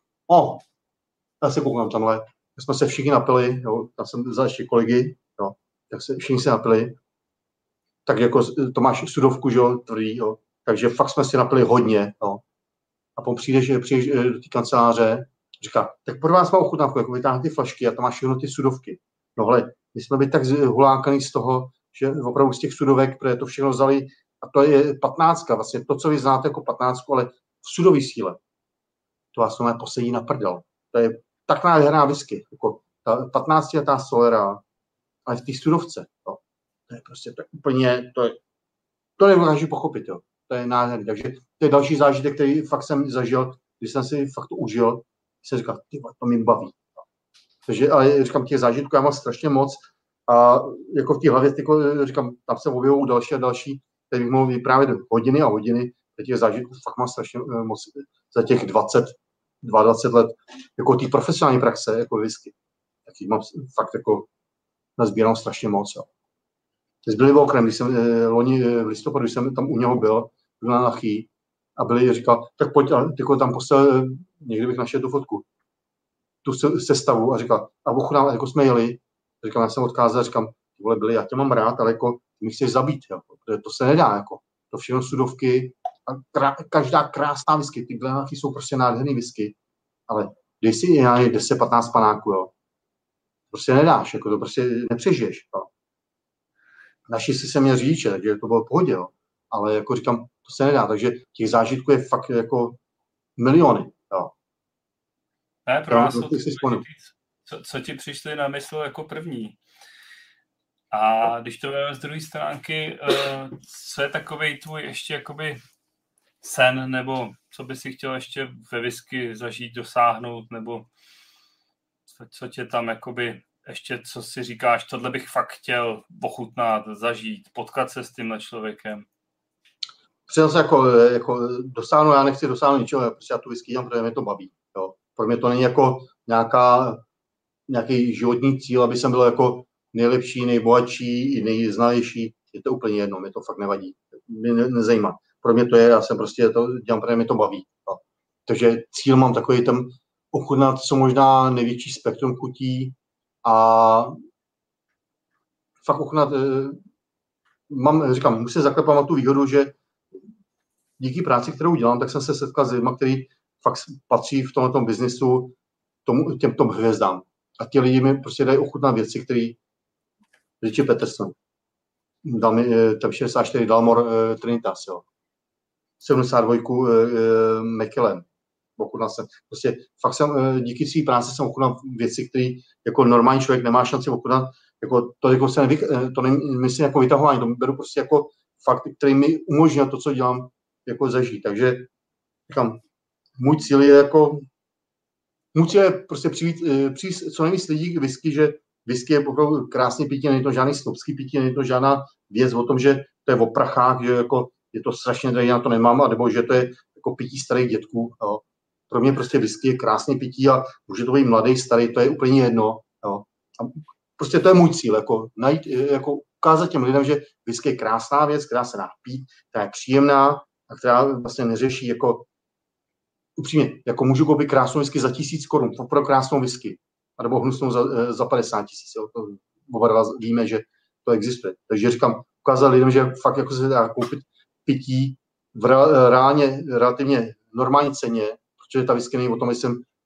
Já se koukám tamhle, tak jsme se všichni napili, jo, tam jsem vzal ještě kolegy, jo, tak se všichni se napili. Tak jako to máš sudovku, že jo, tvrdý, jo, takže fakt jsme si napili hodně, jo. A potom přijdeš do té kanceláře, říká, tak pro vás mám ochutnávku, jako vytáhne ty flašky a tam máš všechno ty sudovky. No hele, my jsme byli tak hulákaný z toho, že opravdu z těch sudovek, protože to všechno vzali, a to je 15, vlastně to, co vy znáte jako 15, ale v sudové síle. To vás to posedí na prdel. To je tak nádherná whisky, jako ta 15letá Solera, ale v té sudovce. Jo. To je prostě tak úplně, to nedokážu pochopit, jo. To je nádherný. Takže to je další zážitek, který fakt jsem zažil, když jsem si fakt to užil, když jsem říkal, to mě baví. Jo. Takže, ale říkám, těch zážitků já mám strašně moc a jako v té hlavě, jako, říkám, tam se objevují další a další, tady bych mohl vyprávět hodiny a hodiny, těch zážitků fakt mám strašně moc za těch 22 let, jako té profesionální praxe, jako whisky. Tak jich mám fakt jako nazbírám strašně moc. Jo. S Billy Walkerem, když jsem loni v listopadu, když jsem tam u něho byl na Nachý a Billy říkal, tak pojď, jako tam postavil, někdy bych našel tu fotku, tu sestavu a říkal, a ochutnám, jako jsme jeli, říkám, já jsem odkázal, říkám, vole Billy, já tě mám rád, ale jako ty mě chceš zabít, jo, to se nedá, jako, to všechno sudovky, a každá krásná whisky, ty Glenafy jsou prostě nádherný whisky, ale dej si 10-15 panáků, jo. Prostě nedáš, jako to prostě nepřežiješ, jo. Naši si se měl řidiče, takže to bylo v pohodě, jo. Ale jako říkám, to se nedá, takže těch zážitků je fakt jako miliony, jo. Ne, pro nás co ti přišli na mysl jako první? A když to vezmeme z druhé stránky, co je takovej tvůj ještě jakoby sen, nebo co by si chtěl ještě ve whisky zažít, dosáhnout, nebo co tě tam jakoby ještě, co si říkáš, tohle bych fakt chtěl ochutnat, zažít, potkat se s tímhle člověkem? Přijel se jako dosáhnout, já nechci dosáhnout ničeho, prostě já tu whisky dělám, protože mě to baví. Jo. Pro mě to není jako nějaký životní cíl, aby jsem byl jako nejlepší, nejbohatší i nejznalější. Je to úplně jedno, mě to fakt nevadí. Mě nezajímá. Pro mě to je, já jsem prostě to dělám, protože mě to baví. Jo. Takže cíl mám takový tam ochutnat co možná největší spektrum chutí a fakt ochutnat, říkám, musím zaklepat na tu výhodu, že díky práci, kterou dělám, tak jsem se setkal s lidmi, kteří fakt patří v tomto biznisu těmto hvězdám. A ti lidi mi prostě dají ochutnat věci, které Richie Peterson dal mi tam 64 Dalmor Trinitas, jo. 72 Macallan. Ochutnal jsem. Prostě fakt jsem díky své práci jsem ochutnal věci, které jako normální člověk nemá šanci ochutnat. Jako to jako se to nemyslím jako vytahování, to beru prostě jako fakt, který mi umožňuje to, co dělám, jako zažít. Takže říkám, můj cíl je prostě přijít co nejvíc lidí k whisky, že whisky je opravdu krásně pití, není to žádný snobský pití, není to žádná věc o tom, že to je o prachách, že jako je to strašně drahé, já to nemám, nebo že to je jako pití starých dětků. Jo. Pro mě prostě whisky je krásně pití a může to být mladý, starý, to je úplně jedno. Jo. A prostě to je můj cíl, jako najít, jako ukázat těm lidem, že whisky je krásná věc, která se dá pít, která je příjemná a která vlastně neřeší jako upřímně, jako můžu koupit krásnou whisky za 1000 korun pro krásnou whisky, anebo hnusnou za 50 000. Jo. To oba dva víme, že to existuje. Takže říkám, ukázat lidem, že fakt jako se dá koupit pití v reálně relativně normální ceně, protože ta whisky není o tom, že jsem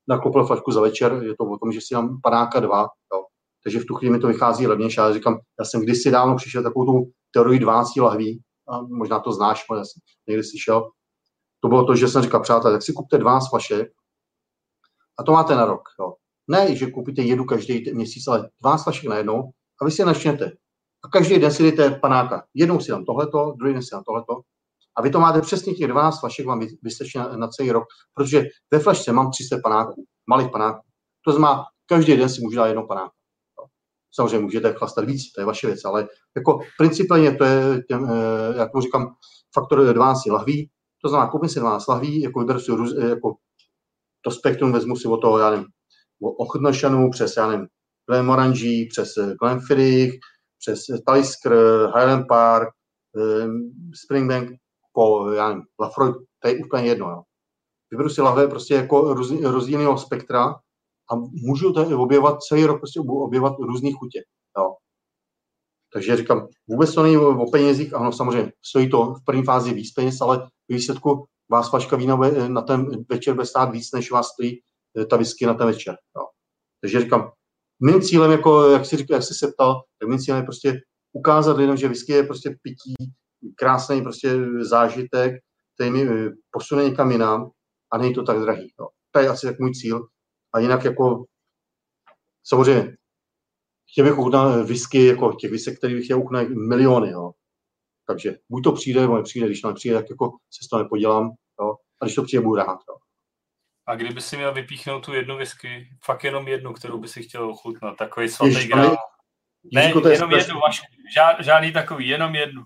nakoupil flašku za večer, je to o tom, že si dám panáka 2, jo. Takže v tu chvíli mi to vychází levnější. Já říkám, já jsem kdysi dávno přišel takovou tu teorii 12 lahví, a možná to znáš, já jsem někdy slyšel. To bylo to, že jsem říkal, přátelé, tak si kupte 12 flašek a to máte na rok. Jo. Ne, že koupíte jednu každý měsíc, ale 12 flašek najednou a vy si je načnete. A každý den si dejte panáka. Jednou si dám tohleto, druhý den si dám tohleto. A vy to máte přesně těch 12 flašek, vám vystačí na celý rok, protože ve flašce mám 300 panáků, malých panáků. To znamená, každý den si můžu dát jednou panáku. Samozřejmě můžete chlastat víc, to je vaše věc, ale jako principálně to je, jak tomu říkám, faktor 12 lahví. To znamená, koupím si 12 lahví, jako vyberu si jako to spektrum, vezmu si od toho, já nevím, od Ochotnošanu přes, já nevím, Glenmorangie, přes Glenfiddich, přes Talisker, Highland Park, Springbank, po, já nevím, Lafroy, to je úplně jedno, jo. Vyberu si lahve prostě jako rozdílného spektra a můžu to objevovat celý rok, prostě objevovat různý chutě, jo. Takže říkám, vůbec to není o penězích, ano, samozřejmě, stojí to v první fázi víc peněz, ale v výsledku vás flaška vína na ten večer bude stát víc, než vás stojí ta whisky na ten večer, jo. Takže říkám, mým cílem, jako, jak jsi říkal, jak jsi se ptal, tak mým cílem je prostě ukázat lidem, že whisky je prostě pití, krásný prostě zážitek, který mi posune někam jinam a není to tak drahý. Jo. To je asi tak můj cíl. A jinak jako samozřejmě chtěl bych ochutnat whisky, jako těch whisky, který bych chtěl ochutnat miliony. Jo. Takže buď to přijde, nebo nepřijde, když to nepřijde, tak jako se z toho nepodělám. Jo. A když to přijde, budu rád. Jo. A kdyby si měl vypíchnout tu jednu whisky, fakt jenom jednu, kterou by si chtěl ochutnat, takový svatý grál. Ne, jenom jednu, žádný takový, jenom jednu.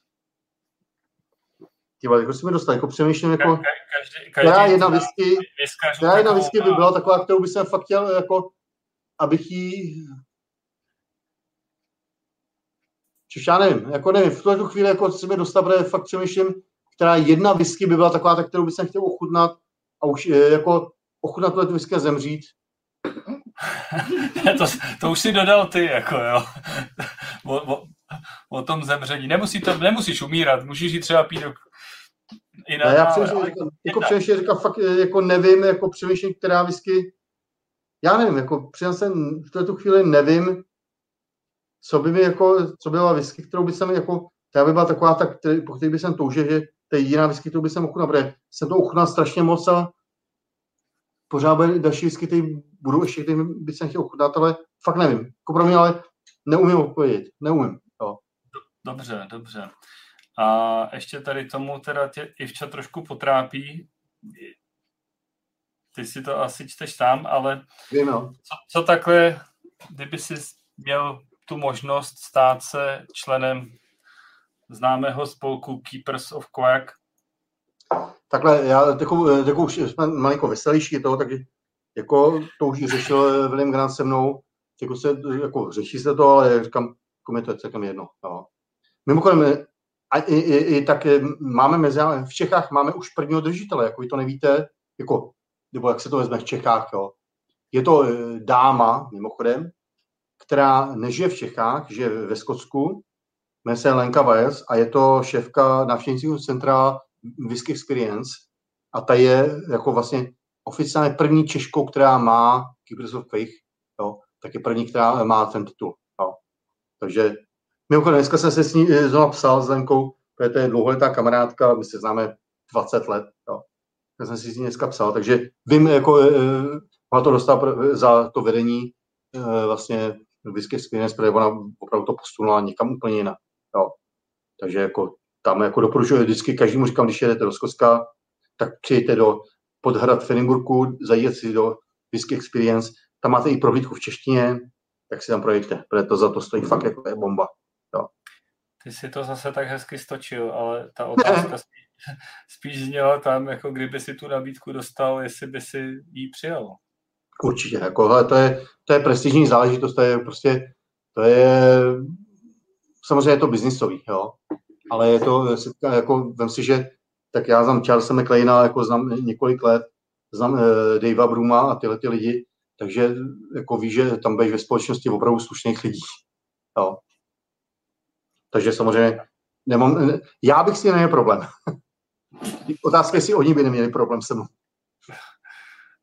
Tyba, jako si mi dostal, jako přemýšlím, jako která jedna whisky by byla taková, kterou by jsem fakt chtěl, jako, abych jí... Čiž já nevím, jako nevím, v tuhle chvíli jako si mi dostal, protože fakt přemýšlím, která jedna whisky by byla taková, tak kterou by jsem chtěl ochutnat a už jako ochutnat tuhle whisky a zemřít. to už si dodal ty, jako jo. O tom zemření. Nemusíš umírat, můžeš jít třeba pít i na... Já přemýšlím, říkám, fakt jako nevím, jako přemýšlím, která whisky, já nevím, jako přemýšlím, v této chvíli nevím, co by mi jako, co byla whisky, kterou by jsem jako, ta by byla taková, po který by jsem toužil, že to je jediná whisky, kterou by jsem ochutnal, protože jsem to ochutnal strašně moc a pořád bude další whisky, který budou ještě, který by jsem chtěl ochutnat, ale fakt nevím. Jako pro mě, ale neumím odpovědět. Neumím. Jo. Dobře. A ještě tady tomu teda tě Ivča trošku potrápí. Ty si to asi čteš sám, ale vím, no. Co takhle, kdyby jsi měl tu možnost stát se členem známého spolku Keepers of Quack? Takhle, já takovou už jsme malinko veselější toho, takže jako to už řešil William Grant se mnou, jako řeší se to, ale říkám, jako mi to je celkem jedno. Jo. Mimochodem, tak máme v Čechách máme už prvního držitele, jako vy to nevíte, jako, nebo jak se to vezme v Čechách, jo. Je to dáma, mimochodem, která nežije v Čechách, žije ve Skotsku, jmenuje se Lenka Wyers a je to šéfka návštěvnického centra Whisky Experience a ta je jako vlastně oficiálně první Češkou, která má Keepers of Quack, jo, tak je první, která má ten titul. Jo. Takže mimochodem, dneska jsem se s ní znovu psal s Lenkou, protože to je dlouholetá kamarádka, my se známe 20 let. Jo. Já jsem si s ní dneska psal, takže vím, jako ona to dostala za to vedení vlastně Whisky Experience, protože ona opravdu to posunula někam úplně jinak. Jo. Takže jako tam jako doporučuji vždycky každému říkám, když jedete do Skotska, tak přijďte do Podhrad v Edinburghu, zajděte si do Whisky Experience, tam máte i prohlídku v češtině, tak si tam projďte, protože to za to stojí fakt jako je bomba. Jo. Ty si to zase tak hezky stočil, ale ta otázka spíš zněla tam, jako kdyby si tu nabídku dostal, jestli by si ji přijal. Určitě, jako, hele, to je prestižní záležitost, to je samozřejmě je to biznisový, jo, ale je to, jako, vem si, že tak já znám Charlesa McLeana, jako znám několik let, znám Davea Brooma a tyhle ty lidi, takže jako víš, že tam budeš ve společnosti opravdu slušných lidí, jo. Takže samozřejmě já bych si neměl problém. Otázka, jestli oni by neměli problém se mnou.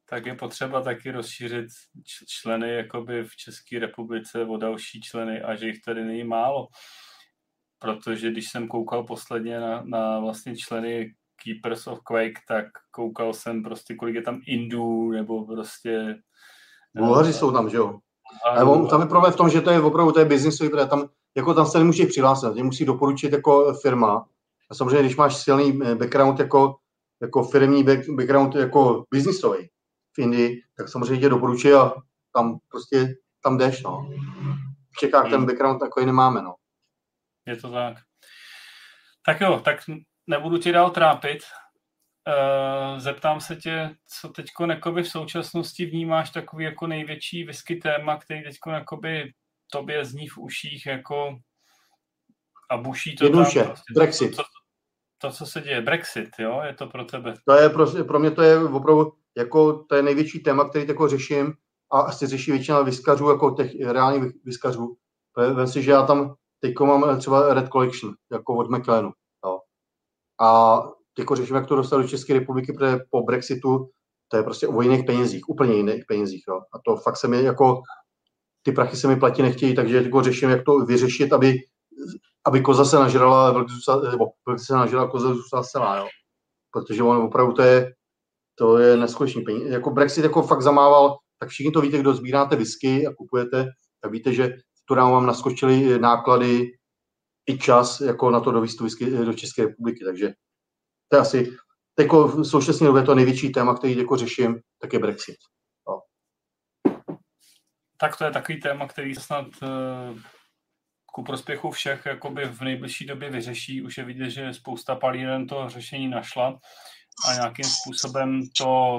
tak je potřeba taky rozšířit členy jakoby v České republice o další členy a že jich tady není málo. Protože když jsem koukal posledně na vlastně členy Keepers of Quake, tak koukal jsem prostě, kolik je tam Indů, nebo prostě... Bulhaři jsou tam, že jo? Ale tam je problém v tom, že to je opravdu, to je biznisový, protože tam se nemůžeš přihlásit, tě musí doporučit jako firma. A samozřejmě, když máš silný background jako firmní background jako biznisový v Indii, tak samozřejmě tě doporučí a tam jdeš, no. V Čechách ten background takový nemáme, no. Je to tak. Tak jo, tak nebudu ti dál trápit. Zeptám se tě, co teďko v současnosti vnímáš takový jako největší whisky téma, který teďko tobě zní v uších jako a buší to jednoduše, tam. Prostě Brexit. To, co se děje, Brexit, jo? Je to pro tebe? To je pro mě to je opravdu jako to je největší téma, který tako řeším a asi řeší většina whiskařů, jako těch reálních whiskařů. Vem si, že já tam teďko mám třeba Red Collection, jako od Macallanu. Jo. A teďko řeším, jak to dostat do České republiky, protože po Brexitu to je prostě o jiných penězích, úplně jiných penězích. Jo. A to fakt se mi jako, ty prachy se mi platí nechtějí, takže teďko řeším, jak to vyřešit, aby koza se nažrala, nebo se nažrala, koza zůstala celá, jo. Protože on opravdu to je neskutečný peníze. Jako Brexit jako fakt zamával, tak všichni to víte, kdo sbíráte whisky a kupujete, tak víte, že tu nám vám naskočily náklady i čas jako na to dovízt whisky do České republiky, takže to je asi, jako v současné době to největší téma, který jako řeším, tak je Brexit. No. Tak to je takový téma, který se snad ku prospěchu všech jakoby v nejbližší době vyřeší. Už je vidět, že spousta palíren to řešení našla a nějakým způsobem to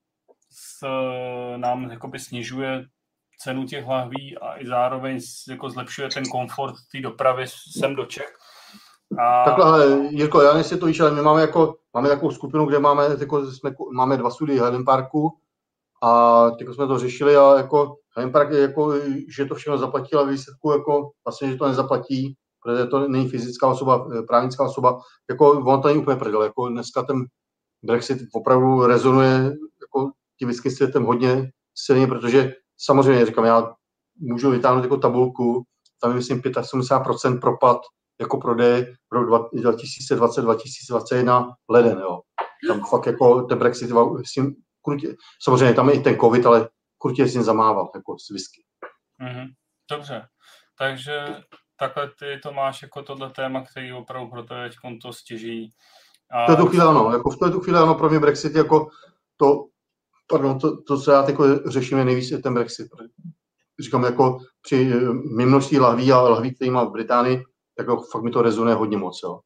nám jakoby snižuje cenu těch lahví a i zároveň jako zlepšuje ten komfort té dopravy sem do Čech. Takhle, Jirko, já nejsi to víš, ale my máme takovou skupinu, kde máme 2 study Highland Parku a teď jsme to řešili a jako Highland Park je jako, že to všechno zaplatí, ale výsledku jako vlastně, že to nezaplatí, protože to není fyzická osoba, právnická osoba, jako ono to není úplně prdel, jako dneska ten Brexit opravdu rezonuje jako tím whisky světem hodně silně, protože samozřejmě, říkám, já můžu vytáhnout jako tabulku, tam je myslím 75% propad jako prodej rok 2020-2021 leden, jo. Tam fakt jako ten Brexit s tím krutě, samozřejmě tam je i ten covid, ale krutě s tím zamával, jako s whisky. Dobře, takže takhle ty to máš jako tohle téma, který opravdu pro tebe to stěží. A... V této chvíli ano, jako v této chvíli ano, pro mě Brexit jako to co já teď řeším, je nejvíc ten Brexit. Říkám, jako při množství lahví a lahví, který má v Británii, tak fakt mi to rezonuje hodně moc. Jo.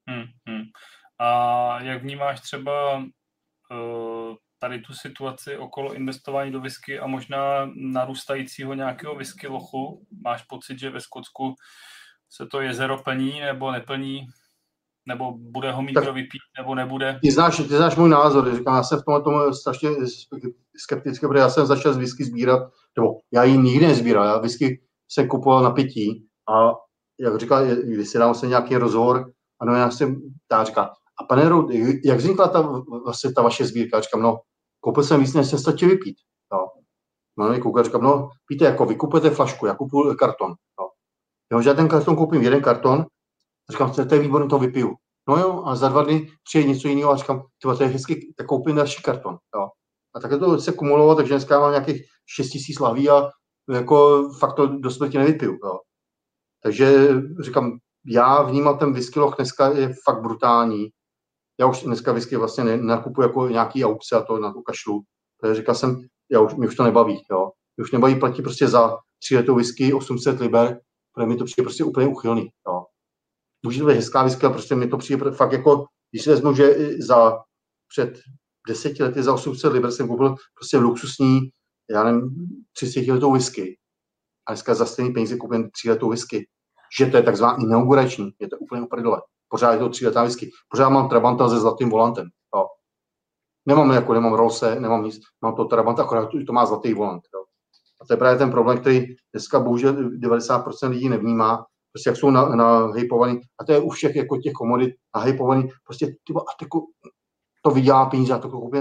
A jak vnímáš třeba tady tu situaci okolo investování do whisky a možná narůstajícího nějakého whisky lochu? Máš pocit, že ve Skotsku se to jezero plní nebo neplní? Nebo bude ho mít kdo vypít, nebo nebude? Ty znáš můj názor. Říkám, já jsem v tomhle strašně skeptický, protože já jsem začal z whisky sbírat, nebo já ji nikdy nezbíral, já whisky jsem kupoval na pití a jak říkal, když si dám se nějaký rozhovor, ano, já jsem říkal, a pane Roud, jak vznikla ta vaše sbírka? Říkám, no, koupil jsem víc, než jsem stačil vypít. No, mi koukal, říkám, no, víte, jako vy kupujete flašku, já kupuju karton. Jo, že já ten karton koupím jeden karton, říkám, to je výborný, to vypiju. No jo, a za 2 dny přijde něco jiného a říkám, to je hezky, tak koupím další karton. Jo. A takhle to se kumulovalo, takže dneska mám nějakých 6 000 lahví a jako fakt to do smrti nevypiju. Jo. Takže říkám, já vnímám ten whisky loch dneska je fakt brutální. Já už dneska whisky vlastně nenakupuji jako nějaký aukce a to na tu kašlu. Takže říkal jsem, mě už to nebaví. Jo. Mě už nebaví platit prostě za 3 letou whisky 800 liber, protože mi to přijde prostě úplně uchylný. Jo. Může to být hezká whisky, ale prostě mi to přijde fakt jako, když si vezmu, že před 10 lety za 800 liber jsem koupil prostě luxusní, já nevím, 30 letou whisky. A dneska za stejný peníze koupím 3 letou whisky. Že to je takzvaná inaugurační, je to úplně uprdele. Pořád je to 3 letá whisky. Pořád mám Trabanta se zlatým volantem. Jo. Nemám Rollse, nemám nic, mám to Trabant, akorát to má zlatý volant. Jo. A to je právě ten problém, který dneska bohužel 90% lidí nevnímá, prostě jak jsou nahypovaný, a to je u všech jako těch komodit nahypovaný, prostě to vydělá peníze a to koupím,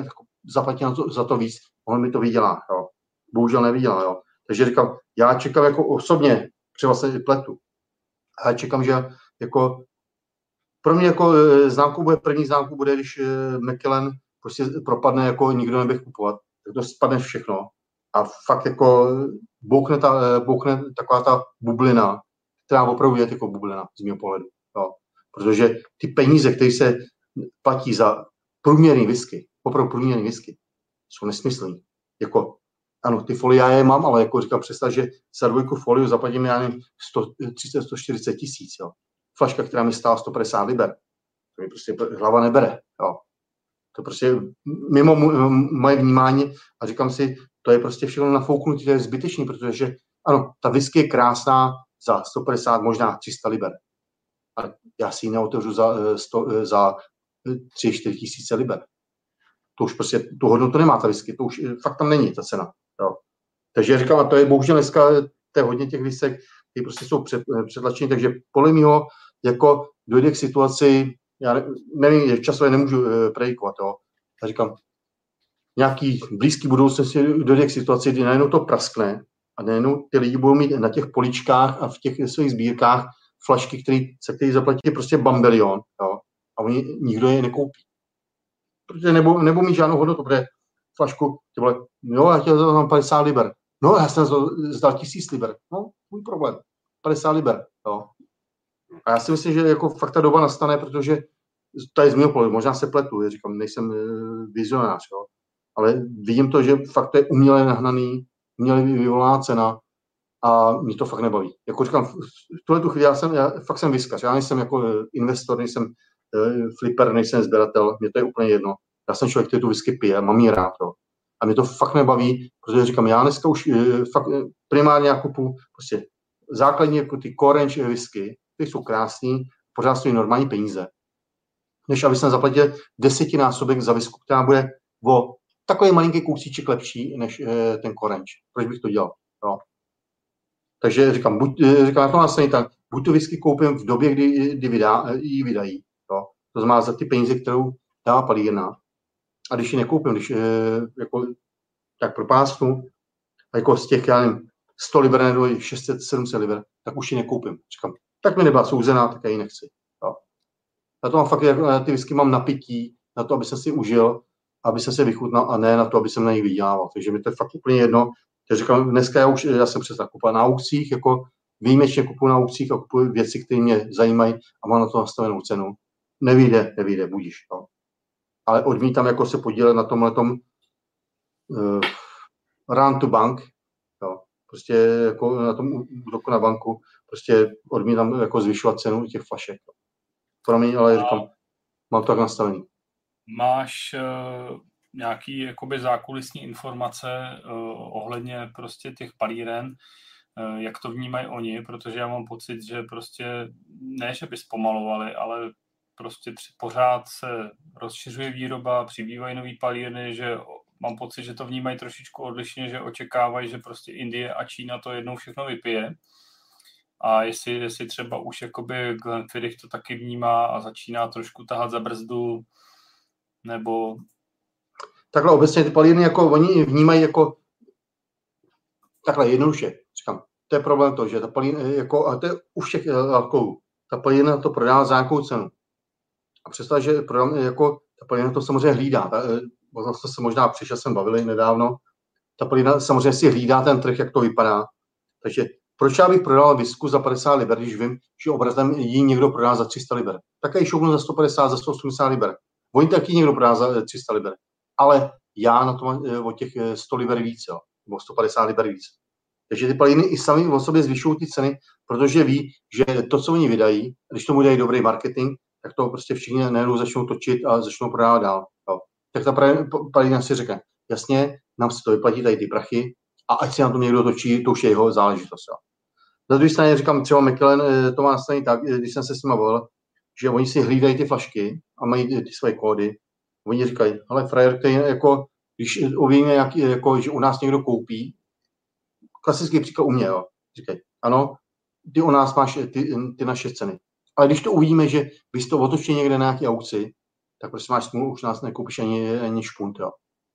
zaplatit za to víc, on mi to vydělá, jo. Bohužel nevydělá, jo. Takže říkám, já čekám jako osobně, třeba se pletu, a já čekám, že jako pro mě jako první známkou bude, když McKellen prostě propadne, jako nikdo nebude kupovat, tak to spadne všechno a fakt jako bouchne taková ta bublina, která opravdu je jako bublina z mého pohledu, jo. Protože ty peníze, které se platí za průměrný whisky, opravdu průměrný whisky, jsou nesmyslný. Jako, ano, ty folie já je mám, ale jako říkám, představ, že za 2 foliu zaplatím, já nevím, 130-140 tisíc, jo. Flaška, která mi stála 150 liber. To mi prostě hlava nebere, jo. To prostě mimo moje vnímání a říkám si, to je prostě všechno nafouknutí, to je zbytečný, protože ano, ta whisky je krásná za 150, možná 300 liber. Ale já si ji neotevřu za 3-4 tisíce liber. To už prostě tu hodnotu nemá ta whisky, to už fakt tam není ta cena. Jo. Takže říkám, a to je bohužel dneska to je hodně těch whisek, které prostě jsou přetlačeny, takže podle mého jako dojde k situaci, já nevím, časově nemůžu predikovat, jo. Já říkám, nějaký blízký budoucnosti dojde k situaci, kdy najednou to praskne a najednou ty lidi budou mít na těch poličkách a v těch svých sbírkách flašky, se který zaplatí prostě bambelion, jo, a oni nikdo je nekoupí. Protože nebo mít žádnou hodnotu, protože flašku, ty vole, jo, já tě dám 50 liber. No, já jsem zdal 1000 liber. No, můj problém. 50 liber, jo. A já si myslím, že jako fakt ta doba nastane, protože to je z mého pohledu, možná se pletu, já říkám, nejsem vizionář, jo. Ale vidím to, že fakt to je uměle nahnaný, uměle vyvolaná cena a mě to fakt nebaví. Jako říkám, v tuhletu chvíli já fakt jsem whiskař, já nejsem jako investor, nejsem flipper, nejsem sběratel, mě to je úplně jedno. Já jsem člověk, který tu whisky pije, mám ji rád, jo. A mě to fakt nebaví, protože říkám, já dneska už fakt primárně já kupu prostě základní jako ty core range whisky, ty jsou krásný, pořád stojí normální peníze. Než aby jsem zaplatil 10násobek za whisky, která bude o takový malinký kousíček lepší než ten core range. Proč bych to dělal? Jo. Takže říkám, na to následně tak, buď tu whisky koupím v době, kdy ji vydají, jo. To znamená za ty peníze, kterou dává palírna. A když ji nekoupím, když jako tak propásnu, jako z těch, já nevím, 100 liber nebo 600-700 liber, tak už ji nekoupím. Říkám, tak mi nebyla souzená, tak já ji nechci. Jo. Na to mám fakt, ty whisky mám napití, na to, aby jsem si užil, aby jsem se vychutnal a ne na to, aby jsem na nich vydělával. Takže mi to je fakt úplně jedno. Takže říkám, dneska já jsem přestal kupovat na aukcích, jako výjimečně kupuji na aukcích a kupuji věci, které mě zajímají a mám na to nastavenou cenu. Nevyjde, budíš. Jo. Ale odmítám jako se podílet na tomhletom run to bank, jo. Prostě jako na tom útoku na banku, prostě odmítám jako zvyšovat cenu těch flašek. Jo. Pro mě, ale říkám, mám to tak nastavený. Máš nějaký jakoby zákulisní informace ohledně prostě těch palíren, jak to vnímají oni, protože já mám pocit, že prostě ne, že by zpomalovali, ale prostě pořád se rozšiřuje výroba, přibývají nový palírny, že mám pocit, že to vnímají trošičku odlišně, že očekávají, že prostě Indie a Čína to jednou všechno vypije. A jestli třeba už jakoby Glenfiddich to taky vnímá a začíná trošku tahat za brzdu, nebo... Takhle obecně ty palírny, jako oni vnímají jako takhle jednoduše, říkám, to je problém to, že ta palírna, jako, a to je u všech alkoholů, ta palírna to prodává za nějakou cenu. A představ, že jako, ta palírna to samozřejmě hlídá. Zase se možná přišel jsem bavili nedávno. Ta palírna samozřejmě si hlídá ten trh, jak to vypadá. Takže proč já bych prodal whisky za 50 liber, když vím, že obrazem ji někdo prodá za 300 liber. Tak ji šoupnu za 150, za 180 liber. Oni taky někdo prodá za 300 liber. Ale já na to mám o těch 100 liber víc, jo. Nebo 150 liber víc. Takže ty palírny i sami o sobě zvyšují ty ceny, protože ví, že to, co oni vydají, když tomu dají dobrý marketing, tak to prostě všichni najednou začnou točit a začnou prodávat dál. Jo. Tak ta palírna si řekne, jasně, nám se to vyplatí tady ty prachy a ať si na tom někdo točí, to už je jeho záležitost. Jo. Na druhé straně říkám, třeba McKellen to má nastavený tak, když jsem se s nimi bavil, že oni si hlídají ty flašky a mají ty své kódy. Oni říkají, hele, frajer, který jako, když uvíme, jako, že u nás někdo koupí, klasický příklad u mě, jo. Říkají, ano, ty u nás máš ty naše ceny. Ale když to uvidíme, že vy to otočí někde na nějaké aukci, tak prostě máš smůlu, už nás nekoupíš ani špunt, jo.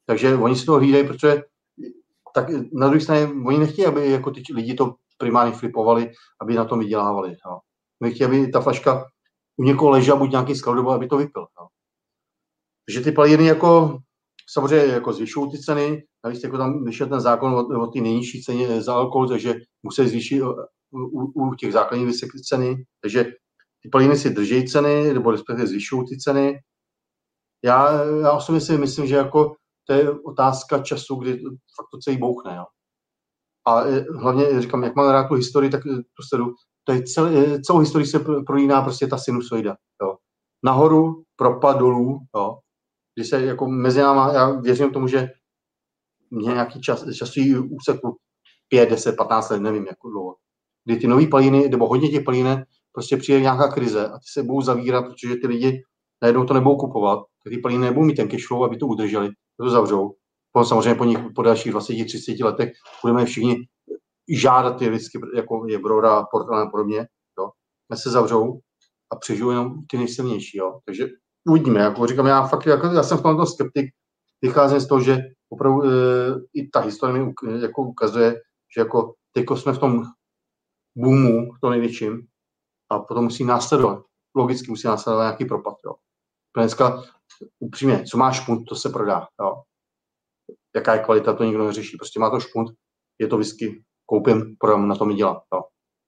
Takže oni si to hlídají, protože tak na druhé straně oni nechtějí, aby jako ty lidi to primárně flipovali, aby na tom vydělávali. No. Nechtějí, aby ta flaška u někoho ležela, buď nějaký skladoval, aby to vypil. No. Takže ty palírny jako samozřejmě jako zvyšují ty ceny, navíc jako tam vyšel ten zákon o ty nejnižší ceně za alkohol, takže musí zvýšit u těch základních vysek ceny, takže ty palírny si drží ceny, nebo respektive zvyšují ty ceny. Já osobně si myslím, že jako to je otázka času, kdy fakt to celý bouchne. Jo. A hlavně říkám, jak mám rád tu historii, tak tu sledu, to je celou historii se prolíná prostě ta sinusoida. Jo. Nahoru, propad dolů, jo. Když se jako mezi náma, já věřím tomu, že mě nějaký časový úseku 5, 10, 15 let, nevím, jak dlouho. Kdy ty nový palíny, nebo hodně těch palínek, prostě přijde nějaká krize a ty se budou zavírat, protože ty lidi najednou to nebudou kupovat, tak ty palíny nebudou mít ten cash flow, aby to udrželi, to zavřou. Potom samozřejmě po nich po dalších 20-30 letech budeme všichni žádat ty whisky, jako je Brora, Portland a podobně, jo. Se zavřou a přežijou jenom ty nejsilnější, jo. Takže uvidíme, jako říkám, já jsem v tomto skeptik, vycházím z toho, že opravdu i ta historie mi jako ukazuje, že jako teďko jsme v tom boomu, to největším, a potom musí následovat, logicky musí následovat nějaký propad, jo. Dneska upřímně, co má špunt, to se prodá, jo. Jaká je kvalita, to nikdo neřeší, prostě má to špunt, je to whisky, koupím, prodám, na tom i dělám, jo.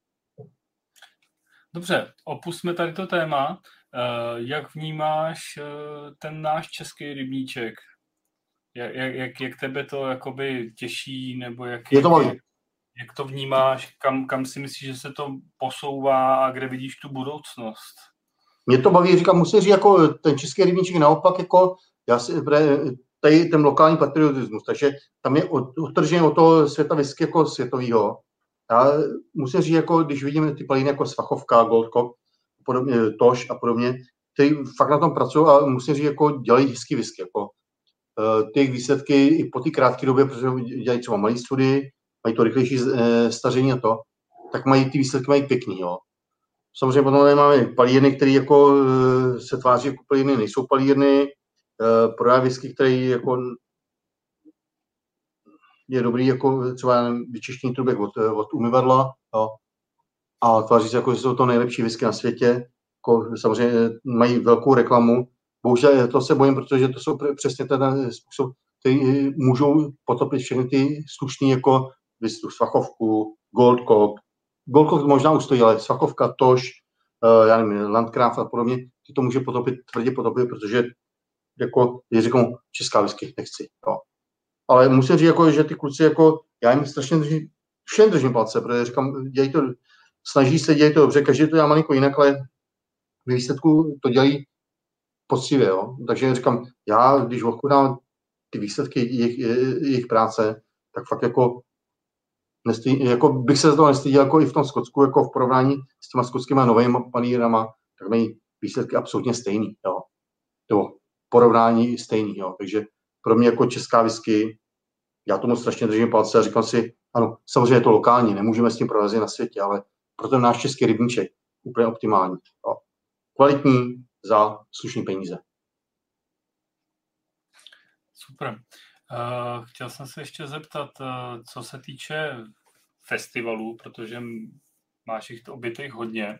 Dobře, opustíme tady to téma. Jak vnímáš ten náš český rybníček? Jak tebe to jakoby těší, nebo jak to vnímáš, kam si myslíš, že se to posouvá a kde vidíš tu budoucnost? Mě to baví, říkám, musím říct, jako ten český rybníček naopak, jako já si, tady ten lokální patriotismus, takže tam je odtržený od toho světa whisky jako světovýho. Já musím říct, jako když vidíme ty palíny jako Svachovka, Goldcock, podobně, Toš a podobně, ty fakt na tom pracují a musím říct, jako dělají hezký whisky. Jako, ty výsledky i po té krátké době, protože dělají třeba malý studii, mají to rychlejší staření a to, tak mají ty výsledky mají pěkný. Jo. Samozřejmě potom tady máme palírny, které jako se tváří jako palírny, nejsou palírny, prodávají whisky, které jako je dobrý, jako třeba vyčištění trubek od umyvadla, jo. A tváří se, jako, že jsou to nejlepší whisky na světě. Jako, samozřejmě mají velkou reklamu. Bohužel to se bojím, protože to jsou přesně ten způsob, který můžou potopit všechny ty slušný, jako Svachovku, Goldcock. Goldcock možná ustojí, ale Svachovka, Toš, já nevím, Landcraft a podobně, ty to může tvrdě potopit, protože jako, když řeknu, česká whisky nechci, jo. Ale musím říct, jako, že ty kluci, jako, já jim strašně držím palce, protože říkám, snaží se, dělají to dobře, každý to dělá malinko jinak, ale v výsledku to dělají poctivě, jo. Takže říkám, já, když ochutnám ty výsledky jejich práce, tak fakt jako bych se za to nestyděl, jako i v tom Skotsku, jako v porovnání s těma skotskýma novými palírnama, tak mají výsledky absolutně stejný, jo. To porovnání stejný, jo. Takže pro mě jako česká whisky, já tomu strašně držím palce a říkám si, ano, samozřejmě je to lokální, nemůžeme s tím prorazit na světě, ale pro ten náš český rybníček úplně optimální. Jo. Kvalitní za slušný peníze. Super. Chtěl jsem se ještě zeptat, co se týče festivalů, protože máš jich obětých hodně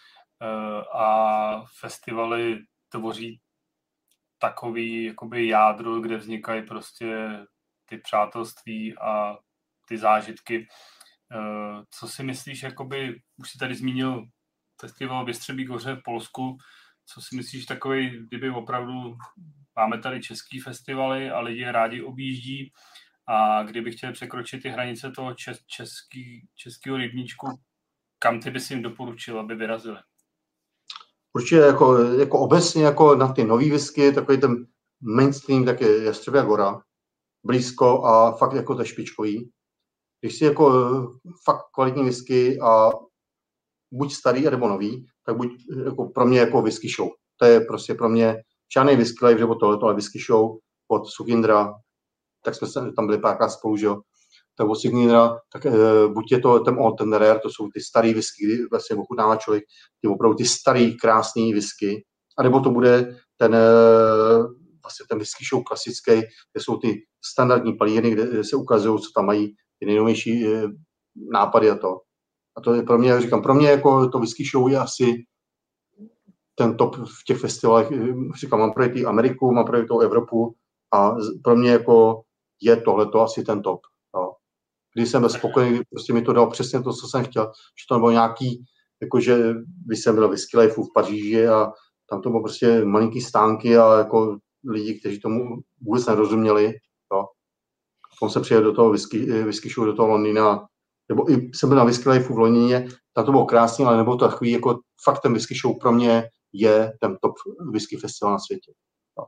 a festivaly tvoří takový jakoby jádro, kde vznikají prostě ty přátelství a ty zážitky. Co si myslíš, jakoby, už jsi tady zmínil festival Bystřebí Goře v Polsku, co si myslíš takový, kdyby opravdu máme tady český festivaly a lidi rádi objíždí a kdyby chtěli překročit ty hranice toho českého rybníčku, kam ty bys jim doporučil, aby vyrazili? Určitě jako obecně jako na ty nový whisky, takový ten mainstream, tak je Jestřebí Gora, blízko a fakt jako to špičkový. Když si jako fakt kvalitní whisky a buď starý, nebo nový, tak buď jako pro mě jako whisky show. To je prostě pro mě žádný whisky live, nebo tohleto, ale whisky show od Suchindra, tak jsme tam byli párkrát spolu, že jo. Tak od Suchindra, tak buď je to ten rare, to jsou ty starý whisky, kdy vlastně ochutnává člověk ty opravdu ty starý, krásný whisky, anebo to bude ten vlastně ten whisky show klasický, kde jsou ty standardní palírny, kde se ukazují, co tam mají ty nejnovější nápady a to. A to je pro mě, jak říkám, pro mě jako to whisky show je asi ten top v těch festivalech. Říkám, mám projekt Ameriku, mám projekt Evropu a pro mě jako je tohleto asi ten top. Jo. Když jsem byl spokojený, prostě mi to dalo přesně to, co jsem chtěl, že to nebylo nějaký, jakože když jsem byl Whisky Life v Paříži a tam to bylo prostě malinký stánky a jako lidi, kteří tomu vůbec nerozuměli. Jo. Potom se přijel do toho whisky show, do toho Londýna, nebo i jsem byl na Whisky Life v Londýně, tam to bylo krásný, ale nebylo to takový, jako fakt ten whisky show pro mě je ten top whisky festival na světě. Jo.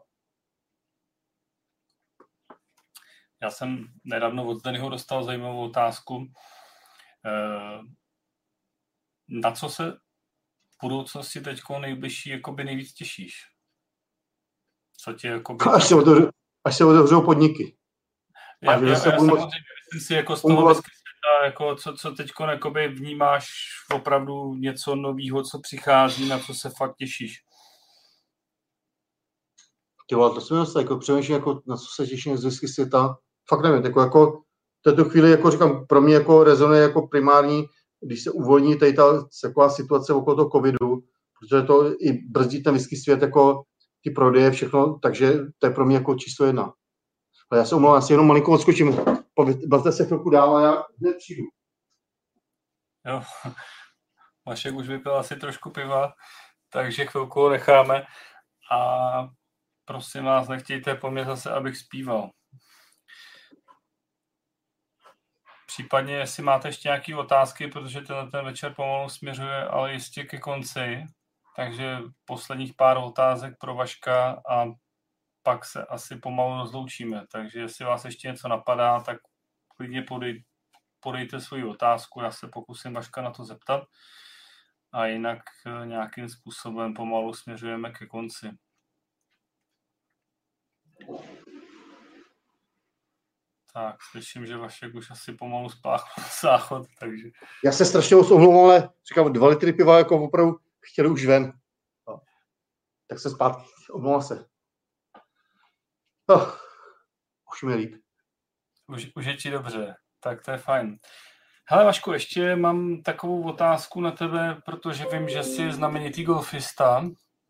Já jsem nedávno od Zdenyho dostal zajímavou otázku. Na co se v budoucnosti teďko nejbližší jakoby nejvíc těšíš? Co tě jakoby... Až se otevřou podniky. Já samozřejmě myslím si jako z toho whisky světa, jako co teďko jakoby vnímáš opravdu něco nového, co přichází, na co se fakt těšíš? To jsem dostal, jako přemýšlím, jako, na co se těším z whisky světa. Fakt nevím, jako v této chvíli, jako říkám, pro mě jako rezonuje jako primární, když se uvolní tady ta taková situace okolo toho covidu, protože to i brzdí ten whisky svět, jako ty prodeje, všechno, takže to je pro mě jako číslo 1. Ale já se omlouvám, já si jenom malinko odskočím. Bavte se chvilku dál a já hned přijdu. Jo, Vašek už vypil asi trošku piva, takže chvilku necháme a prosím vás, nechtějte po mně zase, abych zpíval. Případně, jestli máte ještě nějaké otázky, protože ten večer pomalu směřuje, ale jistě ke konci. Takže posledních pár otázek pro Vaška a pak se asi pomalu rozloučíme. Takže jestli vás ještě něco napadá, tak klidně podejte svoji otázku. Já se pokusím Vaška na to zeptat. A jinak nějakým způsobem pomalu směřujeme ke konci. Tak, slyším, že Vašek už asi pomalu spáchl záchod, takže... Já se strašně moc omlouvám, ale říkám, 2 litry piva jako opravdu chtěli už ven. No. Tak se zpátky, omlouvám se. No, už mi líp. Už je ti dobře, tak to je fajn. Hele Vašku, ještě mám takovou otázku na tebe, protože vím, že jsi znamenitý golfista.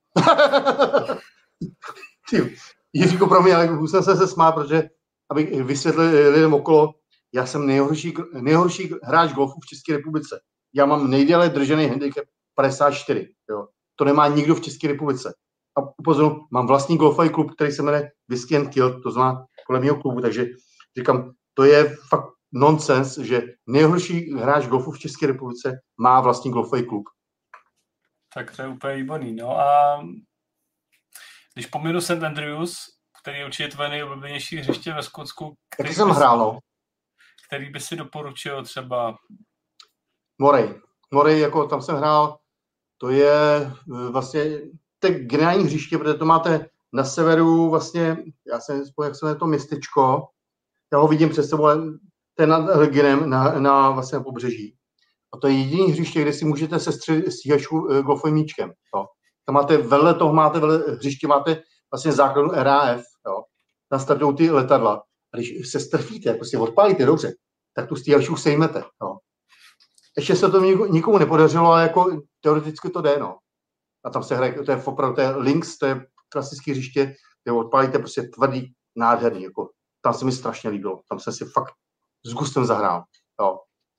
Jiříko, pro mě, ale musím se smát, protože abych vysvětlil lidem okolo, já jsem nejhorší hráč golfu v České republice. Já mám nejdéle držený handicap 54. Jo. To nemá nikdo v České republice. A upozorňuji, mám vlastní golfový klub, který se jmenuje Whisky and Kill, to znamená kolem mého klubu, takže říkám, to je fakt nonsens, že nejhorší hráč golfu v České republice má vlastní golfový klub. Tak to je úplně výborný. No a když pominu St. Andrews, který je určitě tvoje nejoblíbenější hřiště ve Skotsku. Taky jsem hrál, no. Který by si doporučil třeba? Moray, jako tam jsem hrál, to je vlastně tak geniální hřiště, protože to máte na severu vlastně, já jsem spojil, jak se jmenuje to městečko, já ho vidím před sebou, to je nad Hliginem na vlastně na pobřeží. A to je jediný hřiště, kde si můžete sestřelit stíhačku golfovým míčkem. Jo. Tam máte vedle hřiště, máte vlastně základnu RAF, jo. Tam startují ty letadla. A když se strfíte, jako si odpálíte dobře, tak tu stíhačku sejmete. Jo. Ještě se to nikomu nepodařilo, ale jako teoreticky to jde, no. A tam se hraje, to je opravdu, to je links, to je klasické hřiště, kde odpálíte prostě tvrdý, nádherný, jako. Tam se mi strašně líbilo. Tam jsem si fakt s gustem zahrál. Jo.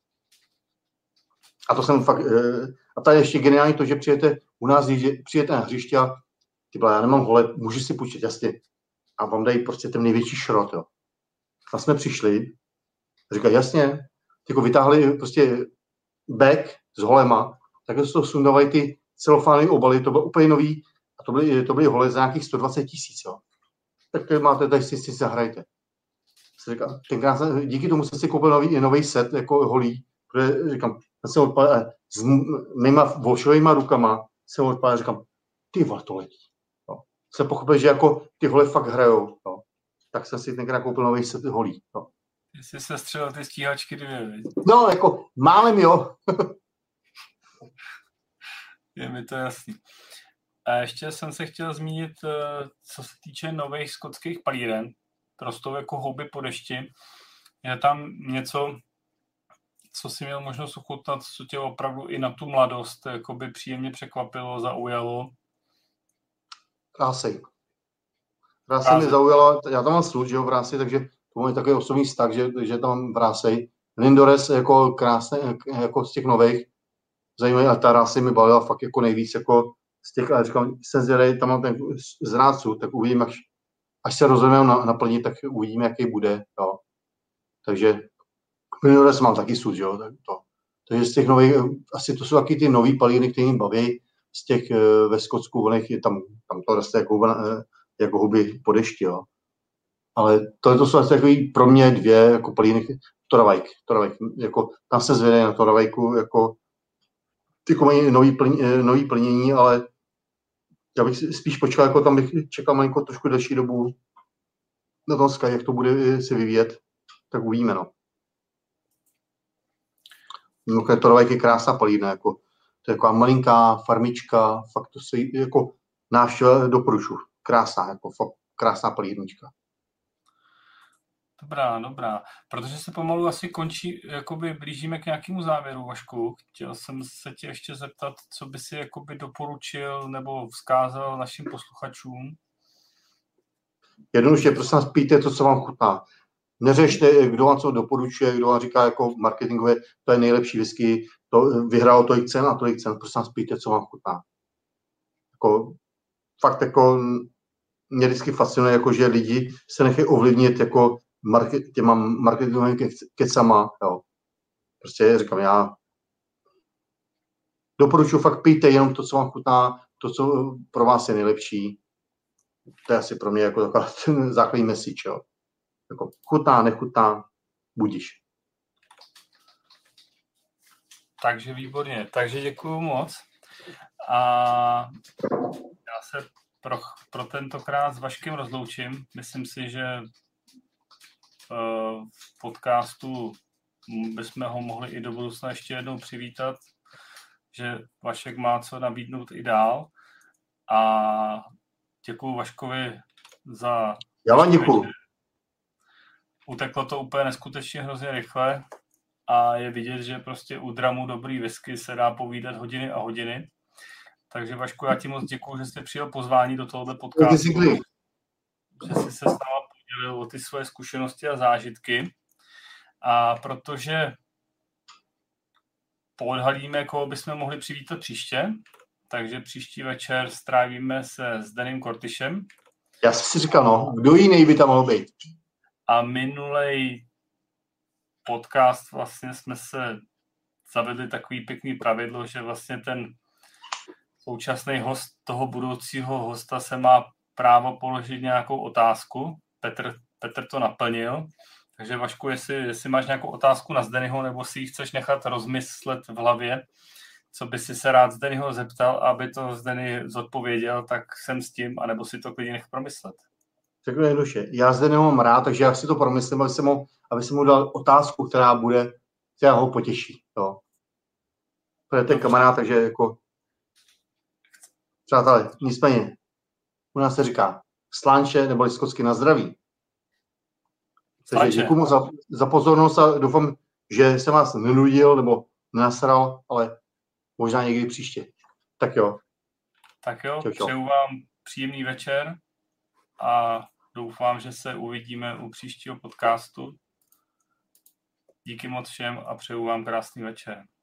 A to jsem fakt, a tady ještě geniální to, že přijete u nás, přijete na hřiště a já nemám hole, můžu si půjčit, jasně. A vám dají prostě ten největší šrot, jo. Tam jsme přišli, říkají, jasně, jako vytáhli prostě bag s holema, takhle se to sundávají ty celofánové obaly, to bylo úplně nový, a to byly hole za nějakých 120 000, jo. Tak to máte, tady si zahrajte. Tenkrát díky tomu jsem si koupil nový set, jako holí, protože říkám, jsem odpálil, s mýma vošovýma rukama jsem odpálil, říkám, ty vole, to letí. Jo. Jsem pochopil, že jako ty hole fakt hrajou. Jo. Tak jsem si tenkrát koupil nový set holí. Jo. Jsi se střelil ty stíhačky 2, viď? No, jako málem, jo. Je mi to jasný. A ještě jsem se chtěl zmínit, co se týče nových skotských palíren. Rostou jako houby po dešti. Je tam něco, co si měl možnost ochutnat, co tě opravdu i na tu mladost jakoby příjemně překvapilo, zaujalo? Vrásej. Vrásej mi zaujala, já tam mám služ, že jo, Vrásej, takže to je takový osobní vztah, že tam Vrásej. Lindores jako krásné, jako z těch nových, zajímavý, ale ta Vrásej mi bavila fakt jako nejvíc, jako z těch, ale říkám, jsem zvědavý, tam mám ten zrádců, tak uvidím, až se rozhodneme naplnit, tak uvidíme, jaký bude, jo. Takže Lindores mám taky služ, jo, tak to. Takže z těch nových, asi to jsou taky ty nový palíry, které mě baví, z těch ve Skotsku, tam to roste jako houby po dešti, jo. Ale to jsou asi takový pro mě dvě jako palíny, Toravajk, jako tam se zvědají na Toravajku, jako ty mají nový plnění, ale já bych spíš počkal, jako tam bych čekal malinko trošku delší dobu na tom Sky, jak to bude se vyvíjet, tak uvidíme, no. Toravajk je krásná palína, jako to je jako malinká farmička, fakt to se jako návštěva doporučuji. Krásná, jako fakt krásná palírnička. Dobrá. Protože se pomalu asi končí, jakoby blížíme k nějakému závěru, Vašku. Chtěl jsem se tě ještě zeptat, co by si jakoby doporučil nebo vzkázal našim posluchačům. Jednoduše, prosím vás, pijte to, co vám chutná. Neřešte, kdo vám co doporučuje, kdo vám říká jako marketingové, to je nejlepší whisky, to vyhrálo tolik cen a tolik cen, prosím vás, pijte, co vám chutná. Jako, fakt jako mě vždycky fascinuje, jako, že lidi se nechají ovlivnit jako těma marketingovými kecama, jo. Prostě říkám, já doporučuji, fakt pijte jenom to, co vám chutná, to, co pro vás je nejlepší. To je asi pro mě jako taková základní message, jo. Jako chutná, nechutná, budíš. Takže výborně. Takže děkuju moc. A já se pro tentokrát s Vaškem rozloučím. Myslím si, že v podcastu bychom ho mohli i do budoucna ještě jednou přivítat, že Vašek má co nabídnout i dál. A děkuju Vaškovi za... Já vám děkuju. Uteklo to úplně neskutečně hrozně rychle a je vidět, že prostě u dramu dobrý whisky se dá povídat hodiny a hodiny. Takže Vašku, já ti moc děkuju, že jsi přijel pozvání do tohoto podcastu. Že jsi se s náma podělil o ty svoje zkušenosti a zážitky. A protože poodhalíme, koho bychom mohli přivítat příště, takže příští večer strávíme se s Danem Cortishem. Já jsem si říkal, no, kdo jiný by tam mohl být? A minulej podcast vlastně jsme se zavedli takový pěkný pravidlo, že vlastně ten současný host toho budoucího hosta se má právo položit nějakou otázku. Petr to naplnil. Takže Vašku, jestli máš nějakou otázku na Zdenyho, nebo si ji chceš nechat rozmyslet v hlavě, co by si se rád Zdenyho zeptal, aby to Zdeny zodpověděl, tak jsem s tím, anebo si to klidně nech promyslet. Řeknu jednoduše. Já Zdenyho mám rád, takže já si to promyslím, aby jsem mu dal otázku, která ho potěší. Jo. To je kamarád, takže jako přátelé, nicméně, u nás se říká slánče nebo skotsky na zdraví. Takže děkuji mu za pozornost a doufám, že jsem vás nenudil nebo nenasral, ale možná někdy příště. Tak jo. Čau. Přeju vám příjemný večer a doufám, že se uvidíme u příštího podcastu. Díky moc všem a přeju vám krásný večer.